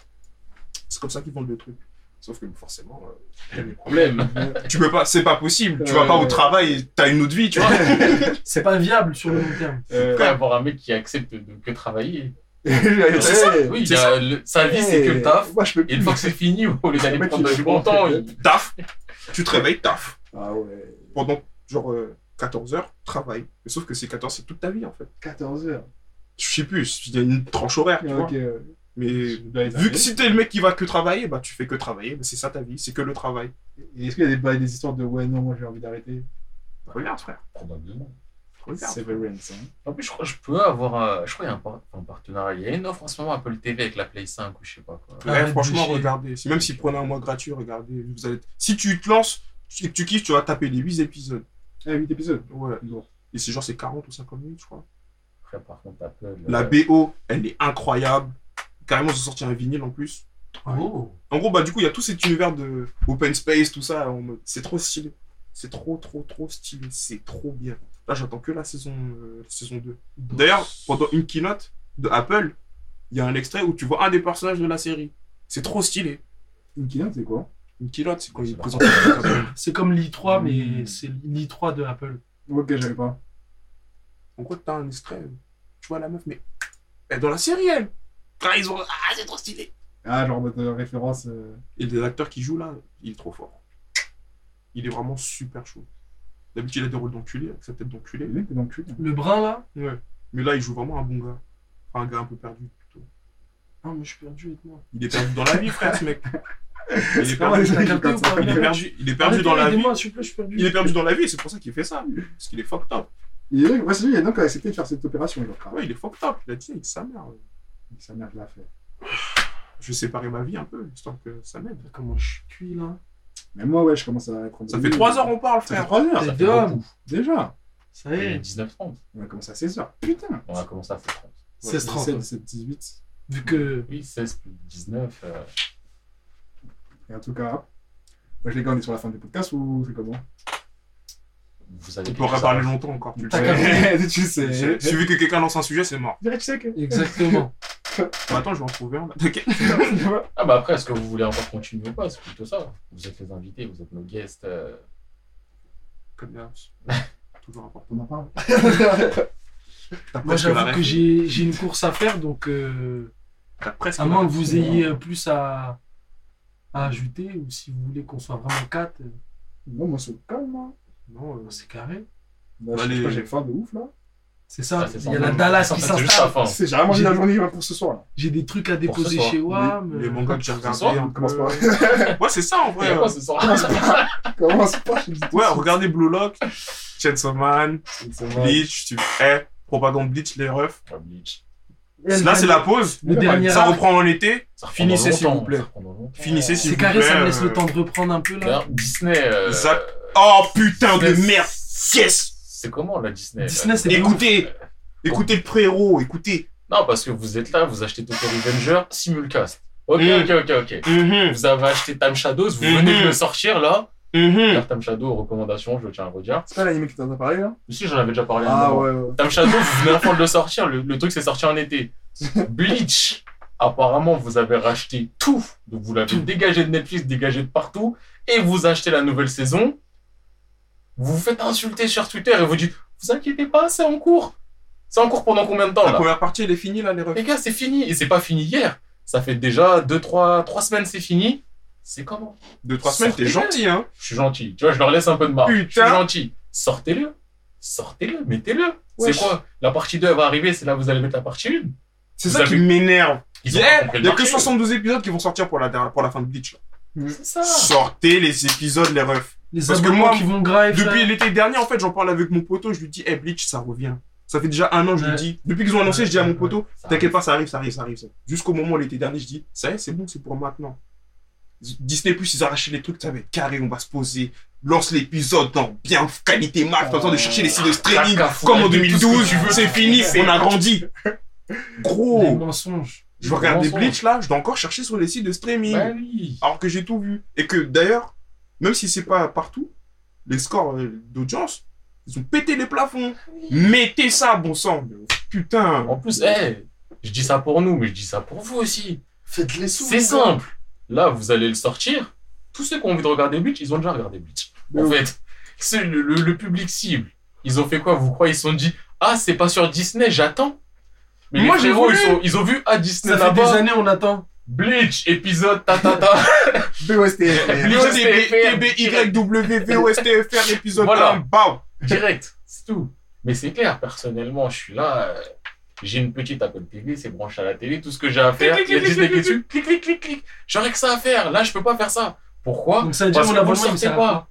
C'est comme ça qu'ils vendent le truc. Sauf que forcément, euh, Il y a des problèmes. tu peux pas, c'est pas possible. Tu Ouais, vas pas au ouais. travail et t'as une autre vie, tu vois. C'est pas viable sur le long terme. Il faut avoir un mec qui accepte de que travailler. C'est ça. Oui, il c'est y a le- sa vie, c'est que le taf. Moi, je peux Et une fois que c'est fini, au lieu d'aller mec, prendre il est du bon bon, temps, en fait. il... Taf, tu te réveilles, taf. Ah ouais. Pendant genre euh, quatorze heures, travail. Mais sauf que c'est quatorze, c'est toute ta vie, en fait. quatorze heures. Je sais plus, il y a une tranche horaire, tu vois. Ok. ouais. Mais Je dois les vu arrêter. que si t'es le mec qui va que travailler, bah tu fais que travailler, bah, c'est ça ta vie, c'est que le travail. Et est-ce qu'il y a des, bah, des histoires de ouais, non, moi j'ai envie d'arrêter? Regarde, frère. Probablement. Regarde. Severance, hein. En plus, je crois que je peux avoir. euh, Je crois qu'il y a un, par- un partenariat. Il y a une offre en ce moment Apple T V avec la Play cinq ou je sais pas quoi. Ouais, Arrête de franchement, chier. regardez. Si- Même si prenez un mois gratuit, regardez. Vous allez... Si tu te lances et que tu kiffes, tu vas taper les huit épisodes. Ah, huit épisodes. Ouais. Lourd. Et c'est genre c'est quarante ou cinquante minutes, je crois. Après, par contre, Apple. La euh, B O, elle est incroyable. Carrément, ils ont sorti un vinyle en plus. Oh. En gros, bah du coup, il y a tout cet univers de open space, tout ça. en mode- C'est trop stylé. C'est trop, trop, trop stylé. C'est trop bien. Là, j'attends que la saison, euh, la saison deux. D'ailleurs, pendant une keynote de Apple, il y a un extrait où tu vois un des personnages de la série. C'est trop stylé. Une keynote, c'est quoi? Une keynote, c'est quand C'est ils marrant. présentent le truc Apple. C'est comme l'I trois, mais Mm. c'est l'I trois de Apple. Ok, j'avais pas. En gros, t'as un extrait, tu vois la meuf, mais elle est dans la série, elle. Quand ils ont. Ah, c'est trop stylé. Ah, genre de référence. euh, Et l'acteur qui joue là, il est trop fort. Il est vraiment super chaud. D'habitude, il a des rôles d'enculé, avec sa tête d'enculé. Le mec est dans le cul. hein. Le brun là. Ouais. Mais là, il joue vraiment un bon gars. Enfin, un gars un peu perdu, plutôt. Non, mais je suis perdu avec moi. Il est perdu dans la vie, frère, ce mec. Il est C'est perdu, pas mal, T'as capté ou pas il est perdu, il est perdu dans la vie. Aidez-moi, s'il vous plaît, je suis perdu. Il est perdu dans la vie et c'est pour ça qu'il fait ça. Parce qu'il est fucked up. Il est ouais, c'est lui, il a donc accepté de faire cette opération. Genre, grave. Ouais, il est fucked up. Il a dit, avec sa mère. Sa mère l'a fait. Je vais séparer ma vie un peu, histoire que ça m'aide. Comment je suis cuit là. Mais moi, ouais, je commence à être. Ça fait trois heures on parle, Ça fait frère. trois heures. T'es ça fait d'homme. beaucoup. Déjà. Ça Il y est est. dix-neuf heures trente. On a commencé à seize heures. Putain. On a commencé à seize heures trente. seize trente. dix-sept, dix-sept, dix-huit. Vu que. Oui, seize plus dix-neuf. euh, Et en tout cas, moi, les gars, on est sur la fin du podcast ou c'est comment? Vous avez On quelque pourrait chose à parler rajouter. longtemps encore. Tu le T'as sais. qu'à- Tu sais. Suffit que quelqu'un lance un sujet, c'est mort. Tu sais que. Exactement. Bah, attends, je vais en trouver un. là. T'inquiète. Ah bah après, est-ce que vous voulez encore continuer ou pas? C'est plutôt ça. Vous êtes les invités, vous êtes nos guests. euh, Comme bien. Toujours important. On en parle. T'as Moi, presque la j'avoue ref. que j'ai j'ai une course à faire, donc euh, T'as presque à la moins que ref. vous ayez euh, plus à, à ajouter, ou si vous voulez qu'on soit vraiment quatre, euh, Non, moi, c'est calme. Hein. Non, euh, c'est carré. Là, je Allez. sais pas, j'ai faim de ouf là. C'est ça. Ah, c'est Il ça. y a la Dallas Ça, qui c'est juste la s'installe. fin. C'est- J'ai vraiment mangé J'ai- la journée hein, pour ce soir là. J'ai des trucs à Pour ce déposer soir. chez WAM. les euh, mangas que j'ai Ce regardés. soir, un Commence peu- pas. Ouais, c'est ça en Il y vrai. a euh. quoi ce soir? Commence pas, je dis tout Ouais, de suite. regardez Blue Lock, Chainsaw Man, C'est vrai. Bleach, tu... Eh, propagande Bleach, les refs. Ouais, Bleach. Et Là, le c'est la pause. Le dernier Ça arc, reprend en été. Ça reprend Finissez, dans s'il longtemps, vous plaît. ça reprend dans longtemps. Finissez, s'il c'est vous carré, plaît. ça me laisse euh, le temps de reprendre un peu là. D'ailleurs, Disney. euh, Zap- Oh putain de Disney, merde. Yes. C'est comment la Disney Disney, là c'est Écoutez, écoutez le pré-héros, écoutez. Non, parce que vous êtes là, vous achetez Tokyo Revenger, simulcast. Ok, Mm. ok, ok, ok. Mhm, Vous avez acheté Time Shadows, vous Mhm. venez de le sortir là. mhm. D'ailleurs, Time Shadow, recommandation, je tiens à le redire. C'est pas l'anime qui t'en a parlé là? Si, j'en avais déjà parlé un Ah moment. ouais, ouais. Time Shadow, vous venez enfin de le sortir, le, le truc c'est sorti en été. Bleach, apparemment vous avez racheté tout, donc vous l'avez dégagé de Netflix, dégagé de partout, et vous achetez la nouvelle saison. Vous vous faites insulter sur Twitter et vous dites, vous inquiétez pas, c'est en cours. C'est en cours pendant combien de temps La là? première partie, elle est finie là, les refs. Les gars, c'est fini, et c'est pas fini hier. Ça fait déjà deux, trois, trois semaines c'est fini. C'est comment? Deux, trois semaines, t'es Sortez-le. gentil, hein. Je suis gentil. Tu vois, je leur laisse un peu de marge. Je Putain. suis gentil. Sortez-le. Sortez-le. Mettez-le. Wesh. C'est quoi? La partie deux elle va arriver, c'est là que vous allez mettre la partie un. C'est Vous ça qui avez- m'énerve. Ils ont Eh, pas compris Il le y a que marché. soixante-douze épisodes qui vont sortir pour la, dernière- pour la fin de Bleach. Là. C'est ça. Sortez les épisodes, les refs. Les Parce que abonnements moi, qui vont grave. Depuis là. l'été dernier, en fait, j'en parle avec mon poteau, je lui dis, hey, Bleach, ça revient. Ça fait déjà un an, je lui Ouais. dis. Depuis qu'ils ont annoncé, je dis à mon poteau, Ça t'inquiète arrive. pas, ça arrive, ça arrive, ça arrive. ça arrive. Jusqu'au moment où l'été dernier, je dis, ça y est, c'est bon, c'est pour maintenant. Disney Plus, ils arrachaient les trucs, ça va être carré, on va se poser. Lance l'épisode dans bien qualité max, pas besoin de chercher les sites de streaming Caca, faut comme en aller deux mille tout ce douze. que tu veux. C'est fini, on a grandi. Les Gros, mensonges. je vais regarder mensonges. Bleach là, je dois encore chercher sur les sites de streaming. Bah oui. Alors que j'ai tout vu. Et que d'ailleurs, même si c'est pas partout, les scores euh, d'audience, ils ont pété les plafonds. Mettez ça, bon sang. Putain. En plus, hey, je dis ça pour nous, mais je dis ça pour vous aussi. Faites les sous. C'est simple. Là, vous allez le sortir. Tous ceux qui ont envie de regarder Bleach, ils ont déjà regardé Bleach. Mais En oui. fait, c'est le, le- le public cible. Ils ont fait quoi? Vous croyez? Ils se sont dit, ah, c'est pas sur Disney, j'attends. Mais Moi, les j'ai frérots, voulu. ils, sont- ils ont vu, ah, Disney Ça fait des là-bas, années, on attend. Bleach, épisode, ta ta ta. B O S T F. Bleach, T B Y W V O S T F R épisode Voilà. un, bam. Direct, c'est tout. Mais c'est clair, personnellement, je suis là, euh, j'ai une petite Apple T V, c'est branché à la télé, tout ce que j'ai à faire, Clic, il y a clic, Disney clic, qui est dessus, clic, clic, clic, clic. J'aurais que ça à faire, là, je peux pas faire ça. Pourquoi? Donc ça veut dire Parce mon que vous abonnement, il me sortez sert à pas.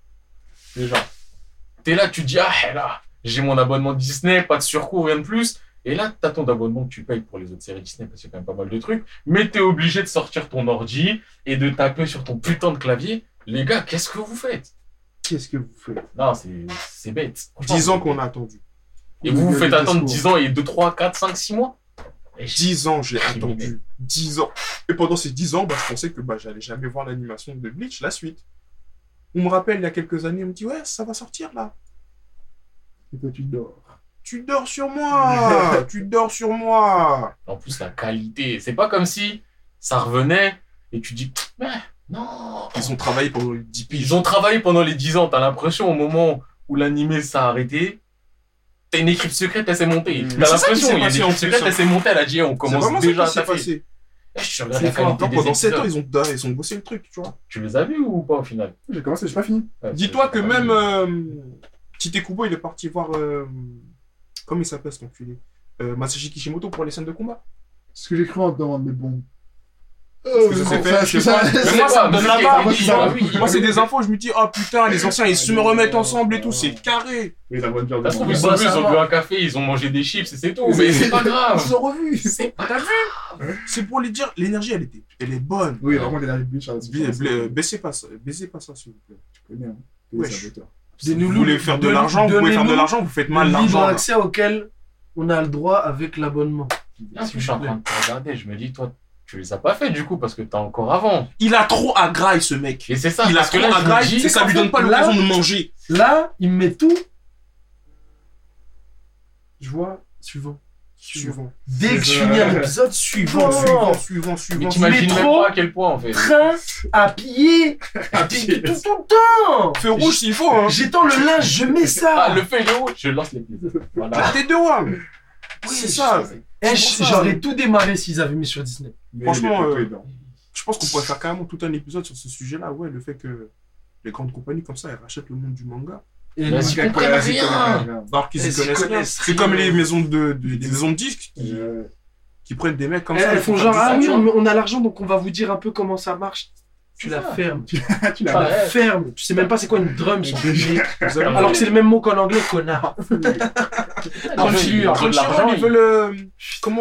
Déjà. T'es là, tu te dis, ah, là, j'ai mon abonnement Disney, pas de surcoût, rien de plus. Et là, t'as ton abonnement que tu payes pour les autres séries Disney, parce qu'il y a quand même pas mal de trucs. Mais t'es obligé de sortir ton ordi et de taper sur ton putain de clavier. Les gars, qu'est-ce que vous faites? Qu'est-ce que vous faites? Non, c'est c'est bête. Franchement, dix ans c'est qu'on bête. a attendu. Et vous vous Il y a faites des attendre discours. dix ans et deux, trois, quatre, cinq, six mois? Et je- dix ans, j'ai Criminel. attendu. dix ans. Et pendant ces dix ans, bah, je pensais que bah, j'allais jamais voir l'animation de Bleach, la suite. On me rappelle, il y a quelques années, on me dit, ouais, ça va sortir là. Et toi, tu dors. Tu dors sur moi. Tu dors sur moi. En plus, la qualité, c'est pas comme si ça revenait et tu dis, mais non. Ils ont travaillé pendant les dix piges. Ils ont travaillé pendant les dix ans. T'as l'impression au moment où l'animé s'est arrêté, t'as une équipe secrète, elle s'est montée. Mmh. Mais T'as c'est ça qui l'impression, s'est il y a une passé en équipe plus, secrète, hein. elle s'est montée, elle a dit, on C'est commence vraiment déjà ça à qui s'est taffer. passé. Eh, Je regarde C'est la fort. qualité Attends, des pendant sept ans, épisodes. ils ont, ils ont bossé le truc, tu vois. Tu les as vus ou pas au final? J'ai commencé, j'ai pas fini. Ouais, Dis-toi c'est- que c'est pas même mal. euh, Tite Kubo, il est parti voir. Euh, comment il s'appelle cet enculé euh, Masashi Kishimoto pour les scènes de combat. Ce que j'ai cru en demande, mais bon. Est-ce que ça s'est fait Je sais pas. Mais moi, ça me donne la barre. Oui, ça. bah oui. Moi, c'est des infos, je me dis, oh putain, les anciens, ils se remettent ensemble et tout, c'est carré. Oui, la bonne Ça se trouve, ils Bah, sont venus, ça ils ont va. bu un café, ils ont mangé des chips et c'est tout. Mais c'est pas grave. Ils ont revu. C'est pas grave. C'est pour les dire, l'énergie, elle, était, elle est bonne. Oui, vraiment, l'énergie de Bleach, ça Bla- bla- Baissez pas ça, baissez pas ça, s'il vous plaît. Tu connais, hein. Wesh. C'est saboteur. Si vous voulez faire de l'argent, vous pouvez faire de l'argent, vous faites mal Le libre l'argent. là. accès auquel on a le droit avec l'abonnement. En plus, je suis en train de te regarder, je me dis, toi, tu les as pas fait du coup parce que t'as encore avant. Il a trop à graille, ce mec. Et c'est ça, Il a parce que trop là, à je me graille, dis, et ça qu'en lui fait, donne pas là- l'occasion de manger. Là, il me met tout. Je vois, suivant. Suivant. Dès que je finis un épisode, suivant, Suivant, suivant. suivant, mais suivant. t'imagines même métro. pas à quel point en fait. Train, à pied, À tout, pied. tout, tout le temps. Feu rouge s'il faut, hein. J'étends le linge, je mets ça. Ah, le fait haut, je lance l'épisode. Voilà. La tête de Wam. Oui, c'est ça. Eh, c'est j- pour ça. J'aurais tout démarré s'ils avaient mis sur Disney. Mais Franchement, il est euh, plutôt énorme. Je pense qu'on pourrait faire carrément tout un épisode sur ce sujet-là. Ouais, le fait que les grandes compagnies comme ça, elles rachètent le monde du manga. Et Mais nous, si- Ils comprennent connaissent rien. rien. Alors qu'ils y Elles s'y connaissent rien. connaissent C'est rien. comme les maisons de, de- les maisons de disques qui, Euh, qui prennent des mecs comme elles, ça. elles ils font faire genre, du ah sang, oui, tu vois. on, on a l'argent, donc on va vous dire un peu comment ça marche. Tu C'est la ça. fermes. Tu Tu l'as la Ouais. fermes. Tu sais même pas c'est quoi une drum sur le jeu. Vous avez- Alors que c'est le même mot qu'en anglais, connard. Ah, Continue, ils veulent de Crunchyroll, l'argent, ils veulent. euh, Comment dire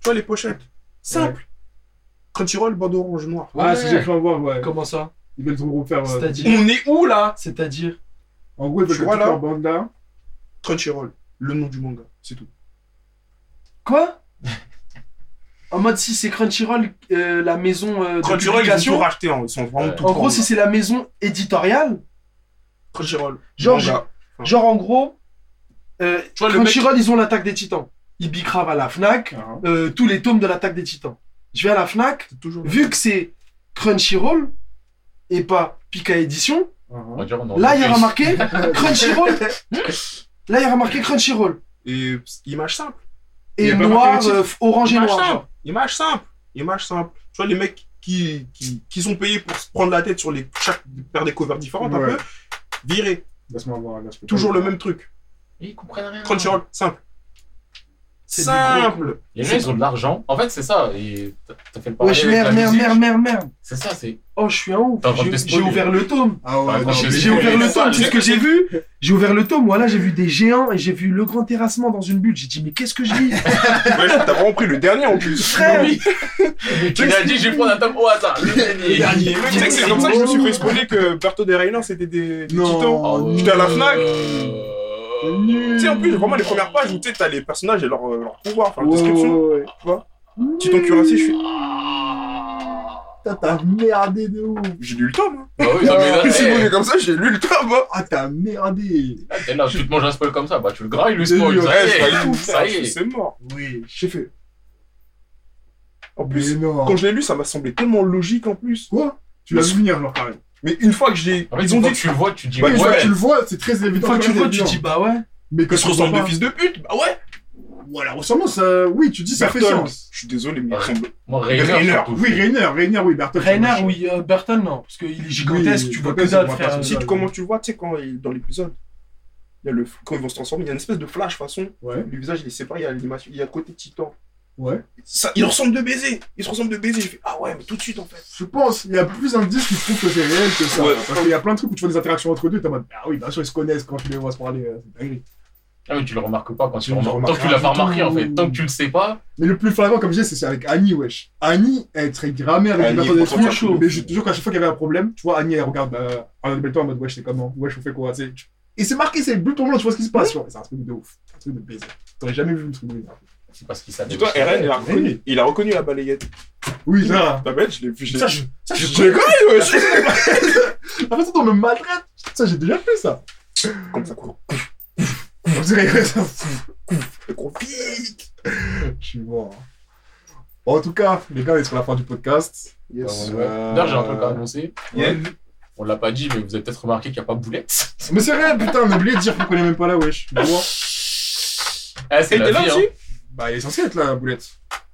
vois les pochettes. Simple. Crunchyroll, bandeau orange noir. Ah, Ouais. si j'ai fait en voir, ouais. Comment ça? Ils veulent tout refaire. euh, C'est-à-dire On est où là? C'est-à-dire En gros, ils veulent Tu que vois, toute là leur bande là. Crunchyroll, le nom du manga, c'est tout. Quoi? En mode si c'est Crunchyroll, euh, la maison euh, de Crunchyroll, ils ont tout publication. racheté, hein. Ils sont vraiment Ouais. tout En gros, grands, si là. c'est la maison éditoriale, Crunchyroll. Genre, manga. genre en gros, euh, Tu vois, le Crunchyroll, ils ont l'attaque des titans. Ils bicravent à la Fnac, Ah, euh, tous les tomes de l'attaque des titans. Je vais à la Fnac, C'est toujours. vu que c'est Crunchyroll et pas Pika Édition, ah, On va dire, on en là il y aura plus. marqué Crunchyroll. Là il y aura marqué Crunchyroll. Et image simple. Et Il y a pas noir, marqué le euh, orange et Image noir. simple. genre. Image simple. Image simple. Tu vois, les mecs qui, qui, qui sont payés pour se prendre la tête sur les, chaque, faire des covers différentes Ouais. un peu, virés. Laisse-moi voir. là, je peux Toujours pas- le même truc. Ils comprennent rien. Crunchyroll, simple. C'est du gros Simple. Les gens, ils ont de l'argent. En fait, c'est ça. Et t'as- t'as fait le parallèle Wesh, avec merde, la merde, musique. merde, merde, merde. C'est ça, c'est. Oh, je suis un ouf. T'es en train de J'ai- te J'ai spoiler. ouvert le tome. Ah ouais, Ah, non, quand j'ai- mais- J'ai ouvert le ça, tome, tu sais j'ai- ce que j'ai vu? J'ai ouvert le tome, voilà, j'ai vu des géants et j'ai vu le grand terrassement dans une bulle. J'ai dit, mais qu'est-ce que je lis? Ouais, t'as vraiment pris le dernier en plus. Frère, Oui. Tu m'as dit, je vais prendre un tome au hasard. Le dernier. Dernier. Tu sais que c'est comme ça que je me suis fait spoiler que Berthaud et Rainer c'était des, des Non. titans. Oh, J'étais à la Fnac. euh, Tu sais, en plus, vraiment, les premières pages où tu sais, t'as les personnages et leur, euh, leur pouvoir, enfin, la Ouais, description. ouais, ouais. Tu vois Titan cuirassé, je fais. Putain, t'as merdé de ouf. J'ai lu le tome. Hein. Bah oui, non, mais là, C'est eh, bon, comme ça, j'ai lu le tome. Hein. Ah, t'as merdé. là, t'es là, tu te manges un spoil comme ça, bah tu le grailles, le Désolé, spoil. Ça Ouais, y c'est est, pas ouf, ça y est. c'est mort. Oui. J'ai fait. En Mais plus, non. quand je l'ai lu, ça m'a semblé tellement logique en plus. Quoi? Tu l'as vu venir, genre, carrément. Mais une fois que j'ai. En fait, Ils ont une fois dit que tu le vois, tu te dis, Bah, Une fois ouais. que tu le vois, c'est très une évident. fois que tu le vois, très tu te évident. dis, bah ouais. Mais quand Ils se tu le vois ressemblent de pas- fils de pute. Bah ouais. Ouais, la ressemblance, euh, oui, tu dis ça fait Berthold. sens. Je suis désolé, mais ils Ouais. ressemblent. moi, Rainer, Rainer, surtout. Oui, Rainer, Rainer, oui, Berthold. Rainer, c'est oui, euh, Burton, non. Parce qu'il est gigantesque, Oui, tu vois que gigantesque, dalle, on voit frère. pas Si, ça. comment tu le vois, tu sais, quand il- dans l'épisode, il y a le, quand ils vont se transformer, il y a une espèce de flash façon. Ouais, Le visage, il est séparé, il y a l'animation, il y a le côté titan. ouais. Ça, il ressemble de baiser. Il se ressemble de baiser. J'ai fait, ah ouais, mais tout de suite en fait. Je pense, il y a plus d'indices qui prouvent que c'est réel que ça. Ouais. Parce qu'il y a plein de trucs où tu vois des interactions entre deux, t'es en mode, ah oui, bien sûr, ils se connaissent quand tu les vois se parler, euh, c'est dingue. Ah, mais tu le remarques pas quand tu Tu le le remarques. Tant que tu remarqueras l'as pas du remarqué, tout. en fait. Tant que tu le sais pas. Mais le plus flagrant, comme je disais, c'est c'est avec Annie, wesh. Annie, elle serait grammaire avec Annie, des Berthold et franchement, tout. chaud. Mais je te jure qu'à chaque fois qu'il y avait un problème, tu vois, Annie, elle regarde euh, Arnaud Belton en mode, wesh, c'est comment? Wesh, on fait quoi? tu sais. Et c'est marqué, c'est but pour moi, tu vois ce qui se passe. tu vois. C'est un truc de ouf. C'est un truc de baiser. T'aurais jamais vu le truc de baiser. C'est parce qu'il savait. Dis-toi, aussi. Eren, il a reconnu, il a reconnu la balayette. Oui, ça. Ta bête, je l'ai vu. je l'ai- Ça, je. Ça, je. Je l'ai connu, ouais. La façon dont on me maltraite. Ça, j'ai déjà fait ça. Comme ça, court. On dirait que ça. Le gros pic. Je suis mort. En tout cas, les gars, on est sur la fin du podcast. Yes. Ouais, ouais. D'ailleurs, j'ai un truc à annoncer. Yeah. On l'a pas dit, mais vous avez peut-être remarqué qu'il n'y a pas Boulette. Mais c'est vrai, putain, on a oublié de dire qu'on connaît même pas là, wesh. Mais moi, Ah, c'est Et la t'es là vie, aussi hein. bah, il est censé être là, la boulette.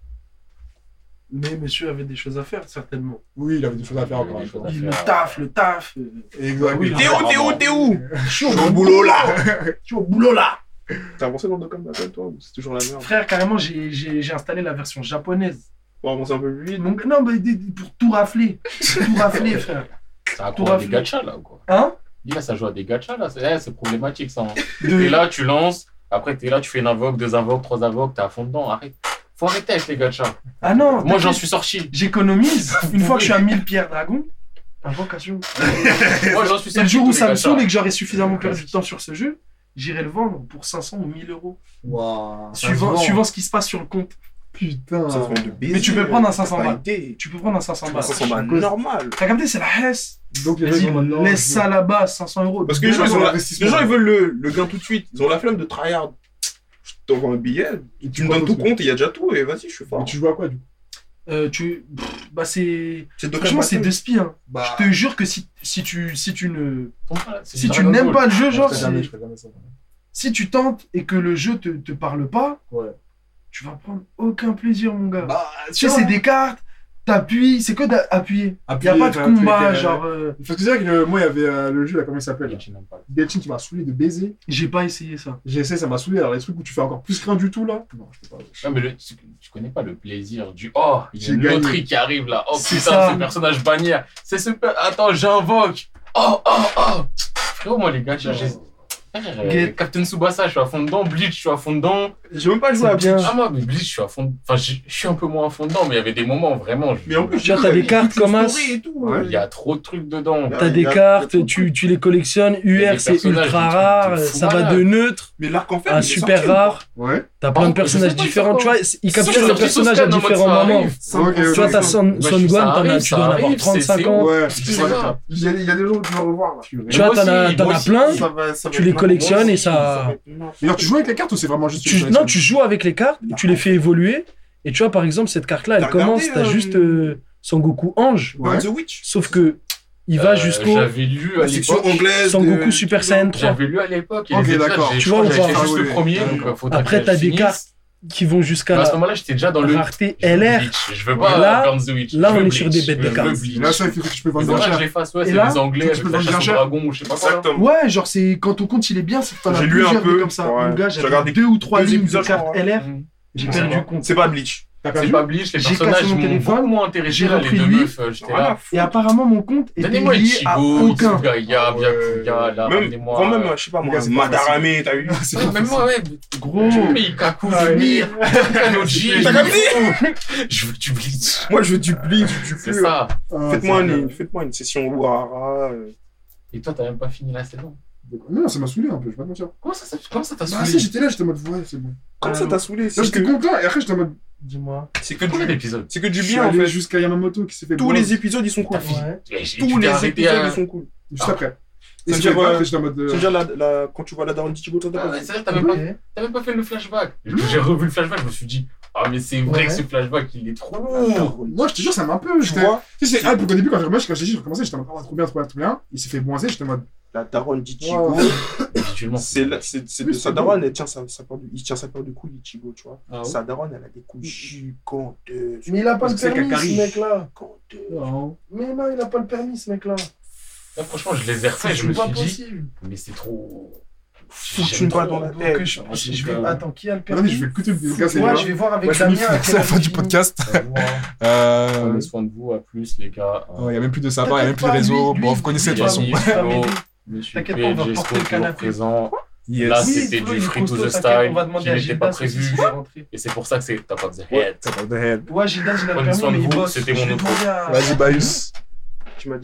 Mais monsieur avait des choses à faire, certainement. Oui, il avait des choses à faire Il avait encore. des choses une à fois. Il le faire. taf, le taf. euh, Exact. Oui, T'es où, t'es où, t'es où Je suis au boulot, là. Je suis au boulot là. T'as avancé dans le Dokkan Battle, toi, ou c'est toujours la merde? Frère, carrément, j'ai j'ai- j'ai installé la version japonaise. Pour avancer un peu plus vite. Donc, non, mais des- des- pour tout rafler. Tout rafler, frère. Ça a Tout quoi, des raflé. gachas, là, ou quoi? Hein? Dis là, ça joue à des gachas, là. C'est eh, c'est problématique, ça. hein. De- T'es là, tu lances. Après, t'es là, tu fais une invoque, deux invoques, trois invoques, t'es à fond dedans. Arrête. Faut arrêter avec les gachas. Ah non, Moi, j'en t'inquiète, suis sorti. J'économise. Une fois que je suis à mille pierres dragon, invocation. Moi, j'en suis C'est le sorti. jour où tous ça les me saoule gachas. et que j'aurai suffisamment perdu de temps sur ce jeu, j'irai le vendre pour cinq cents ou mille euros. Waouh. Suivant, suivant ce qui se passe sur le compte. Putain. Ça se vend de baiser. Mais tu peux prendre un cinq cents T'as pas balles. idée. Tu peux prendre un cinq cents balles. Ça sent mal normal. T'as capté, c'est la Hesse. Donc, les Vas-y, gens maintenant. laisse ça là-bas, cinq cents euros. Parce que les gens, ils ont la- l'investissement. les gens, ils veulent le, le gain tout de suite. Ils ont la flemme de tryhard. Je t'envoie un billet, Et tu me donnes tout compte et il y a déjà tout, et vas-y, je suis Mais fort. tu joues à quoi, du coup? Euh, tu... pff, Bah c'est... C'est Dokkan Franchement, c'est Battle. deux spies. Hein. Bah. Je te jure que si, si tu, si tu ne... Tombe pas, là, c'est Si du tu Dragon n'aimes Ball. pas le jeu, Je genre, ferai jamais, si, je ferai jamais ça. si tu tentes et que le jeu te, te parle pas, Ouais. tu vas prendre aucun plaisir, mon gars. Bah, tu sais, c'est des cartes, t'appuies, c'est que d'appuyer. Il a pas de combat, genre... euh, Parce que c'est vrai que le- moi, il y avait euh, le jeu, là, comment il s'appelle là Genshin Impact. Genshin qui m'a saoulé de baiser. J'ai pas essayé ça. J'ai essayé, ça m'a saoulé. Alors, les trucs où tu fais encore plus rien du tout, là. Non, je peux pas. Non, mais le- tu, tu connais pas le plaisir du oh, il y a J'ai une gagné. loterie qui arrive là. Oh C'est putain, ça. ce personnage bannière. C'est ce. per- Attends, j'invoque. Oh, oh, oh. Frérot, moi, les gars, j'ai. Euh, Get. Captain Tsubasa, je suis à fond dedans. Bleach, je suis à fond dedans. J'ai même pas joué C'est à bien. Bleach. Ah, moi, mais Bleach, je suis à fond. Enfin, je je suis un peu moins à fond dedans, mais il y avait des moments vraiment. je- Mais en plus, Tu vois, t'as des cartes comme As. et tout. Ouais. Il y a trop de trucs dedans. Ouais. T'as il des y a- cartes, il y a trop de tu, tu les collectionnes. Il y a U R, des c'est personnages, ultra des trucs rare. de fou Ça va malade. de neutre Mais l'arc en fer, à il est super sorti, rare. Ouais. T'as Par plein de contre, je personnages sais pas, il différents. sort Tu vois, ils Ils capturent sont les sortis personnages sous à scan en mode différents ça moments. arrive. Ça, Ok, on- ok. Tu vois, t'as Son, Moi, je Son suis- Gohan, ça t'en as- arrive, tu ça dois en avoir arrive, trente-cinq c'est- ans. Ouais, c'est C'est ça. ça. Il y, a, il y a des gens que je veux revoir là. Tu vois, t'en as, Moi t'en as aussi, plein. Ça va- ça va Tu être les marrant. collectionnes Moi et aussi, ça- va être marrant. Mais alors, tu joues avec les cartes ou c'est vraiment juste. Tu- non, tu joues avec les cartes, tu les fais évoluer. Et tu vois, par exemple, cette carte-là, elle T'as commence, regardé, t'as euh, juste euh, Sangoku Ange. Ouais. Dans The Witch. Sauf que il va Euh, jusqu'au J'avais lu à La section l'époque. anglaise. Sangoku de- Super Saiyan trois. J'avais lu à l'époque. et Ok, les épisodes, d'accord. j'ai- Tu je vois crois ou que j'avais pas fait juste Ah le oui, premier, oui. donc euh, faudrait Après, que t'as je des finisse. cartes qui vont jusqu'à Mais à ce la moment-là, j'étais déjà dans le rareté je veux L R. Bleach. Je veux pas Là- Burn the Witch. là, Je on veux est sur Bleach. des bêtes de Je veux cartes. Bleach. Là, ça, il faut que tu peux C'est vendre pour ça bien que je cher. l'efface, ouais, Et c'est là, les Anglais tu avec peux la vendre chasse bien au cher. dragon ou je sais pas quoi. là. Exactement. Ouais, genre c'est quand ton compte il est bien, c'est que t'en as J'ai lu un plusieurs peu, comme ça. ouais. Mon gars, J'ai j'avais regardé deux ou trois deux lignes de épisodes, je cartes crois. L R. Mhm. J'ai Ouais, perdu ça va. compte. C'est pas Bleach. T'as C'est perdu pas Bleach, les J'ai personnages cassé mon m'ont téléphone, beaucoup moins intéressé. j'ai là, Les repris deux lui. meufs, euh, j'étais là. Et apparemment mon compte était Donnez-moi lié à Ichigo, aucun. Itsugaya, Byakuya, là, Même, ramenez-moi. quand même, je sais pas moi, Gars, c'est pas Madarame, t'as vu? Ouais, même moi, ouais. Gros. Mais Ikaku, Ouais. Mir, Kanoji. T'as capté? Je veux du Bleach. Moi, je veux du Bleach, du C'est pur. ça. Ah, Faites-moi c'est bien. une, faites-moi une session Ouahara. euh. Et toi, t'as même pas fini la saison. Non, ça m'a saoulé un peu, je vais pas te mentir. Comment ça, ça- comment ça t'a Ah si, saoulé? j'étais là, j'étais en mode, ouais, c'est bon. Comment ça t'a saoulé? Là, C'est j'étais que, content, et après, j'étais en mode. Dis-moi. c'est que Combien du, d'épisodes? c'est que du Je suis bien, en allé fait. jusqu'à Yamamoto qui s'est fait Tous bronze. les épisodes, ils sont cool. T'as fini. Ouais. Et j'ai- Tous tu t'es les arrêté épisodes, à- ils sont cool. Juste Ah. après. Et Ça c'est veut dire, après, euh, j'étais en mode. Ça euh, veut dire, la, la, quand tu vois la daronne d'Ichigo, toi, t'as Ah pas ouais, vu? c'est vrai, t'as même, pas- Ok. t'as même pas fait le flashback. J'ai revu le flashback, je me suis dit, ah, mais c'est vrai Ouais. que ce flashback, il est trop lourd. Moi, je te jure, ça m'a un peu. Tu J'étais. vois, Tu sais, c'est hype au début, quand j'ai remarqué, quand j'ai dit, j'ai recommencé, j'étais en mode, oh, trop bien, trop bien, trop bien. Il s'est fait boinzer, j'étais en mode. la daronne d'Ichigo, Ouais. Habituellement. c'est la- c'est- c'est Oui, de sa c'est daronne, elle tient sa, sa paire de, il tient sa paire de couilles, Ichigo, tu vois. Ah ouais. Sa daronne, elle a des couilles giganteuses. Mais il a pas Parce le que c'est permis, Kakari. ce mec-là. Giganteuses. Non. Mais non, il a pas le permis, ce mec-là. Là, franchement, je les ai refaits, je C'est me pas suis dit, possible. mais c'est trop. Faut que tu J'aime me parles trop. dans la Donc, tête. je, En je tout vais... cas. Attends, qui a le Attendez, permis? je vais écouter le Faut- podcast, les Ouais, gars. je vais voir avec Ouais, c'est Damien. fini, à quelle c'est la heure fin il du finit. podcast. Au revoir. Euh. Prenez soin de vous, à plus, les gars. Il n'y a même plus de sapin, il n'y a même plus de réseau. Bon, vous connaissez de toute façon. lui, lui, va m'aider. Monsieur T'inquiète P, pas, on va J, porter Sco, le toujours canapé. présent. Yes. Là, Oui, c'était Flo, du il est free to costaud, the t'inquiète, style on va demander qui à n'était pas Gildas aussi prévu. s'il est rentré. Et c'est pour ça que c'est Top of the Ouais, Head. top of the head. Ouais, Gildas, il a le Prenez permis, soin de mais il vous, bosse. c'était Je mon vais autre. demander à- Vas-y, Bayus.